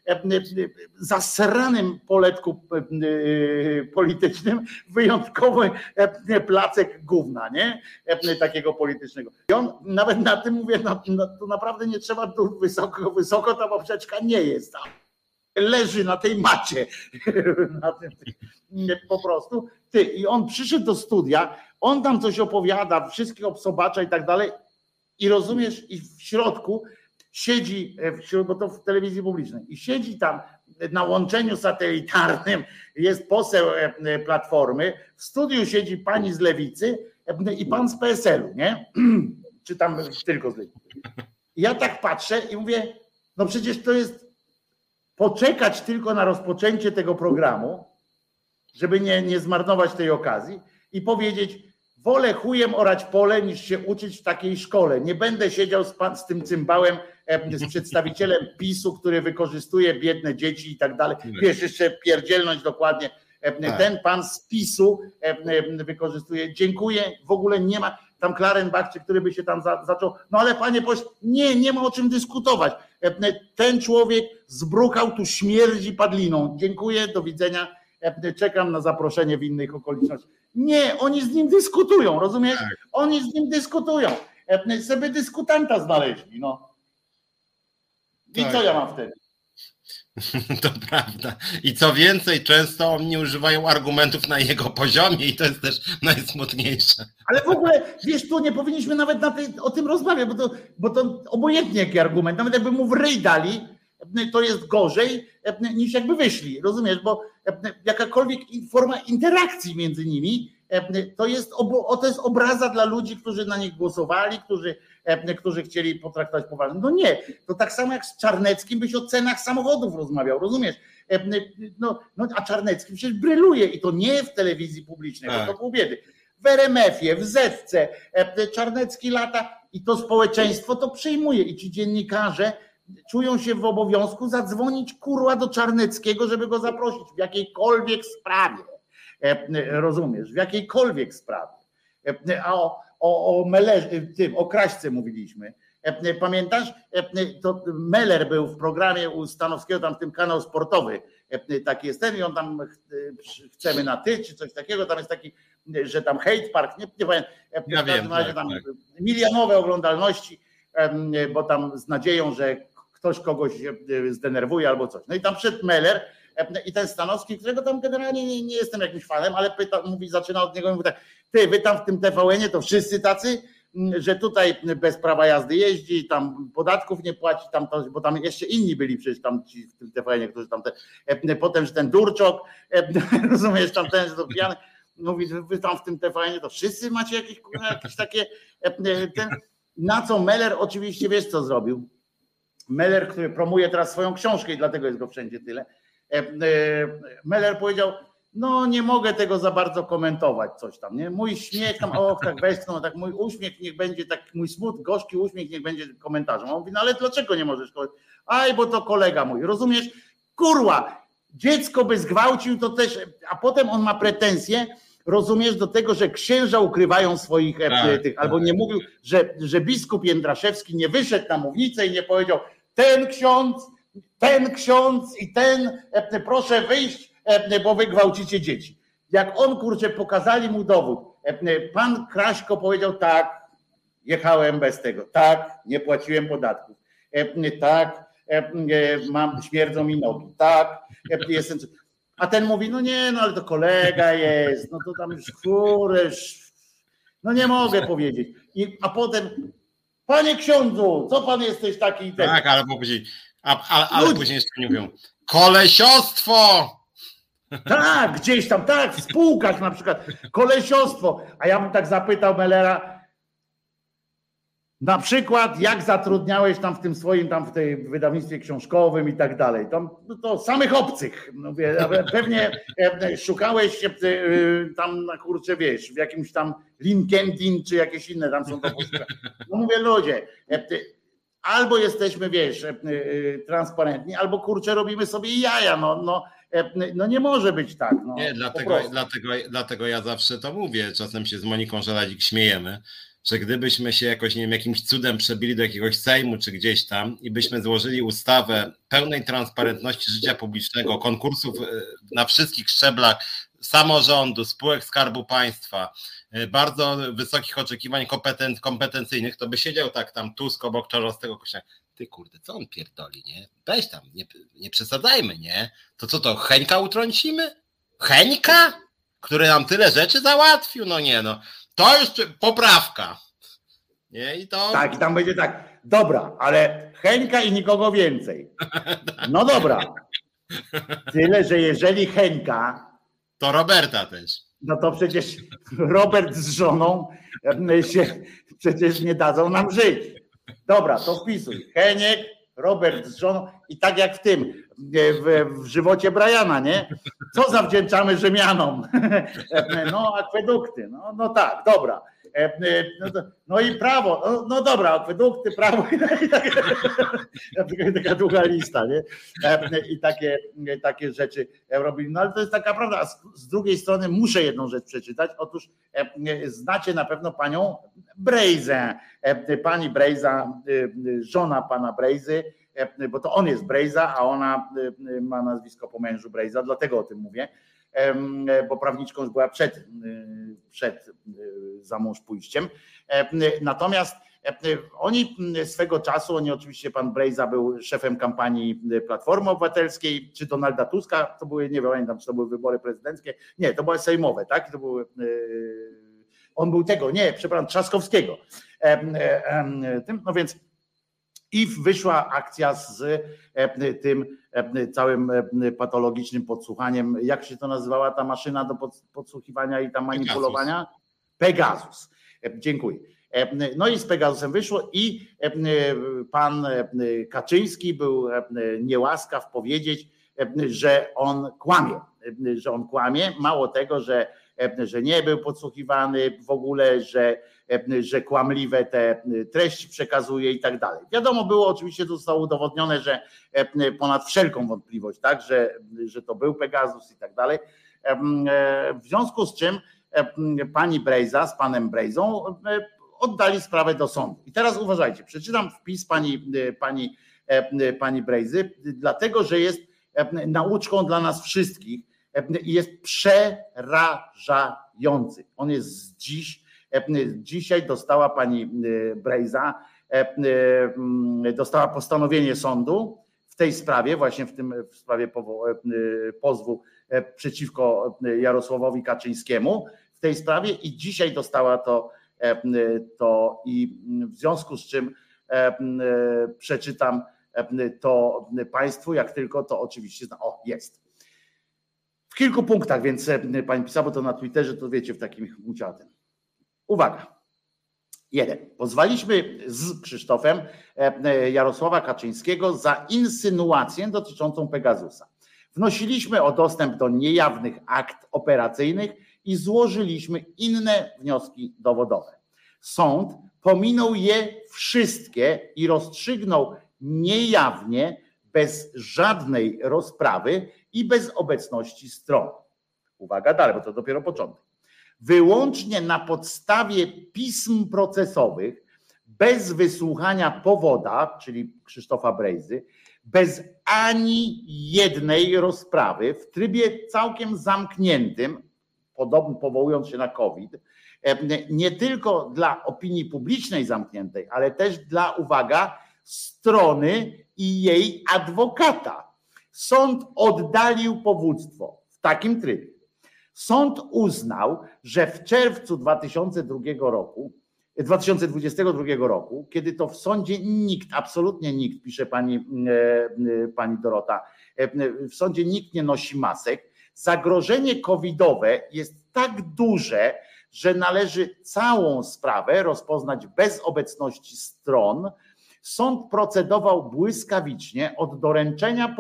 zasranym poletku politycznym wyjątkowy placek gówna, nie? Takiego politycznego. I on nawet na tym mówię, to naprawdę nie trzeba tu wysoko ta poprzeczka nie jest. Leży na tej macie. Na tym, po prostu. I on przyszedł do studia, on tam coś opowiada, wszystkich obsobacza i tak dalej. I rozumiesz, i w środku siedzi, bo to w telewizji publicznej, i siedzi tam na łączeniu satelitarnym, jest poseł Platformy, w studiu siedzi pani z Lewicy i pan z PSL-u, nie? Czy tam tylko z Lewicy. I ja tak patrzę i mówię, no przecież to jest poczekać tylko na rozpoczęcie tego programu, żeby nie zmarnować tej okazji i powiedzieć, wolę chujem orać pole niż się uczyć w takiej szkole. Nie będę siedział z tym cymbałem, z przedstawicielem PiS-u, który wykorzystuje biedne dzieci i tak dalej. Wiesz, jeszcze pierdzielność dokładnie. Ten pan z PiS-u wykorzystuje. Dziękuję, w ogóle nie ma tam Klarenbach, który by się tam zaczął. No ale panie pośle, nie ma o czym dyskutować. Ten człowiek zbrukał, tu śmierdzi padliną. Dziękuję, do widzenia. Czekam na zaproszenie w innych okolicznościach. Nie, oni z nim dyskutują, rozumiesz? Tak. Oni z nim dyskutują. Sobie dyskutanta znaleźli, no. I tak. Co ja mam wtedy? To prawda. I co więcej, często oni używają argumentów na jego poziomie i to jest też najsmutniejsze. Ale w ogóle, wiesz, tu nie powinniśmy nawet o tym rozmawiać, bo to obojętnie jaki argument. Nawet jakby mu w ryj dali, to jest gorzej niż jakby wyszli, rozumiesz? Bo jakakolwiek forma interakcji między nimi to jest obraza dla ludzi, którzy na nich głosowali, którzy chcieli potraktować poważnie. No nie, to tak samo jak z Czarneckim byś o cenach samochodów rozmawiał, rozumiesz? No, a Czarnecki przecież bryluje i to nie w telewizji publicznej, bo to pół biedy. W RMF-ie, w Zetce, Czarnecki lata i to społeczeństwo to przyjmuje i ci dziennikarze czują się w obowiązku zadzwonić kurwa do Czarneckiego, żeby go zaprosić w jakiejkolwiek sprawie. Rozumiesz? W jakiejkolwiek sprawie. A o Kraśce mówiliśmy. Pamiętasz? To Meller był w programie u Stanowskiego, tam w tym kanał sportowy. Taki jest ten i on tam chcemy na ty, czy coś takiego. Tam jest taki, że tam hate park, nie pamiętam. Ja wiem, tak, tam milionowe oglądalności, bo tam z nadzieją, że ktoś kogoś zdenerwuje albo coś. No i tam przed Meller i ten Stanowski, którego tam generalnie nie jestem jakimś fanem, ale zaczyna od niego i mówi tak, wy tam w tym TVN-ie to wszyscy tacy, że tutaj bez prawa jazdy jeździ, tam podatków nie płaci, bo tam jeszcze inni byli przecież tam ci w tym TVN-ie, którzy tam potem, że ten Durczok, rozumiesz, tam ten, że to pijany, mówi, wy tam w tym TVN-ie to wszyscy macie jakieś takie, na co Meller oczywiście, wiesz co zrobił? Meller, który promuje teraz swoją książkę i dlatego jest go wszędzie tyle, Meller powiedział, no nie mogę tego za bardzo komentować, coś tam, nie? Mój śmiech tam, tak westchnął, tak mój uśmiech niech będzie, tak mój gorzki uśmiech niech będzie komentarzem. On mówi, no ale dlaczego nie możesz komentować? Aj, bo to kolega mój, rozumiesz? Kurwa, dziecko by zgwałcił, to też, a potem on ma pretensje, rozumiesz, do tego, że księża ukrywają swoich tych, albo nie mówił, że biskup Jędraszewski nie wyszedł na mównicę i nie powiedział, ten ksiądz i ten, proszę wyjść, bo wy gwałcicie dzieci. Jak on, kurczę, pokazali mu dowód, pan Kraśko powiedział, tak, jechałem bez tego, tak, nie płaciłem podatków, tak, śmierdzą mi nogi, tak, jestem... A ten mówi, no nie, no ale to kolega jest, no to tam już no nie mogę powiedzieć. A potem, panie ksiądzu, co pan jesteś taki? Tak, albo później, ale później jeszcze nie mówią, kolesiostwo! Tak, gdzieś tam, tak, w spółkach na przykład, kolesiostwo. A ja bym tak zapytał Mellera, na przykład jak zatrudniałeś tam w tym swoim, tam w tej wydawnictwie książkowym i tak dalej. To samych obcych. Mówię, pewnie szukałeś tam na kurczę, wiesz, w jakimś tam LinkedIn czy jakieś inne tam są to posłuchane. No mówię, ludzie, albo jesteśmy, wiesz, transparentni, albo kurczę robimy sobie jaja, no nie może być tak. No, nie, dlatego ja zawsze to mówię, czasem się z Moniką Żelazik śmiejemy, że gdybyśmy się jakoś, nie wiem, jakimś cudem przebili do jakiegoś Sejmu czy gdzieś tam i byśmy złożyli ustawę pełnej transparentności życia publicznego, konkursów na wszystkich szczeblach samorządu, spółek Skarbu Państwa, bardzo wysokich oczekiwań kompetencyjnych, to by siedział tak tam Tusk obok Czarzastego Kościoła. Ty kurde, co on pierdoli, nie? Weź tam, nie przesadzajmy, nie? To co to, Heńka utrącimy? Heńka? Który nam tyle rzeczy załatwił? No nie no. To już poprawka. Nie? I to... Tak, i tam będzie tak, dobra, ale Heńka i nikogo więcej. No dobra. Tyle, że jeżeli Heńka, to Roberta też. No to przecież Robert z żoną się przecież nie dadzą nam żyć. Dobra, to wpisuj. Heniek, Robert z żoną i tak jak w tym, w żywocie Briana, nie? Co zawdzięczamy Rzymianom? No akwedukty, no tak, dobra. No i prawo, no dobra, akwedukty, prawo i taka długa lista, nie? I takie rzeczy robili. No ale to jest taka prawda. A z drugiej strony muszę jedną rzecz przeczytać. Otóż znacie na pewno panią Brejzę. Pani Brejza, żona pana Brejzy, bo to on jest Brejza, a ona ma nazwisko po mężu Brejza, dlatego o tym mówię, bo prawniczką już była przed za mąż pójściem. Natomiast oni swego czasu, oczywiście pan Brejza był szefem kampanii Platformy Obywatelskiej, czy Donalda Tuska, to były, nie pamiętam, czy to były wybory prezydenckie, nie, to były sejmowe, tak? To były, on był Trzaskowskiego. No więc i wyszła akcja z tym całym patologicznym podsłuchaniem. Jak się to nazywała ta maszyna do podsłuchiwania i tam manipulowania? Pegasus. Dziękuję. No i z Pegasusem wyszło i pan Kaczyński był niełaskaw powiedzieć, że on kłamie. Mało tego, że nie był podsłuchiwany w ogóle, że kłamliwe te treści przekazuje i tak dalej. Wiadomo było, oczywiście zostało udowodnione, że ponad wszelką wątpliwość, tak, że to był Pegasus i tak dalej. W związku z czym pani Brejza z panem Brejzą oddali sprawę do sądu. I teraz uważajcie, przeczytam wpis pani Brejzy, dlatego że jest nauczką dla nas wszystkich i jest przerażający. On jest dzisiaj dostała pani Brejza, dostała postanowienie sądu w tej sprawie, właśnie w sprawie pozwu przeciwko Jarosławowi Kaczyńskiemu w tej sprawie i dzisiaj dostała to i w związku z czym przeczytam to państwu, jak tylko to oczywiście jest. W kilku punktach, więc pani pisała, bo to na Twitterze, to wiecie, w takim uciatem. Uwaga. 1. Pozwaliśmy z Krzysztofem Jarosława Kaczyńskiego za insynuację dotyczącą Pegasusa. Wnosiliśmy o dostęp do niejawnych akt operacyjnych i złożyliśmy inne wnioski dowodowe. Sąd pominął je wszystkie i rozstrzygnął niejawnie, bez żadnej rozprawy i bez obecności stron. Uwaga, dalej, bo to dopiero początek. Wyłącznie na podstawie pism procesowych, bez wysłuchania powoda, czyli Krzysztofa Brejzy, bez ani jednej rozprawy, w trybie całkiem zamkniętym, podobnie powołując się na COVID, nie tylko dla opinii publicznej zamkniętej, ale też dla, uwaga, strony i jej adwokata. Sąd oddalił powództwo w takim trybie. Sąd uznał, że w czerwcu 2022 roku, kiedy to w sądzie nikt, absolutnie nikt, pisze pani Dorota, w sądzie nikt nie nosi masek, zagrożenie covidowe jest tak duże, że należy całą sprawę rozpoznać bez obecności stron. Sąd procedował błyskawicznie od doręczenia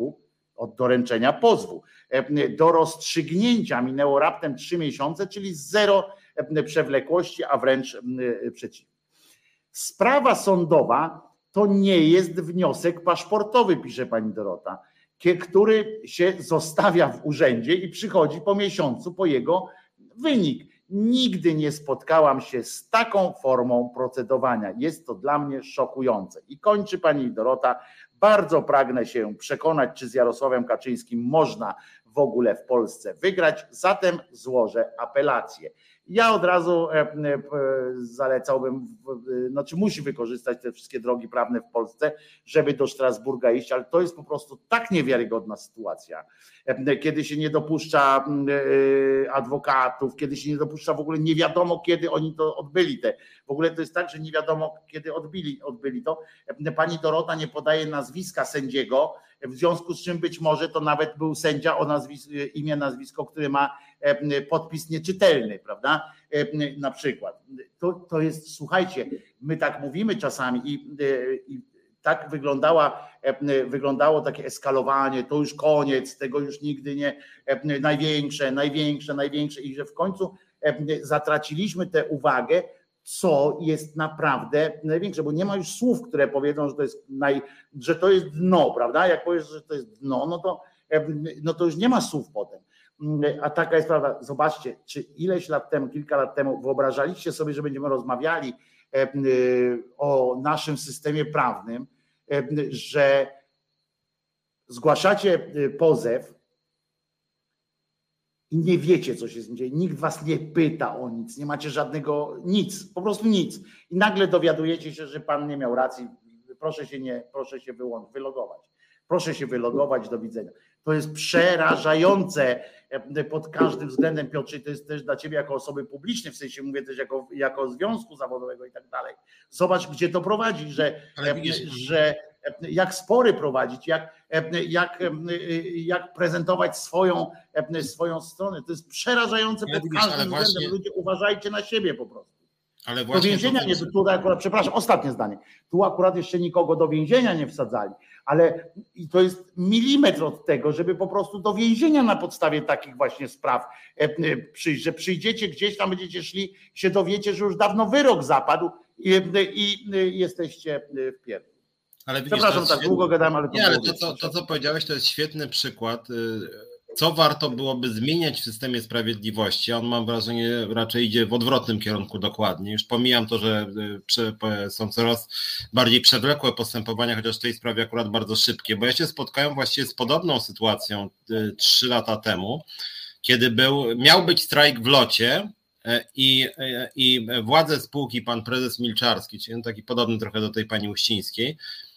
pozwu do rozstrzygnięcia minęło raptem 3 miesiące, czyli zero przewlekłości, a wręcz przeciwnie. Sprawa sądowa to nie jest wniosek paszportowy, pisze pani Dorota, który się zostawia w urzędzie i przychodzi po miesiącu po jego wynik. Nigdy nie spotkałam się z taką formą procedowania. Jest to dla mnie szokujące. I kończy pani Dorota. Bardzo pragnę się przekonać, czy z Jarosławem Kaczyńskim można w ogóle w Polsce wygrać, zatem złożę apelację. Ja od razu zalecałbym, znaczy musi wykorzystać te wszystkie drogi prawne w Polsce, żeby do Strasburga iść, ale to jest po prostu tak niewiarygodna sytuacja, kiedy się nie dopuszcza adwokatów, kiedy się nie dopuszcza w ogóle, nie wiadomo kiedy oni to odbyli. W ogóle to jest tak, że nie wiadomo kiedy odbyli to. Pani Dorota nie podaje nazwiska sędziego, w związku z czym być może to nawet był sędzia o imię, nazwisko, który ma podpis nieczytelny, prawda? Na przykład. To jest, słuchajcie, my tak mówimy czasami i tak wyglądało takie eskalowanie, to już koniec, tego już nigdy nie, największe i że w końcu zatraciliśmy tę uwagę, co jest naprawdę największe, bo nie ma już słów, które powiedzą, że to jest dno, prawda? Jak powiesz, że to jest dno, no to już nie ma słów potem. A taka jest prawda. Zobaczcie, czy kilka lat temu wyobrażaliście sobie, że będziemy rozmawiali o naszym systemie prawnym, że zgłaszacie pozew i nie wiecie, co się z nim dzieje. Nikt was nie pyta o nic, nie macie żadnego nic, po prostu nic. I nagle dowiadujecie się, że pan nie miał racji. Proszę się wylogować. Proszę się wylogować, do widzenia. To jest przerażające pod każdym względem, Piotrze, to jest też dla ciebie jako osoby publicznej, w sensie mówię też jako związku zawodowego i tak dalej. Zobacz, gdzie to prowadzi, że jak spory prowadzić, jak prezentować swoją stronę. To jest przerażające pod każdym względem. Ludzie, uważajcie na siebie po prostu. Ale do więzienia nie, tutaj akurat, przepraszam, ostatnie zdanie. Tu akurat jeszcze nikogo do więzienia nie wsadzali, ale i to jest milimetr od tego, żeby po prostu do więzienia na podstawie takich właśnie spraw przyjść, że przyjdziecie gdzieś tam, będziecie szli, się dowiecie, że już dawno wyrok zapadł i jesteście w pierdlu. Ale widzisz, przepraszam, tak długo gadałem, ale to, co powiedziałeś, to jest świetny przykład. Co warto byłoby zmieniać w systemie sprawiedliwości? On, mam wrażenie, raczej idzie w odwrotnym kierunku dokładnie. Już pomijam to, że są coraz bardziej przewlekłe postępowania, chociaż w tej sprawie akurat bardzo szybkie, bo ja się spotkałem właściwie z podobną sytuacją 3 lata temu, kiedy miał być strajk w locie i władze spółki, pan prezes Milczarski, czyli taki podobny trochę do tej pani Uścińskiej,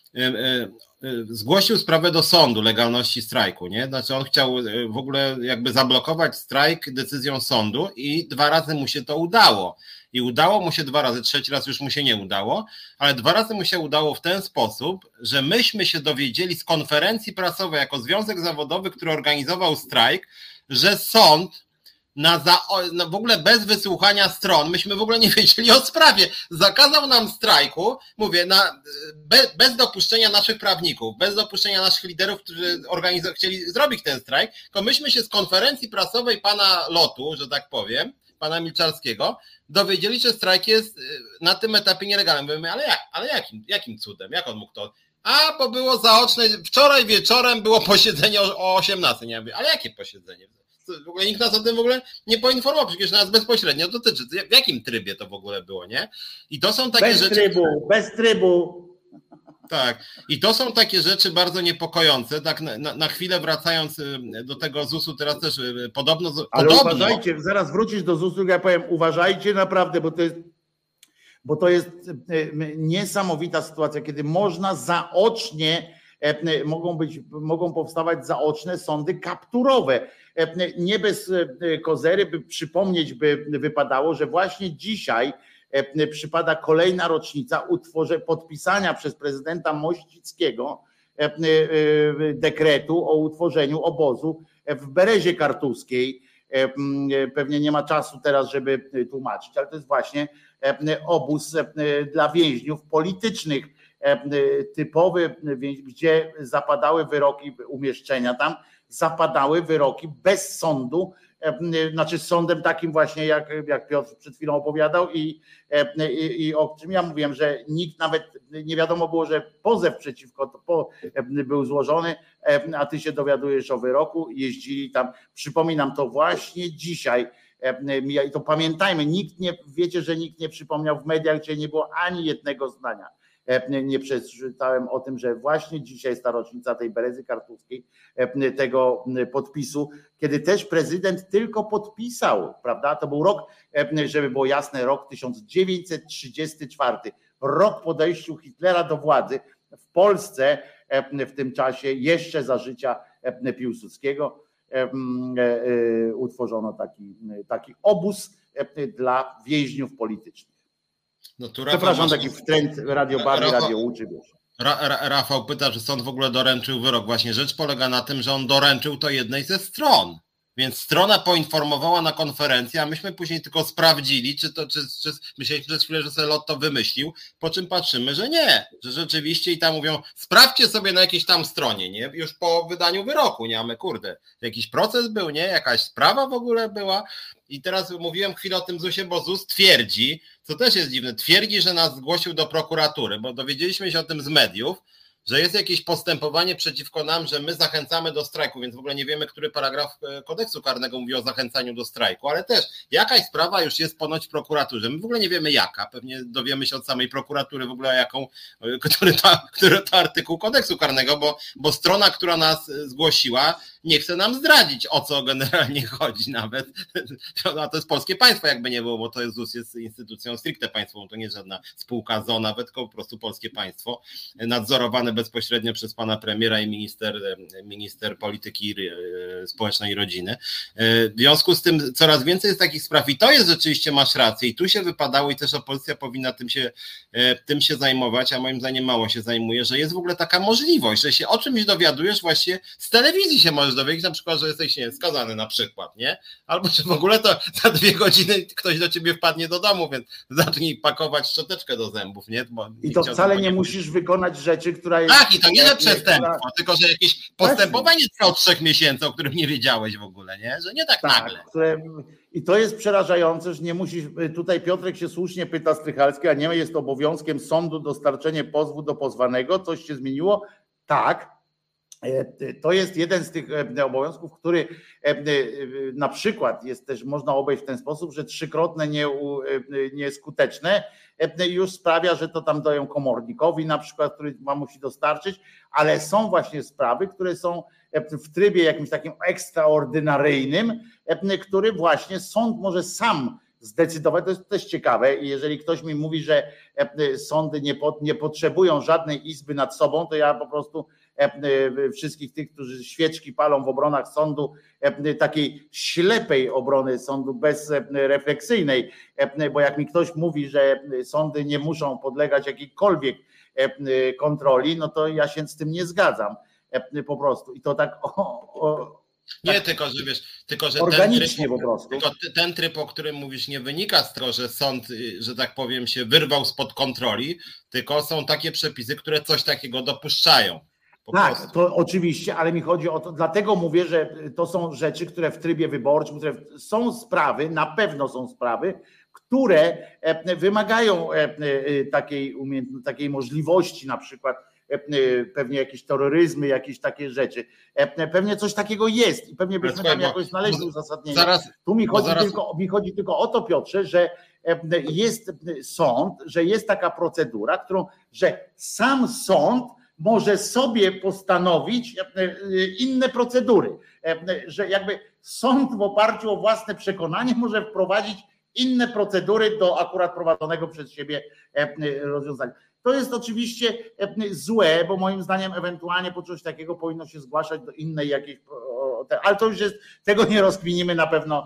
zgłosił sprawę do sądu legalności strajku, nie? Znaczy on chciał w ogóle jakby zablokować strajk decyzją sądu i 2 razy mu się to udało. I udało mu się 2 razy, 3. raz już mu się nie udało, ale 2 razy mu się udało w ten sposób, że myśmy się dowiedzieli z konferencji prasowej jako związek zawodowy, który organizował strajk, że sąd w ogóle bez wysłuchania stron, myśmy w ogóle nie wiedzieli o sprawie, zakazał nam strajku, mówię, bez dopuszczenia naszych prawników, bez dopuszczenia naszych liderów, którzy chcieli zrobić ten strajk, to myśmy się z konferencji prasowej pana Lotu, że tak powiem, pana Milczarskiego, dowiedzieli, że strajk jest na tym etapie nielegalny. Mówimy, ale jakim cudem, jak on mógł to... bo było zaoczne, wczoraj wieczorem było posiedzenie o 18, nie wiem, ale jakie posiedzenie? W ogóle nikt nas o tym w ogóle nie poinformował, przecież nas bezpośrednio dotyczy. W jakim trybie to w ogóle było, nie? I to są takie rzeczy... Bez trybu. Tak. I to są takie rzeczy bardzo niepokojące. Tak na chwilę wracając do tego ZUS-u, teraz też podobno... Ale uważajcie, zaraz wrócisz do ZUS-u, ja powiem, uważajcie naprawdę, bo to jest niesamowita sytuacja, kiedy można zaocznie, mogą powstawać zaoczne sądy kapturowe. Nie bez kozery, by przypomnieć by wypadało, że właśnie dzisiaj przypada kolejna rocznica podpisania przez prezydenta Mościckiego dekretu o utworzeniu obozu w Berezie Kartuskiej. Pewnie nie ma czasu teraz, żeby tłumaczyć, ale to jest właśnie obóz dla więźniów politycznych, typowy, gdzie zapadały wyroki umieszczenia tam, zapadały wyroki bez sądu, znaczy z sądem takim właśnie, jak Piotr przed chwilą opowiadał i o czym ja mówiłem, że nikt nawet nie wiadomo było, że pozew przeciwko to był złożony, a ty się dowiadujesz o wyroku, jeździli tam, przypominam to właśnie dzisiaj, mija. I to pamiętajmy, wiecie, że nikt nie przypomniał w mediach, gdzie nie było ani jednego zdania. Nie przeczytałem o tym, że właśnie dzisiaj jest ta rocznica tej Berezy Kartuskiej, tego podpisu, kiedy też prezydent tylko podpisał, prawda? To był rok, żeby było jasne, rok 1934, rok podejściu Hitlera do władzy w Polsce. W tym czasie jeszcze za życia Piłsudskiego utworzono taki obóz dla więźniów politycznych. No tu przepraszam, taki trend Radio Bary, Radio Uczy, wiesz. Rafał pyta, czy sąd w ogóle doręczył wyrok. Właśnie rzecz polega na tym, że on doręczył to jednej ze stron. Więc strona poinformowała na konferencji, a myśmy później tylko sprawdzili, czy myśleliśmy przez chwilę, że sobie Lotto wymyślił, po czym patrzymy, że nie, że rzeczywiście i tam mówią, sprawdźcie sobie na jakiejś tam stronie, nie? Już po wydaniu wyroku, nie? A my kurde, jakiś proces był, nie? Jakaś sprawa w ogóle była. I teraz mówiłem chwilę o tym ZUS-ie, bo ZUS twierdzi, co też jest dziwne, twierdzi, że nas zgłosił do prokuratury, bo dowiedzieliśmy się o tym z mediów, że jest jakieś postępowanie przeciwko nam, że my zachęcamy do strajku, więc w ogóle nie wiemy, który paragraf kodeksu karnego mówi o zachęcaniu do strajku, ale też jakaś sprawa już jest ponoć w prokuraturze. My w ogóle nie wiemy jaka, pewnie dowiemy się od samej prokuratury w ogóle jaką, który to artykuł kodeksu karnego, bo strona, która nas zgłosiła, nie chce nam zdradzić, o co generalnie chodzi nawet. A to jest polskie państwo, jakby nie było, bo to jest ZUS, jest instytucją stricte państwową, to nie żadna spółka ZO nawet, tylko po prostu polskie państwo, nadzorowane bezpośrednio przez pana premiera i minister polityki społecznej i rodziny. W związku z tym coraz więcej jest takich spraw i to jest rzeczywiście, masz rację i tu się wypadało i też opozycja powinna tym się zajmować, a moim zdaniem mało się zajmuje, że jest w ogóle taka możliwość, że się o czymś dowiadujesz właśnie z telewizji się możesz dowiedzieć, na przykład, że jesteś skazany na przykład, nie? Albo że w ogóle to za 2 godziny ktoś do ciebie wpadnie do domu, więc zacznij pakować szczoteczkę do zębów, nie? I to wcale nie musisz wykonać rzeczy, która jest... Tak, i to nie że przestępstwo, tylko że jakieś postępowanie trwa od 3 miesięcy, o którym nie wiedziałeś w ogóle, nie? Że nie tak nagle. I to jest przerażające, że nie musisz, tutaj Piotrek się słusznie pyta Strychalski, a nie jest obowiązkiem sądu dostarczenie pozwu do pozwanego, coś się zmieniło? Tak. To jest jeden z tych obowiązków, który na przykład jest też można obejść w ten sposób, że 3-krotne nieskuteczne już sprawia, że to tam dają komornikowi na przykład, który musi dostarczyć, ale są właśnie sprawy, które są w trybie jakimś takim ekstraordynaryjnym, który właśnie sąd może sam zdecydować. To jest też ciekawe i jeżeli ktoś mi mówi, że sądy nie potrzebują żadnej izby nad sobą, to ja po prostu wszystkich tych, którzy świeczki palą w obronach sądu, takiej ślepej obrony sądu, bezrefleksyjnej, bo jak mi ktoś mówi, że sądy nie muszą podlegać jakiejkolwiek kontroli, no to ja się z tym nie zgadzam po prostu i to tak nie, tylko że organicznie po prostu. Tylko ten tryb, o którym mówisz, nie wynika z tego, że sąd, że tak powiem, się wyrwał spod kontroli, tylko są takie przepisy, które coś takiego dopuszczają. Tak, to oczywiście, ale mi chodzi o to, dlatego mówię, że to są rzeczy, które w trybie wyborczym, które są sprawy, na pewno są sprawy, które wymagają takiej możliwości, na przykład pewnie jakieś terroryzmy, jakieś takie rzeczy. Pewnie coś takiego jest i pewnie byśmy tam jakoś znaleźli uzasadnienie. Tu mi chodzi tylko o to, Piotrze, że jest sąd, że jest taka procedura, że sam sąd może sobie postanowić inne procedury, że jakby sąd w oparciu o własne przekonanie może wprowadzić inne procedury do akurat prowadzonego przez siebie rozwiązania. To jest oczywiście złe, bo moim zdaniem ewentualnie po coś takiego powinno się zgłaszać do innej jakiejś, ale to już jest, tego nie rozkminimy na pewno.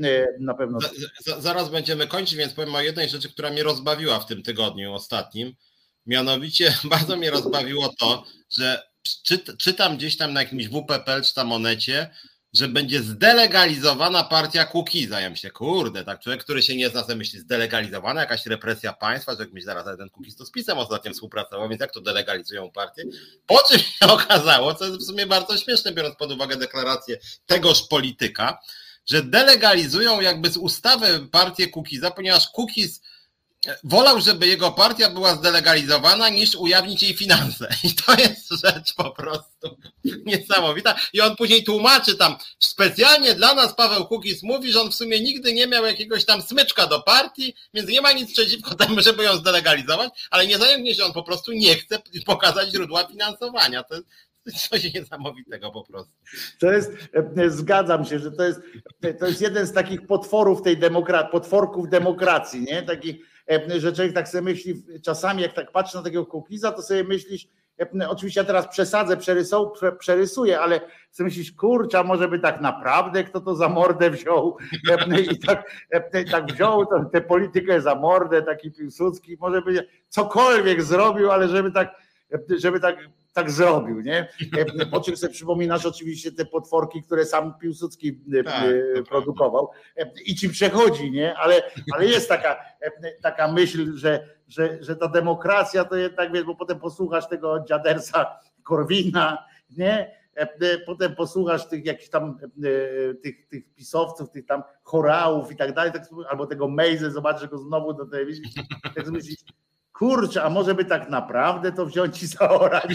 Zaraz będziemy kończyć, więc powiem o jednej rzeczy, która mnie rozbawiła w tym tygodniu ostatnim. Mianowicie bardzo mnie rozbawiło to, że czytam gdzieś tam na jakimś WP.pl czy tam Onecie, że będzie zdelegalizowana partia Kukiza. Ja myślę, kurde, tak człowiek, który się nie zna, sobie myśli, zdelegalizowana, jakaś represja państwa, że jak myśli, zaraz ten Kukiz to z PiS-em ostatnio współpracował, więc jak to delegalizują partię? Po czym się okazało, co jest w sumie bardzo śmieszne, biorąc pod uwagę deklarację tegoż polityka, że delegalizują jakby z ustawy partię Kukiza, ponieważ Kukiz wolał, żeby jego partia była zdelegalizowana, niż ujawnić jej finanse. I to jest rzecz po prostu niesamowita. I on później tłumaczy tam, specjalnie dla nas Paweł Kukiz mówi, że on w sumie nigdy nie miał jakiegoś tam smyczka do partii, więc nie ma nic przeciwko temu, żeby ją zdelegalizować, ale nie zajmie się, on po prostu nie chce pokazać źródła finansowania. To jest coś niesamowitego po prostu. To jest, zgadzam się, że to jest jeden z takich potworów tej potworków demokracji, nie? Takich, że człowiek tak sobie myśli, czasami jak tak patrzy na takiego Kukiza, to sobie myślisz, oczywiście ja teraz przesadzę, przerysuję, ale sobie myślisz, kurczę, może by tak naprawdę kto to za mordę wziął i tak wziął tę politykę za mordę, taki Piłsudski, może by cokolwiek zrobił, ale żeby tak zrobił, nie? Po czym sobie przypominasz oczywiście te potworki, które sam Piłsudski produkował i ci przechodzi, nie? Ale jest taka myśl, że ta demokracja to jednak, wiesz, bo potem posłuchasz tego dziadersa Korwina, nie? Potem posłuchasz tych jakichś tam tych pisowców, tych tam chorałów i tak dalej, albo tego Mejzy, zobaczysz go znowu do telewizji, tak myślisz, kurczę, a może by tak naprawdę to wziąć i zaorać?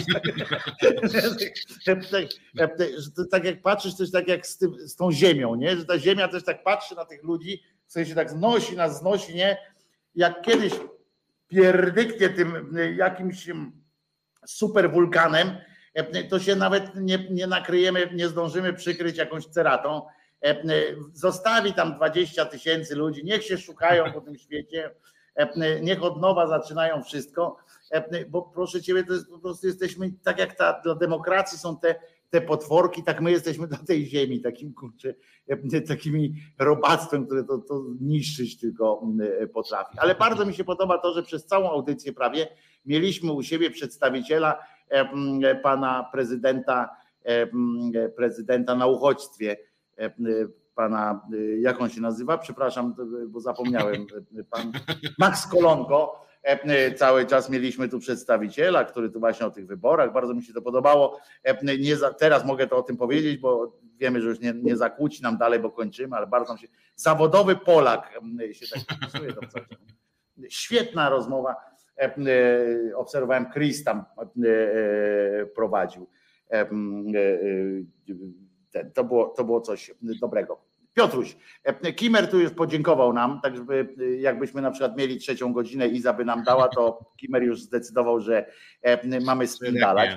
Tak jak patrzysz, to jest tak jak z tą ziemią, nie? Że ta ziemia też tak patrzy na tych ludzi, w sensie tak znosi, nie? Jak kiedyś pierdyknie tym jakimś super wulkanem, to się nawet nie nakryjemy, nie zdążymy przykryć jakąś ceratą. Zostawi tam 20 000 ludzi, niech się szukają po tym świecie, niech od nowa zaczynają wszystko, bo proszę ciebie, to jest po prostu jesteśmy tak jak dla demokracji są te potworki, tak my jesteśmy dla tej ziemi, takim kurczę, takimi robactwem, które to niszczyć tylko potrafi. Ale bardzo mi się podoba to, że przez całą audycję prawie mieliśmy u siebie przedstawiciela pana prezydenta na uchodźstwie, pana, jak on się nazywa? Przepraszam, bo zapomniałem. Pan Max Kolonko. Cały czas mieliśmy tu przedstawiciela, który tu właśnie o tych wyborach. Bardzo mi się to podobało. Teraz mogę to o tym powiedzieć, bo wiemy, że już nie zakłóci nam dalej, bo kończymy, ale bardzo nam się... Zawodowy Polak się tak podpisuje. Świetna rozmowa. Obserwowałem, Chris tam prowadził. To było coś dobrego. Piotruś, Kimer tu już podziękował nam, tak żeby jakbyśmy na przykład mieli 3. godzinę, Iza by nam dała, to Kimer już zdecydował, że mamy spindalać.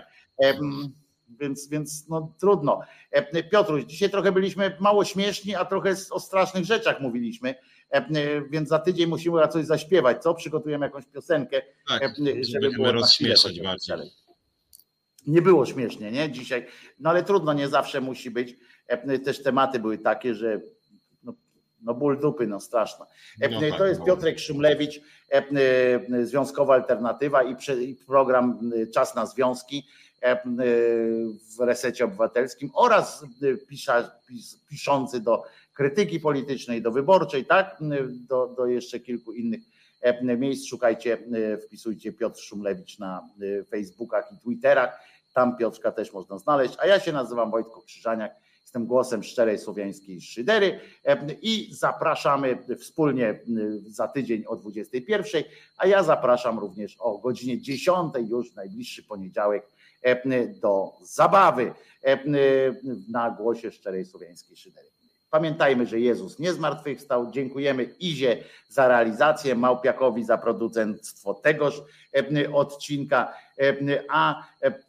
Więc no trudno. Piotruś, dzisiaj trochę byliśmy mało śmieszni, a trochę o strasznych rzeczach mówiliśmy, więc za tydzień musimy coś zaśpiewać, co? Przygotujemy jakąś piosenkę, tak, żeby było rozśmieszać bardziej. Nie było śmiesznie, nie? Dzisiaj, no ale trudno, nie zawsze musi być. Też tematy były takie, że no ból dupy, no straszna. To jest Piotrek Szumlewicz, Związkowa Alternatywa i program Czas na Związki w Resecie Obywatelskim oraz piszący do krytyki politycznej, do wyborczej, tak? Do jeszcze kilku innych miejsc. Szukajcie, wpisujcie Piotr Szumlewicz na Facebookach i Twitterach. Tam Piotrka też można znaleźć. A ja się nazywam Wojtko Krzyżaniak. Jestem głosem szczerej słowiańskiej szydery i zapraszamy wspólnie za tydzień o 21:00, a ja zapraszam również o godzinie 10:00 już najbliższy poniedziałek do zabawy na głosie szczerej słowiańskiej szydery. Pamiętajmy, że Jezus nie zmartwychwstał. Dziękujemy Izie za realizację, Małpiakowi za producentstwo tegoż odcinka, a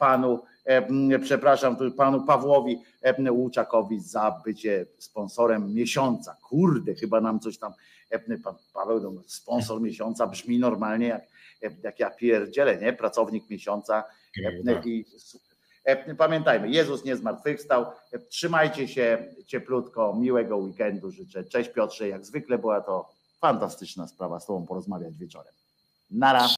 panu Pawłowi Łuczakowi za bycie sponsorem miesiąca. Kurde, chyba nam coś tam pan Paweł, sponsor miesiąca brzmi normalnie jak ja pierdzielę, nie? Pracownik miesiąca. I pamiętajmy, Jezus nie zmartwychwstał. Trzymajcie się cieplutko, miłego weekendu życzę. Cześć Piotrze, jak zwykle była to fantastyczna sprawa z tobą porozmawiać wieczorem. Nara.